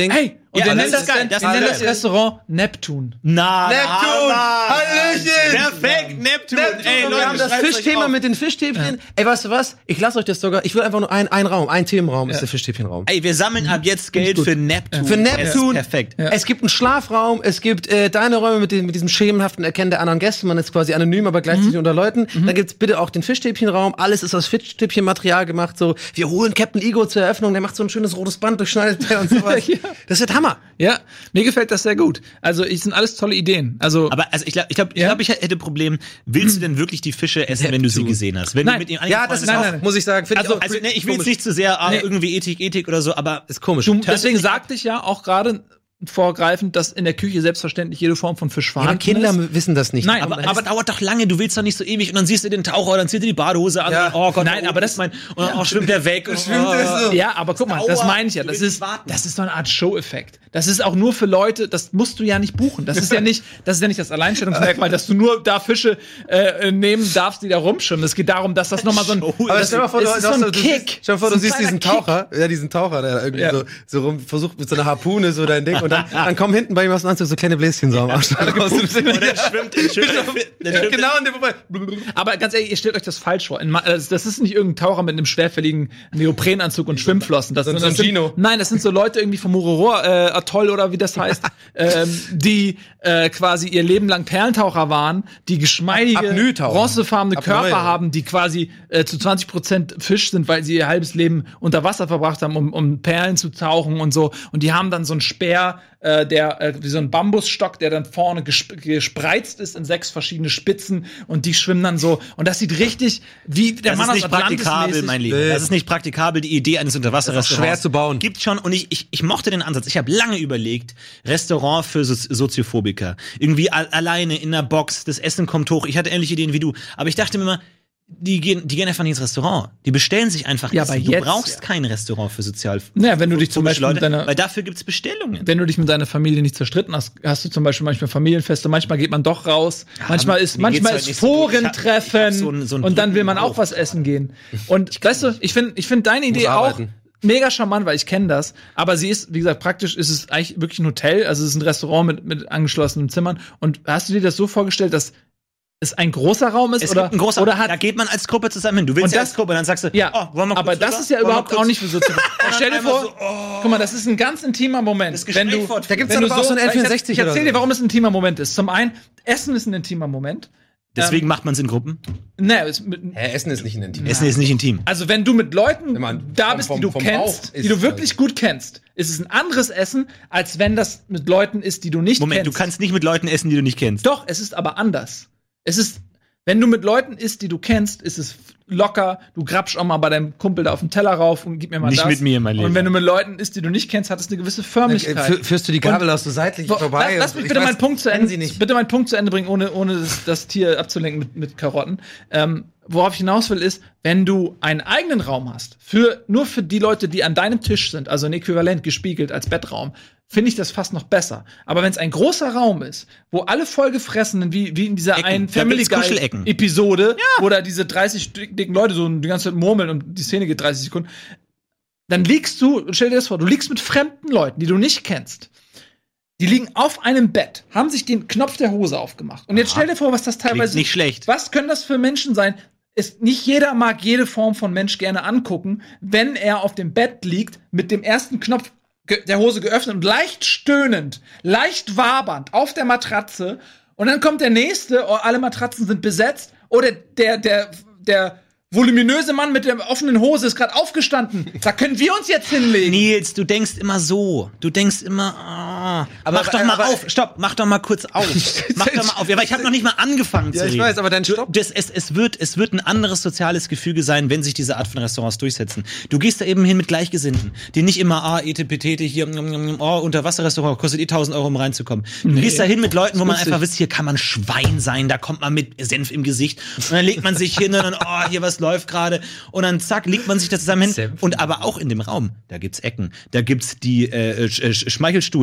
Und Ja, wir das nennen ist das, geil. wir Das nennen ist das geil. Restaurant Neptun. Na, Neptun! Hallöchen! Perfekt, Neptun! Neptun, Ey, Leute, wir haben das schreibt's euch Fischthema auf. mit den Fischstäbchen. Ey, weißt du was? Ich lasse euch das sogar. Ich will einfach nur ein, ein Raum, ein Themenraum ist der Fischstäbchenraum. Ey, wir sammeln ab jetzt Geld für Neptun. Für Das Neptun. ist perfekt. Ja. Es gibt einen Schlafraum, es gibt äh, deine Räume mit, den, mit diesem schemenhaften Erkennen der anderen Gäste. Man ist quasi anonym, aber gleichzeitig Mhm. unter Leuten. Dann gibt's bitte auch den Fischstäbchenraum. Alles ist aus Fischstäbchenmaterial gemacht. So, wir holen Captain Ego zur Eröffnung. Der macht so ein schönes rotes Band, durchschneidet der und sowas. Ja. Das wird Hammer. Ja, mir gefällt das sehr gut. Also, es sind alles tolle Ideen. Also, Aber also ich glaube, ich, glaub, ich, Ja? glaub, ich hätte ein Problem, willst du denn wirklich die Fische essen, wenn du sie gesehen hast? Wenn Nein. du mit ihm Ja, das ist angefreundet auch, nein, nein. muss ich sagen, finde Also, ich auch also ne, ich will jetzt komisch. nicht zu sehr ah, Nee. irgendwie Ethik, Ethik oder so, aber Ist komisch. du, deswegen sagte ich ja auch gerade vorgreifend, dass in der Küche selbstverständlich jede Form von Fisch Ja, aber vorhanden Kinder ist. wissen das nicht. Nein, aber, aber- aber dauert doch lange, du willst doch nicht so ewig und dann siehst du den Taucher, dann zieht er die Badehose an, Ja. und, oh Gott, Nein, oh, aber das- ist mein, und dann oh, schwimmt der weg. Und, Schwimmt oh, er so? Ja, aber guck mal, das Dauer. meine ich ja. Du Das willst ist, warten. das ist so eine Art Show-Effekt. Das ist auch nur für Leute, das musst du ja nicht buchen. Das ist ja nicht, das ist ja nicht das Alleinstellungsmerkmal, dass du nur da Fische äh, nehmen darfst, die da rumschwimmen. Es geht darum, dass das nochmal so ein, Show. Aber stell dir mal vor, du, es ist du, so ein du, du Kick. Siehst, stell dir vor, du So ein siehst diesen kleiner Taucher, ja, diesen Taucher, der irgendwie Ja. so, so rum versucht mit so einer Harpune so dein Ding und dann, dann kommen hinten bei ihm aus dem Anzug so kleine Bläschen so am Arsch raus. Und dann schwimmt, dann schwimmt, dann schwimmt Genau, in dem Moment. aber ganz ehrlich, ihr stellt euch das falsch vor. In Ma- Das das ist nicht irgendein Taucher mit einem schwerfälligen Neoprenanzug und Schwimmflossen. Das, So ein das sind, Gino. nein, das sind so Leute irgendwie vom Mururoa äh, Atoll oder wie das heißt, ähm, die äh, quasi ihr Leben lang Perlentaucher waren, die geschmeidige, Apnoe-Taucher. bronzefarbene Apnoe. Körper haben, die quasi äh, zu zwanzig Prozent Fisch sind, weil sie ihr halbes Leben unter Wasser verbracht haben, um, um Perlen zu tauchen und so. Und die haben dann so einen Speer, äh, der äh, wie so ein Bambusstock, der dann vorne gesp gespreizt ist in sechs verschiedene Spitzen und die schwimmen dann so. Und das sieht richtig wie der Das Mann ist aus nicht Atlantis praktikabel, mäßig. mein Lieber. Nee. Das ist nicht praktikabel, die Idee eines Unterwasserrestaurants. schwer zu bauen. Gibt schon, und ich, ich, ich mochte den Ansatz. Ich habe lange überlegt, Restaurant für so Soziophobiker. Irgendwie al alleine in der Box, das Essen kommt hoch. Ich hatte ähnliche Ideen wie du. Aber ich dachte mir immer, die gehen, die gehen einfach nicht ins Restaurant. Die bestellen sich einfach Ja, Essen. aber Du jetzt, brauchst ja. kein Restaurant für sozial Naja, wenn du dich zum phobische Beispiel mit Leute, deiner- weil dafür gibt's Bestellungen. Wenn du dich mit deiner Familie nicht zerstritten hast, hast du zum Beispiel manchmal Familienfeste, manchmal geht man doch raus, manchmal ist, mir geht's manchmal halt ist nicht so gut. Ich hab- Forentreffen ich hab so einen- so einen und dann will man Druck auch was essen gehen. Und weißt du, ich finde, ich finde deine Idee auch arbeiten. mega charmant, weil ich kenne das. Aber sie ist, wie gesagt, praktisch ist es eigentlich wirklich ein Hotel, also es ist ein Restaurant mit, mit angeschlossenen Zimmern. Und hast du dir das so vorgestellt, dass es ein großer Raum ist Es oder, gibt einen großen, oder hat da geht man als Gruppe zusammen hin. Du willst Und ja das- als Gruppe, dann sagst du, ja, oh, wollen wir aber kurz das rüber? ist ja Wollen wir überhaupt kurz- auch nicht für so. Stell dir einmal vor, so, oh. guck mal, das ist ein ganz intimer Moment. Das Gespräch wenn du, fortführen. Da gibt's wenn dann du aber auch so ein N vierundsechzig Ich, ich erzähl oder dir, so. warum es ein intimer Moment ist. Zum einen, Essen ist ein intimer Moment. Deswegen macht man es in Gruppen. Ne, es, mit, Hä, Essen ist nicht in den Team. Essen ist nicht intim. also wenn du mit Leuten Wenn man da vom- bist, vom- die du vom kennst, Bauch die isst, du wirklich gut kennst, ist es ein anderes Essen, als wenn das mit Leuten ist, die du nicht Moment, kennst. du kannst nicht mit Leuten essen, die du nicht kennst. Doch, es ist aber anders. Es ist, wenn du mit Leuten isst, die du kennst, ist es locker. Du grabsch auch mal bei deinem Kumpel da auf den Teller rauf und gib mir mal Nicht das. mit mir, mein Lieber. Und wenn du mit Leuten isst, die du nicht kennst, hat es eine gewisse Förmlichkeit. Fü- Führst du die Gabel aus so seitlich Wo- vorbei? Lass, lass und mich ich bitte weiß, meinen Punkt zu kennen Ende, Sie nicht. bitte meinen Punkt zu Ende bringen, ohne, ohne das, das Tier abzulenken mit, mit Karotten. Ähm, worauf ich hinaus will, ist, wenn du einen eigenen Raum hast, für, nur für die Leute, die an deinem Tisch sind, also ein Äquivalent gespiegelt als Bettraum, finde ich das fast noch besser. Aber wenn es ein großer Raum ist, wo alle vollgefressenen, wie, wie in dieser Ecken. einen Da Family gibt's Guy Kuschelecken. Episode, wo da diese dreißig dicken Leute so die ganze Zeit murmeln und die Szene geht dreißig Sekunden, dann liegst du, stell dir das vor, du liegst mit fremden Leuten, die du nicht kennst. Die liegen auf einem Bett, haben sich den Knopf der Hose aufgemacht. Und jetzt stell dir vor, was das teilweise nicht schlecht. Was können das für Menschen sein? Ist, nicht jeder mag jede Form von Mensch gerne angucken, wenn er auf dem Bett liegt, mit dem ersten Knopf ge- der Hose geöffnet und leicht stöhnend, leicht wabernd auf der Matratze. Und dann kommt der nächste, oh, alle Matratzen sind besetzt. Oder der, der, der voluminöse Mann mit der offenen Hose ist gerade aufgestanden. Da können wir uns jetzt hinlegen. Nils, du denkst immer so. Du denkst immer, ah. Aber- mach doch mal aber- auf. Stopp, mach doch mal kurz auf. Mach doch mal auf. Ja, aber ich habe noch nicht mal angefangen Ja, zu ich reden. weiß, aber dann Du- stopp. Das, es, es, wird, es wird ein anderes soziales Gefüge sein, wenn sich diese Art von Restaurants durchsetzen. Du gehst da eben hin mit Gleichgesinnten, die nicht immer, ah, etepetete, hier, mm, mm, oh, Unterwasserrestaurant, kostet eh tausend Euro, um reinzukommen. Du Nee. gehst da hin mit Leuten, wo man lustig. einfach wisst, hier kann man Schwein sein, da kommt man mit Senf im Gesicht. Und dann legt man sich hin und dann, oh, hier, was läuft gerade? Und dann zack, legt man sich da zusammen hin. Senf. Und aber auch in dem Raum, da gibt's Ecken. Da gibt's die äh, Sch Sch Schmeichelstuhlecke.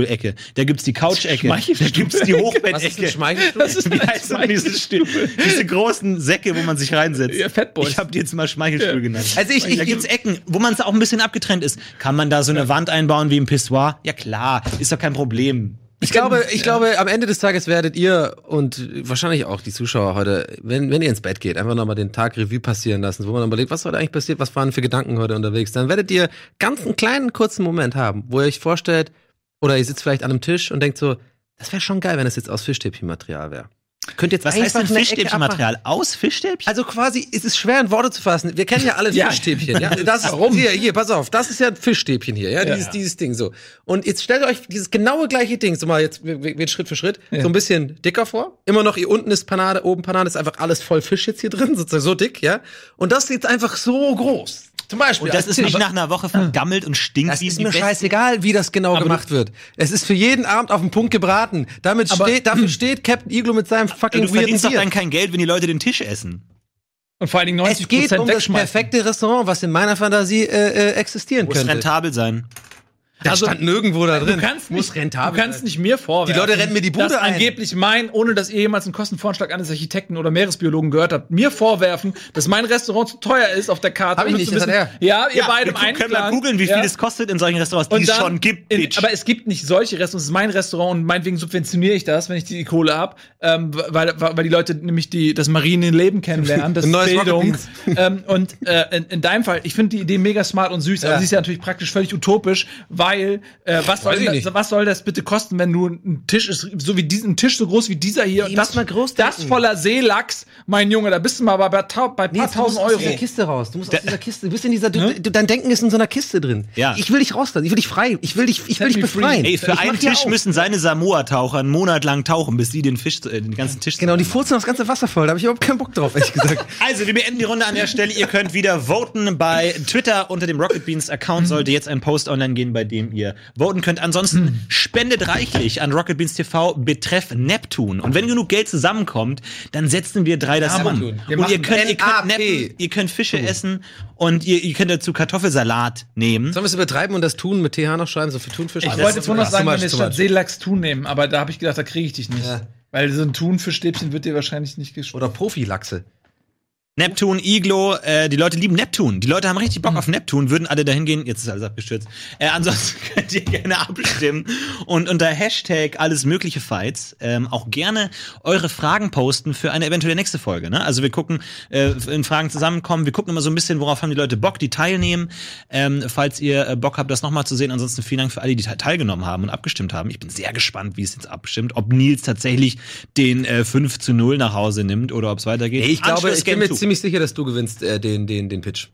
da gibt's die Couch-Ecke, da Schmeichelstuhl. gibt's die Hochbettecke. Was ist ein Schmeichelstuhl? Das ist Wie ein heißt denn diese, Stühle? diese großen Säcke, wo man sich reinsetzt? Ja, Fatboys. Ich habe die jetzt mal Schmeichelstuhl Ja. genannt. Also ich- ich- da gibt's Ecken, wo man es auch ein bisschen abgetrennt ist. Kann man da so eine Wand einbauen wie im Pissoir? Ja klar, ist doch kein Problem. Ich glaube, ich glaube, am Ende des Tages werdet ihr und wahrscheinlich auch die Zuschauer heute, wenn, wenn ihr ins Bett geht, einfach nochmal den Tag Revue passieren lassen, wo man dann überlegt, was heute eigentlich passiert, was waren für Gedanken heute unterwegs, dann werdet ihr ganz einen kleinen, kurzen Moment haben, wo ihr euch vorstellt, oder ihr sitzt vielleicht an einem Tisch und denkt so, das wäre schon geil, wenn das jetzt aus Fischstäbchenmaterial wäre. Könnt jetzt Was heißt einfach denn eine Ecke Fischstäbchenmaterial? Aus Fischstäbchen? Also quasi, es ist schwer in Worte zu fassen. Wir kennen ja alle Ja. Fischstäbchen. Ja, das ist, Warum? Hier, hier, pass auf, das ist ja ein Fischstäbchen hier, ja, dieses, dieses Ding so. Und jetzt stellt euch dieses genaue gleiche Ding, so mal jetzt, wir, wir wir Schritt für Schritt, so ein bisschen dicker vor. Immer noch, hier unten ist Panade, oben Panade, ist einfach alles voll Fisch jetzt hier drin, sozusagen so dick, ja. Und das ist jetzt einfach so groß. Zum Beispiel. Und das als ist nicht Tisch. nach einer Woche vergammelt und stinkt Das wie ist die mir besten- scheißegal, wie das genau gemacht wird. Es ist für jeden Abend auf den Punkt gebraten. Damit Aber- steht, dafür steht Captain Iglo mit seinem Du fucking weirden verdienst doch Bier. dann kein Geld, wenn die Leute den Tisch essen. Und vor allen Dingen neunzig Es geht Prozent um das wegschmeißen. perfekte Restaurant, was in meiner Fantasie äh, äh, existieren Muss könnte. rentabel sein. Das stand nirgendwo da drin. Du kannst Muss nicht, rentabel du kannst sein. nicht mir vorwerfen. Die Leute rennen mir die Bude dass ein. angeblich mein, ohne dass ihr jemals einen Kostenvoranschlag eines Architekten oder Meeresbiologen gehört habt, mir vorwerfen, dass mein Restaurant zu teuer ist auf der Karte. Hab ich ohne nicht, zu das wissen, hat ja, ihr beide wir im können mal Einklang. googeln, wie viel ja. es kostet in solchen Restaurants, die Und es dann schon gibt, in, Bitch. aber es gibt nicht solche Restaurants, es ist mein Restaurant und meinetwegen subventioniere ich das, wenn ich die Kohle hab, ähm, weil, weil die Leute nämlich die, das marine Leben kennenlernen, das Ein ist neues Bildung. Rocket ähm, und äh, in, in deinem Fall, ich finde die Idee mega smart und süß, aber Ja. sie ist ja natürlich praktisch völlig utopisch, weil äh, was, soll Weiß ich das, nicht. was soll das bitte kosten, wenn nur ein Tisch ist, so wie diesen ein Tisch so groß wie dieser hier, Nee, und das, muss mal groß das denken. voller Seelachs, mein Junge, da bist du mal bei, bei, tau- bei Nee, paar jetzt, du musst tausend aus Euro. dieser Kiste raus. Du musst aus dieser Kiste. Du bist in dieser. Du, du, dein Denken ist in so einer Kiste drin. Ja. Ich will dich rauslassen. Ich will dich frei. Ich will dich. Ich will Set dich me free. befreien. Ey, für ich einen mach dir Tisch auf. müssen seine Samoa-Taucher einen Monat lang tauchen, bis sie den Fisch, äh, den ganzen Tisch Genau, die furzen das ganze Wasser voll. Da habe ich überhaupt keinen Bock drauf, ehrlich gesagt. Also, wir beenden die Runde an der Stelle. Ihr könnt wieder voten bei Twitter unter dem Rocket Beans Account. Sollte jetzt ein Post online gehen, bei dem ihr voten könnt. Ansonsten spendet reichlich an Rocket Beans T V betreff Neptun. Und wenn genug Geld zusammenkommt, dann setzen wir drei das Ja, um. Neptun. Wir Und ihr machen könnt, ihr N A könnt, P. Neptun, ihr könnt Fische essen und ihr, ihr könnt dazu Kartoffelsalat nehmen. Sollen wir es übertreiben und das Tun mit T H noch schreiben, so für Thunfisch? Ich Das wollte ist vorhin noch too sagen, much, wenn wir too statt much. Seelachs Thun nehmen, aber da habe ich gedacht, da kriege ich dich nicht. Ja. Weil so ein Thunfischstäbchen wird dir wahrscheinlich nicht geschmeckt. Oder Profilachse. Neptun, Iglo, äh, die Leute lieben Neptun. Die Leute haben richtig Bock auf Neptun, würden alle dahin gehen. Jetzt ist alles abgestürzt. Äh, ansonsten könnt ihr gerne abstimmen und unter Hashtag alles mögliche Fights ähm, auch gerne eure Fragen posten für eine eventuelle nächste Folge. Ne? Also wir gucken, äh, in Fragen zusammenkommen. Wir gucken immer so ein bisschen, worauf haben die Leute Bock, die teilnehmen. Ähm, falls ihr äh, Bock habt, das nochmal zu sehen. Ansonsten vielen Dank für alle, die te- teilgenommen haben und abgestimmt haben. Ich bin sehr gespannt, wie es jetzt abstimmt. Ob Nils tatsächlich den äh, fünf zu null nach Hause nimmt oder ob es weitergeht. Nee, ich glaube, Anschluss ich bin Game mir two. ziemlich sicher, dass du gewinnst äh, den, den, den Pitch.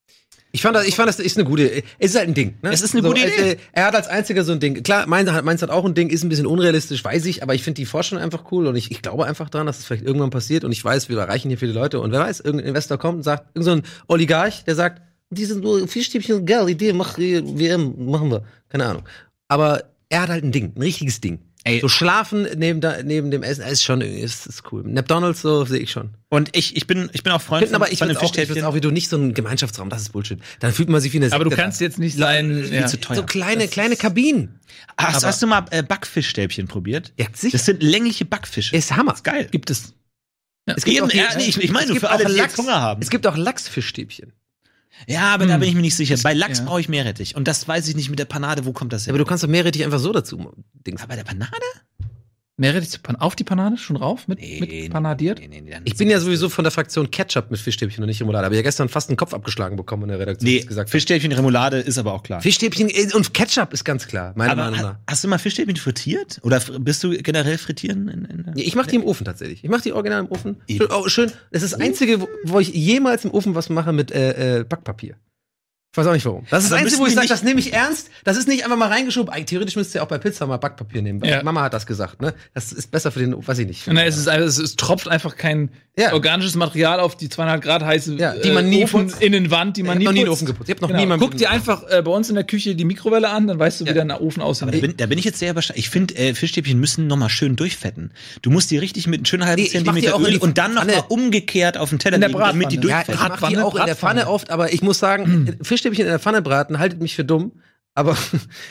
Ich fand, das, ich fand, das ist eine gute, es ist halt ein Ding. Ne? Es ist eine gute als, Idee. Äh, er hat als einziger so ein Ding. Klar, meins hat, meins hat auch ein Ding, ist ein bisschen unrealistisch, weiß ich, aber ich finde die Forschung einfach cool und ich, ich glaube einfach dran, dass es vielleicht irgendwann passiert und ich weiß, wir erreichen hier viele Leute und wer weiß, irgendein Investor kommt und sagt, irgend so ein Oligarch, der sagt, die sind nur Fischstäbchen, geil, Idee, mach äh, W M, machen wir. Keine Ahnung. Aber er hat halt ein Ding, ein richtiges Ding. Ey. So schlafen neben, da, neben dem Essen ist schon ist, ist cool. McDonald's, so sehe ich schon. Und ich, ich bin, ich bin auch Freund Finden, von, aber ich von würde dem auch, ich würd's Fischstäbchen. auch wie du nicht so ein Gemeinschaftsraum, das ist Bullshit. Dann fühlt man sich wie eine Aber du Sekte kannst da. jetzt nicht sein. Viel Ja. zu teuer. so kleine, kleine Kabinen. Hast, hast du mal äh, Backfischstäbchen probiert? Ja, sicher. Das sind längliche Backfische. Ist Hammer. ist geil. Gibt es. Es Eben, auch- ja, nee, ich- ich meine es nur gibt für alle, auch die Lachs, Hunger haben. Es gibt auch Lachsfischstäbchen. Ja, aber da bin ich mir nicht sicher. Bei Lachs ja. brauche ich Meerrettich. Und das weiß ich nicht mit der Panade. Wo kommt das Ja, her? aber du kannst doch Meerrettich einfach so dazu. Dings. Aber bei der Panade? Meerrettich zu Pan- auf die Panade schon rauf? Mit, Nee, mit panadiert? Nee, nee, nee, dann Ich bin ja sowieso von der Fraktion Ketchup mit Fischstäbchen und nicht Remoulade. Aber ich habe ja gestern fast einen Kopf abgeschlagen bekommen in der Redaktion. Nee, als ich gesagt habe. Fischstäbchen, Remoulade ist aber auch klar. Fischstäbchen äh, und Ketchup ist ganz klar, meiner aber Meinung nach. ha- hast du mal Fischstäbchen frittiert? Oder fr- bist du generell frittieren? In, in der Ja, ich mache die im Ofen tatsächlich. Ich mache die original im Ofen. Eben. Schön, oh, schön. Das ist das Einzige, wo, wo ich jemals im Ofen was mache mit äh, äh, Backpapier. Ich weiß auch nicht warum. Das ist Aber das Einzige, müssen wo ich die sage, nicht- das nehme ich ernst. Das ist nicht einfach mal reingeschoben. Eigentlich, theoretisch müsst ihr auch bei Pizza mal Backpapier nehmen. Ja. Mama hat das gesagt, ne? Das ist besser für den, weiß ich nicht. Na, es, ist, einfach- es, es tropft einfach kein Ja. organisches Material auf die zweieinhalb Grad heiße Ja, die man nie äh, Ofen putzt. Innenwand, die man Ich nie hab noch nie einen putzt. Ofen geputzt. Ich hab noch Genau. nie mal Guck mit- dir einfach äh, bei uns in der Küche die Mikrowelle an, dann weißt du, wie der Ofen aussieht. Da bin, da bin ich jetzt sehr überrascht. Ich finde, äh, Fischstäbchen müssen noch mal schön durchfetten. Du musst die richtig mit einem schönen halben Nee, ich mach die Zentimeter auch in Öl die und dann noch Pfanne. mal umgekehrt auf den Teller In der legen, damit die Bratpfanne. Ja, durchfetten. ich mach die Bratpfanne, auch in der Bratpfanne. Pfanne oft, aber ich muss sagen, Fischstäbchen in der Pfanne braten haltet mich für dumm. Aber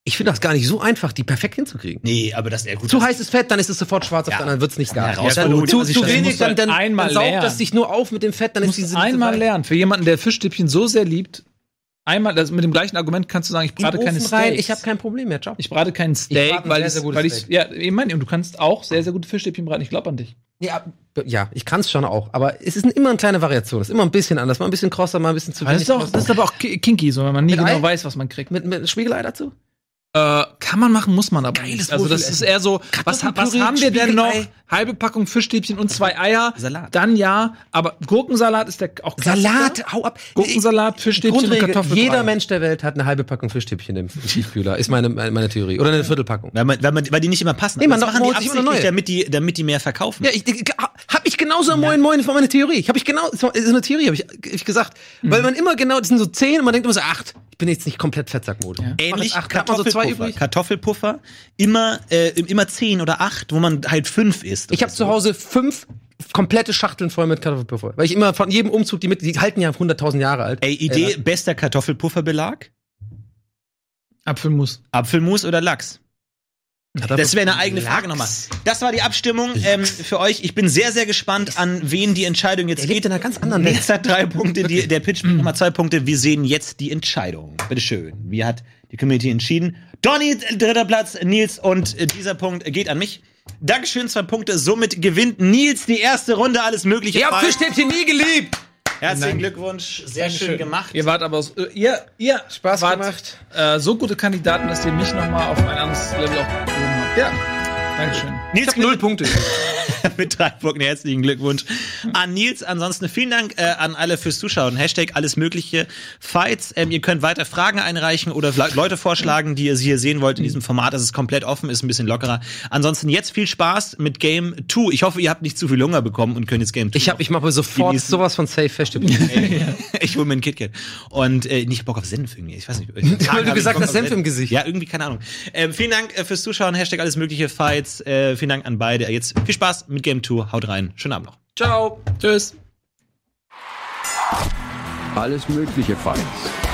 Ich finde das gar nicht so einfach, die perfekt hinzukriegen. Nee, aber das ist gut. Zu heißes Fett, dann ist es sofort schwarz, auf Ja. der anderen wird's nicht gar. Ja, raus- Zu, Ja, zu, das zu ist wenig, musst du dann, dann, einmal dann saugt lernen. das sich nur auf mit dem Fett, dann Du ist musst diese einmal diese- lernen. Für jemanden, der Fischstäbchen so sehr liebt, einmal, das, mit dem gleichen Argument kannst du sagen, ich in den brate keine Ofen Steaks. rein, ich habe kein Problem mehr, ciao. Ich brate keinen Steak, brate ein weil sehr, ich, sehr gutes weil ich, Steak. ja, ich meine, und du kannst auch sehr, sehr gute Fischstäbchen braten. Ich glaube an dich. Ja, ja, ich kann's schon auch, aber es ist immer eine kleine Variation, es ist immer ein bisschen anders, mal ein bisschen krosser, mal ein bisschen zu Das wenig ist, auch, krosser. das ist aber auch ki- kinky, so, wenn man nie Mit genau Ei? weiß, was man kriegt. mit, mit Spiegelei dazu? Äh, kann man machen, muss man aber Geiles nicht. Also das ist Wohlfühlessen. eher so, was, was Kartoffelpüree, haben wir denn noch? Spiegelei. Halbe Packung Fischstäbchen und zwei Eier. Salat. Dann ja, aber Gurkensalat ist der auch Klassiker. Salat, hau ab. Gurkensalat, Fischstäbchen und Grundregel, Kartoffelbrei. jeder Mensch der Welt hat eine halbe Packung Fischstäbchen im Tiefkühler, ist meine, meine, meine Theorie. Oder eine Viertelpackung. Weil, man, weil, man, weil die nicht immer passen. Nee, Aber man das machen die holt sich immer absichtlich, neue. damit die, damit die mehr verkaufen. Ja, ich, ich hab ich genauso im Moin Moin, das war meine Theorie. Ich habe ich genau, das war- ist eine Theorie, habe ich, hab ich gesagt. Weil man immer genau, das sind so zehn und man denkt immer so acht. Ich bin jetzt nicht komplett Fettsackmode. Ja. Ähnlich acht, hat man so zwei Kartoffelpuffer. übrig. Kartoffelpuffer, immer, äh, immer zehn oder acht, wo man halt fünf isst. Ich habe zu Hause fünf komplette Schachteln voll mit Kartoffelpuffer. Weil ich immer von jedem Umzug die mit, die halten ja hunderttausend Jahre alt. Ey, Idee, Äh, bester Kartoffelpufferbelag? Apfelmus. Apfelmus oder Lachs? Das wäre eine eigene Lachs. Frage nochmal. Das war die Abstimmung ähm, für euch. Ich bin sehr, sehr gespannt, an wen die Entscheidung jetzt Der geht. lebt in einer ganz anderen Welt. Nils hat drei Punkte, die, der Pitch nochmal zwei Punkte. Wir sehen jetzt die Entscheidung. Bitteschön. Wie hat die Community entschieden? Donny, dritter Platz, Nils, und äh, dieser Punkt geht an mich. Dankeschön, zwei Punkte. Somit gewinnt Nils die erste Runde, alles Mögliche. Ich hab frei. Fischstäbchen nie geliebt. Herzlichen Glückwunsch, sehr schön gemacht. Ihr wart aber, so- äh, ihr, ihr Spaß wart, gemacht. Äh, so gute Kandidaten, dass ihr mich nochmal auf ein anderes Level auch gehoben habt. Ja. Dankeschön. Nils Ich hab null Punkte. mit drei Punkten. Herzlichen Glückwunsch an Nils. Ansonsten vielen Dank äh, an alle fürs Zuschauen. Hashtag alles mögliche Fights. Ähm, ihr könnt weiter Fragen einreichen oder vielleicht Leute vorschlagen, die ihr hier sehen wollt in diesem Format. Das ist komplett offen, ist ein bisschen lockerer. Ansonsten jetzt viel Spaß mit Game zwei. Ich hoffe, ihr habt nicht zu viel Hunger bekommen und könnt jetzt Game zwei. Ich hab, ich mache sofort Genießen. sowas von Safe Fischstäbchen. Ich hole mir ein KitKat. Und äh, nicht Bock auf Senf irgendwie. Ich weiß nicht. Weil du gesagt hast, Senf im Gesicht. Ja, irgendwie, keine Ahnung. Ähm, vielen Dank äh, fürs Zuschauen. Hashtag alles mögliche Fights. Äh, vielen Dank an beide. Jetzt viel Spaß mit Game zwei. Haut rein. Schönen Abend noch. Ciao. Tschüss. Alles mögliche Fights.